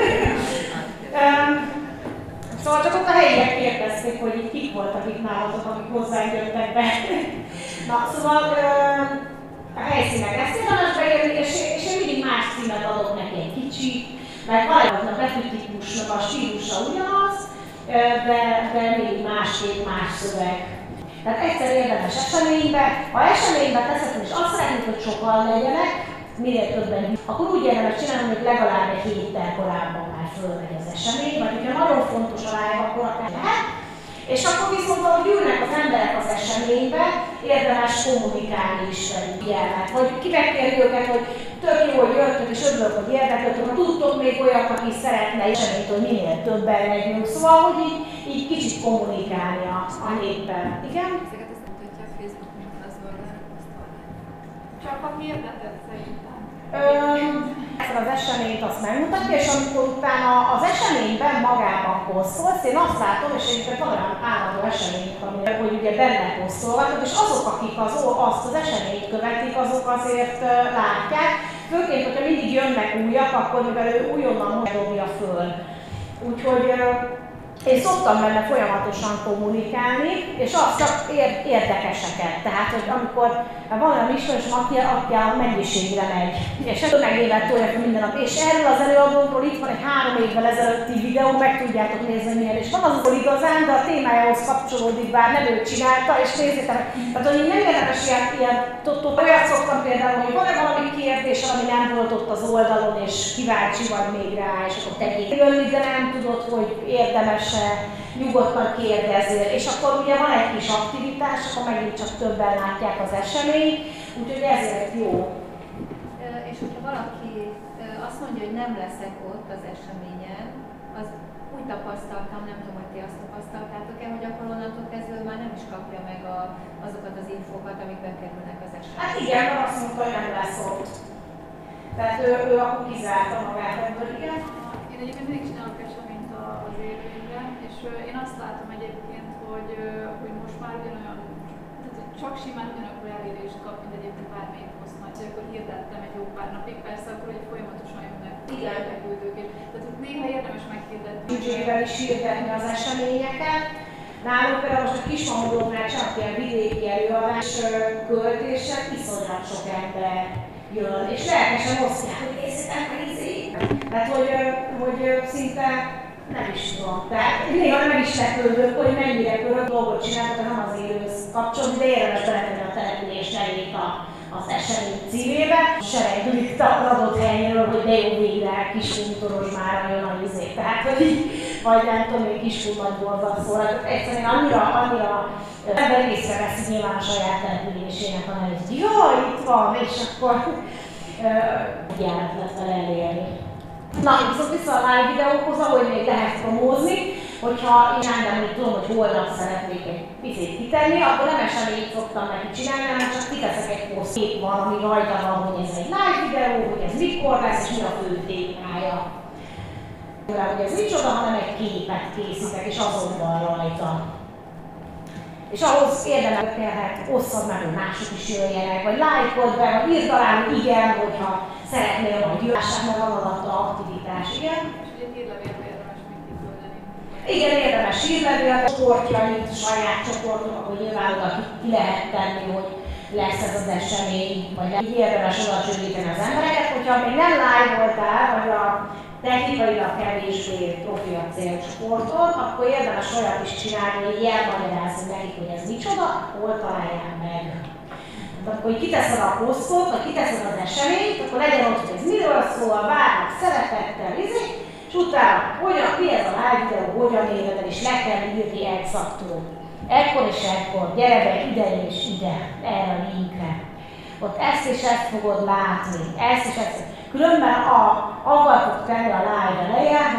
Szóval csak ott a helyiek kérdezték, hogy itt kik voltak itt nálatok, akik hozzánk jöttek be. Na, szóval a helyszínek ezt érdemes beírni, és én mindig más címet adok neki egy kicsit, mert valahogy a betűtípusnak a stílusa ugyanaz, de még másképp más szöveg. Tehát egyszer érdemes eseménybe. Ha eseménybe teszed, és azt szeretnéd, hogy sokan legyenek, minél többen, akkor úgy érdemes csinálni, hogy legalább egy héttel korábban már fölmegy az esemény, vagy hogyha nagyon fontos a live, akkor akár lehet. És akkor viszont, ahogy ülnek az emberek az eseménybe, érdemes kommunikálni is velük ilyenek. Hogy kivekérni őket, hogy tök jó, hogy jöttök, és örülök, hogy érdeklődtök, ha tudtok még olyat, aki szeretne eseményt, hogy minél többen legyünk. Szóval, hogy így kicsit kommunikálni a néppel. Igen? Ezeket ezt mutatják Facebookon, az oldalra posztolni. Csak a hirdetet szerintem. Ezt az eseményt azt megmutatja, és amikor utána az eseményben magában posztolsz, én azt látom, és egyébként van olyan állandó események, hogy ugye benne posztolgatod, és azok, akik azt az eseményt követik, azok azért látják. Főként, hogyha mindig jönnek újak, akkor mivel ő újonnan dobja föl. Úgyhogy én szoktam benne folyamatosan kommunikálni, és az csak érdekeseket. Tehát, hogy amikor van olyan ismerősöm, aki a mennyiségre megy, és tömegével tolja fel minden nap. És erről az előadónkról itt van egy 3 évvel ezelőtti videó, meg tudjátok nézni, hogy milyen. És van azból igazán, de a témájához kapcsolódik, bár nem ő csinálta, és nézzétek. Tehát, hogy nem érdemes ilyen olyat szoktam például, hogy van-e valami kérdés, ami nem volt ott az oldalon, és kíváncsi vagy még rá, és akkor tegyék jönni, de nem tudod, hogy érdemes nyugodtan kérdezzél, és akkor ugye van egy kis aktivitás, akkor megint csak többen látják az eseményt, úgyhogy ezért jó. És hogyha valaki azt mondja, hogy nem leszek ott az eseményen, az úgy tapasztaltam, nem tudom, hogy ti azt tapasztaltátok-e, hogy akkor onnantól kezdve már nem is kapja meg azokat az infókat, amik bekerülnek az eseményen. Hát igen, mert azt mondta, hogy nem lesz ott. Tehát ő akkor kizárta magát ebből, igen. Én egyébként mindig csinálok eseményt az élőimre, és én azt látom egyébként, hogy most már ugyanolyan, tehát csak simán ugyanakkor elérést kap, mint egyébként bármelyik posztnál. És akkor hirdettem egy jó pár napig, persze akkor hogy folyamatosan jönnek érdeklődők. Tehát néha érdemes meghirdetni. Büdzsével is hirdetni az eseményeket. Nálunk például most a Kismamodóknál csak ilyen vidéki előadás költéssel iszonyat sok ember jön, és lelkesen osztják, hogy nézzétek meg izék. Tehát, hogy szinte nem is tudom. Tehát néha meg is lepődök, hogy mennyire körök dolgot csináltak, nem az élőhöz kapcsolódni, de érdemes beletenni a település nevét az esemény címébe. Sereglik az adott helyről, hogy de jó végre Kiskuntoros már jön a izé. Tehát, hogy így, vagy nem tudom, hogy Kiskun nagy borzasztól. Egyszerűen annyira ember észreveszi nyilván a saját településének a nevét. Jaj, itt van, és akkor járat lehet vele elérni. Na, viszont vissza a live videókhoz, ahogy még lehet promózni, hogyha én engem tudom, hogy holnap szeretnék egy picit kitenni, akkor nem eseményt szoktam neki csinálni, hanem csak kiteszek egy posztét van, ami rajta van, hogy ez egy live videó, hogy ez mikor lesz, és mi a fő témája. Hogy ez micsoda, hanem egy képet készítek, és azon van rajta. És ahhoz érdemes lehet, osszad meg, hogy mások is jöjjenek, vagy lájkod be, vagy írd alá, hogy igen, hogyha szeretnél majd jöjjessek, mert van alatta aktivitás, igen. És ugye hírlevélbe érdemes még kitölteni. Igen, érdemes hírlevél, csoportjait, saját csoportok, akkor nyilván oda ki lehet tenni, hogy lesz ez az esemény, vagy így érdemes oda csődíteni az embereket, hogyha még nem live voltál, vagy a technikailag kevésbé profi a célcsoporton, akkor érdemes olyat is csinálni, hogy elmagyarázni nekik, hogy ez micsoda, hol találják meg. Tehát, akkor kiteszed a posztot, vagy kiteszed az eseményt, akkor legyen ott, hogy ez miről szól, várnak szeretettel, és utána, mi ez a live videó, hogyan éred el, és le kell írni exaktul. Ekkor és ekkor, gyere be ide és ide, erre a linkre. Ott ezt és ezt fogod látni, ezt és ezt. Különben akartok tenni a live elején,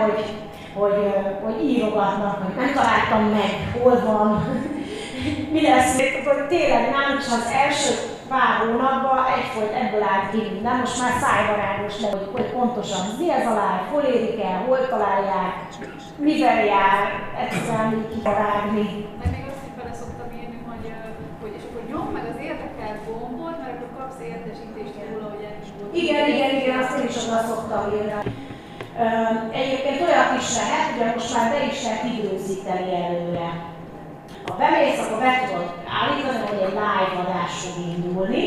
hogy írogatnak, hogy nem találtam meg, hol van, mi lesz, hogy tényleg nálunk az első pár hónapban egyfolyt ebből állt ki minden, most már szájvarányos le, hogy pontosan mi ez a live, hol érik el, hol találják, mivel jár, egyszerűen így kivarágni. Meg még azt is bele szoktam írni, hogy és akkor nyom meg az érdekelt gombot, mert akkor kapsz értesítést róla, hogy ez is volt. Igen, azt én is oda szoktam írni. Egyébként olyat is lehet, ugye most már be is lehet időzíteni előre. Ha bemész, akkor be tudod állítani, hogy egy live adás fog indulni.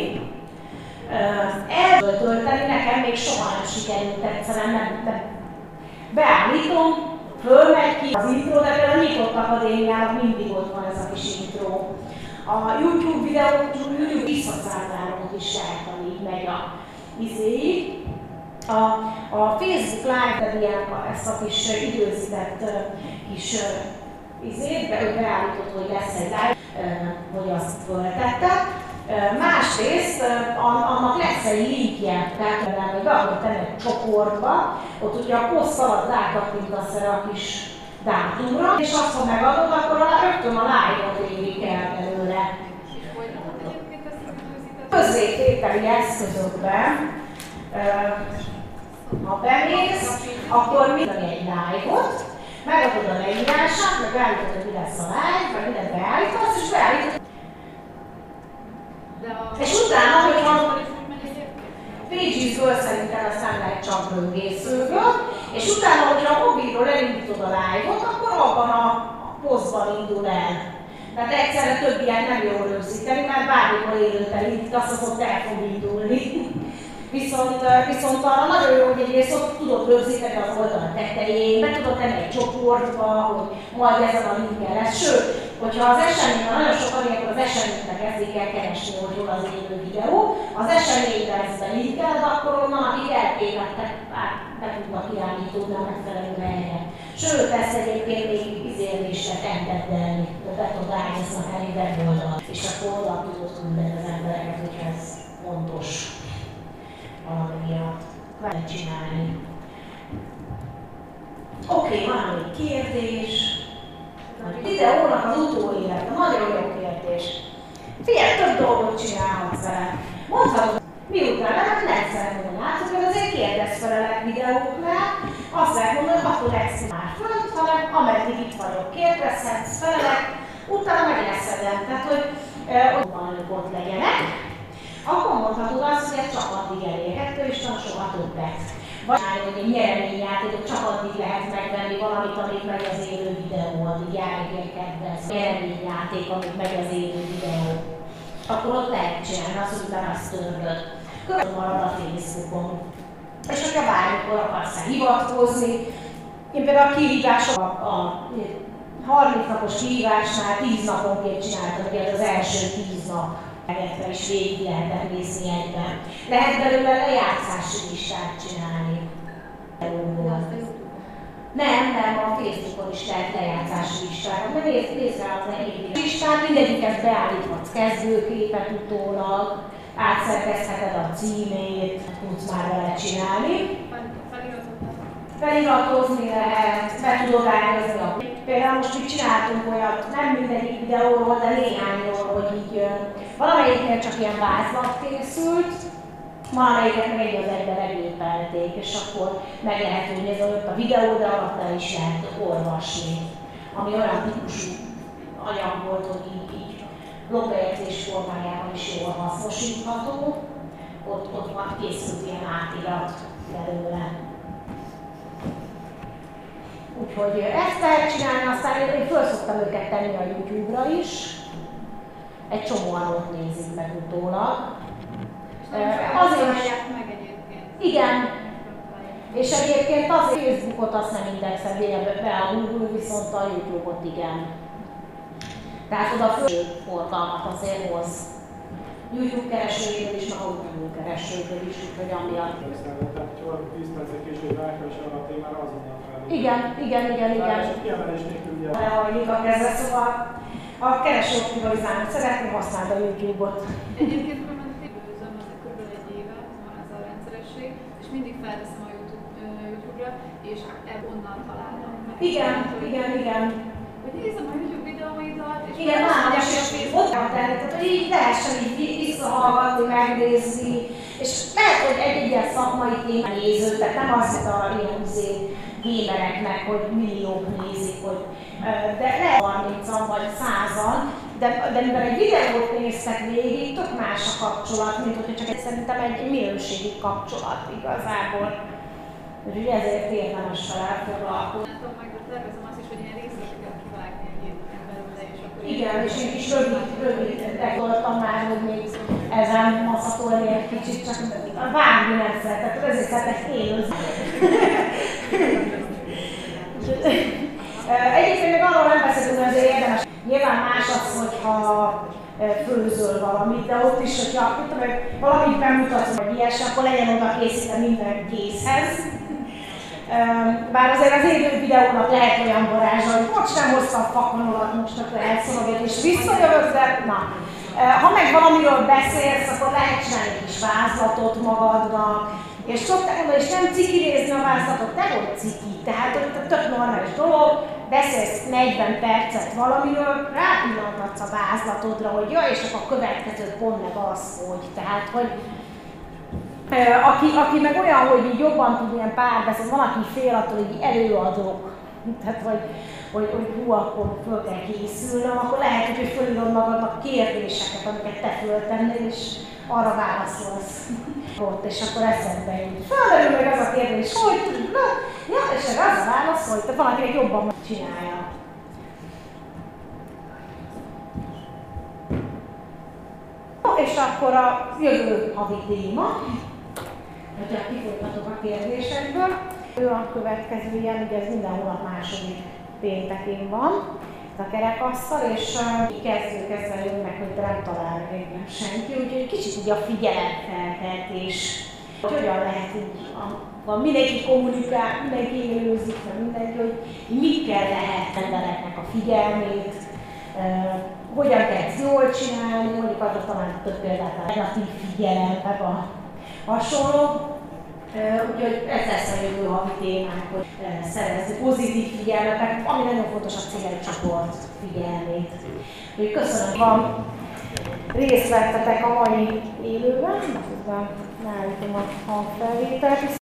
Ebből tölteni nekem még soha nem sikerült egyszerűen, nem beállítom, fölmegy ki az intro, de például a Nyitott Akadémiának mindig ott van ez a kis intro. A YouTube videók, YouTube visszaszámlálót is lehet, ami így megy izéig. A Facebook Live-ben ezt a kis időzített kis izét, beállított, hogy lesz egy live, hogy azt föltette. Másrészt annak lesz egy linkje, tehát hogy be akarod tenni egy csoportba, ott ugye a poszt alatt rákattintasz erre a kis dátumra, és azt, ha megadod, akkor rögtön a live-ot érik el belőle. Közzétételi eszközökben, ha bemész, akkor minden egy live-ot, megadod a leírását, meg beállítod, hogy mi lesz a live, meg mindent beállítasz, és beállítod. És utána, hogyha Pages-ből szerintem aztán lehet csak böngészőből, és utána, hogyha a mobilról elindítod a live-ot, akkor abban a posztban indul el. Tehát egyszerre több ilyen nem jól rögzíteni, mert bármikor élőben indítasz, az ott el fog indulni. Viszont arra nagyon jó, hogy egyrészt ott tudod rögzíteni az oldal tetején, be tudod tenni egy csoportba, hogy majd ezen a linken lesz. Sőt, hogyha az eseményben nagyon sokan ilyenkor az eseményben kezdik el keresni, hogy hol az élő videó, az eseményre ezt belinkeled, akkor onnan, akik elkévettek, be tudnak irányítódni a megfelelő helyre. Sőt, ezt egyébként még izélésre tentedelni, be tudod állítani egy weboldalt, és akkor oda tudod küldeni az embereket, hogyha ez fontos valami miatt vele csinálni. Oké, van még kérdés. A videónak az utóélete, nagyon jó kérdés. Figyelj, több dolgot csinálhatsz vele. Mondhatod, miután nem szeretném látni, hogy azért kérdezz felelek videóknál, azt lehet mondani, hogy akkor lesz már fönt, hanem ameddig itt vagyok, kérdezhetsz felelek, utána megleszedem. Tehát, hogy ott legyenek. Akkor mondhatod azt, hogy ez csak addig elérhető, és nem soha többet. Vagy hogy egy nyereményjátékot csak addig lehet megvenni valamit, amíg megy az élő videó, addig elérkedvez. Nyereményjáték, amíg megy az élő videó. Akkor ott lehet csinálni azt, hogy utána azt törlöd. Követően marad a Facebookon. És hogyha bármikor akarsz hivatkozni, én például a kihívások a 30 napos kihívásnál 10 naponként csináltam, ugye az első 10 nap. És végig lehetett nézni egyben. Lehet belőle lejátszási listát csinálni. Nem, a Facebookon is lehet lejátszási listákat. Mert nézd rá az egyik listát, mindegyiket beállíthatsz kezdőképet utólag, átszerkezheted a címét, tudsz már vele csinálni. Feliratozni lehet, be tudod állítani a... Például most így csináltunk olyat, nem mindegyik videóról, de néhányról, hogy így valamelyiknél csak ilyen vázlat készült, valamelyiket meg egy az egyben regépelték, és akkor meg lehet úgy nézni, hogy ott a videó, de alatta is lehet olvasni. Ami olyan típusú anyag volt, hogy így blogbejegyzés formájában is jól hasznosítható, ott van készült ilyen átirat belőle. Úgyhogy ezt lehet csinálni, aztán én föl szoktam őket tenni a YouTube-ra is. Egy csomóan ott nézik meg utólag. Azért meg egyébként. Igen. És egyébként az Facebookot azt nem indexelje be a Google, viszont a YouTube-ot igen. Tehát oda föl forgalmat azért hoz. YouTube keresőjéből is, meg a Google keresőjéből is, úgyhogy amiatt. Tehát valami 10 percet később rákeresel a témára, azonnal felül. Igen. És a kiemelés nélkül ugye... Lehajlik a kezre, szóval a kereső optimalizálni szeretném használni a YouTube-ot. Egyébként különben azért kb. Egy éve van ez a rendszeresség, és mindig felveszem a YouTube-ra, és onnan találom meg. Igen. Hogy nézem a YouTube videóidat, és igen, már is ott van tenni, tehát hogy így lehessen így visszahallgatni, megnézni, és lehet, hogy egy ilyen szakmai téma néző, tehát nem az, hogy a ilyen gamereknek, hogy milliók nézik, hogy, de lehet 30-an vagy 100-an, de mivel egy videót néztek végig, tök más a kapcsolat, mint hogyha csak szerintem egy minőségi kapcsolat igazából. Úgyhogy ezért érdemes vele foglalkozni. Tervezem azt is, hogy ilyen részleteket kivágni egyébként belőle, és akkor... Igen, és én is rövidre gondoltam már, hogy még ezen maszatolni egy kicsit, csak vágni nem szeretek, ezért szeretek élőzni. Egyébként még arról nem beszélünk, hogy azért érdemes. Nyilván más az, hogyha főzöl valamit, de ott is, hogyha valamit bemutatsz, vagy ilyesmi, akkor legyen oda készítve minden készhez. Bár azért az élő videónak lehet olyan varázsa, hogy most nem hoztam fakanolat, most akkor elszorogod és visszajövök, de na. Ha meg valamiről beszélsz, akkor lehet csinálni egy kis vázlatot magadnak, és szoktál mondani, és nem ciki nézni a vázlatot, te vagy ciki. Tehát tök normális dolog, beszélsz 40 percet valamiről, rápillanthatsz a vázlatodra, hogy jaj, és akkor a következő pont meg az, hogy. Tehát, hogy aki meg olyan, hogy így jobban tud ilyen párbeszéd, van, aki fél attól, hogy előadok, tehát hogy hú, akkor föl kell készülnöm, akkor lehet, hogy fölírod magadnak kérdéseket, amiket te föltennél, és arra válaszolsz ott, és akkor eszedbe jut. Fölmerül meg az a kérdés, hogy tudod, ja, és erre az a válasz, hogy te valakinek jobban csinálja. És akkor a jövő havi téma, hogyha kifolytatok a kérdésekből. Ő a következő ilyen, ugye ez minden hónap második péntekén van, ez a kerekasztal, és kezdők ezzel jönnek, hogy nem talál engem senki, úgyhogy kicsit így a figyelemfelkeltés, hogy hogyan lehet így, mindenki kommunikál, mindenki élőzik, mindenki, hogy mikkel lehet embereknek a figyelmét, hogyan kell ezt jól csinálni, mondjuk arra talán több példát a negatív figyelem, meg a hasonló. Úgyhogy ez lesz a jövő havi témánk, hogy szerezni pozitív figyelmet, ami nagyon fontos a célcsoport figyelmét. Úgyhogy köszönöm, hogy részt vettetek a mai élőben, közben beállítom a hangfelvételt.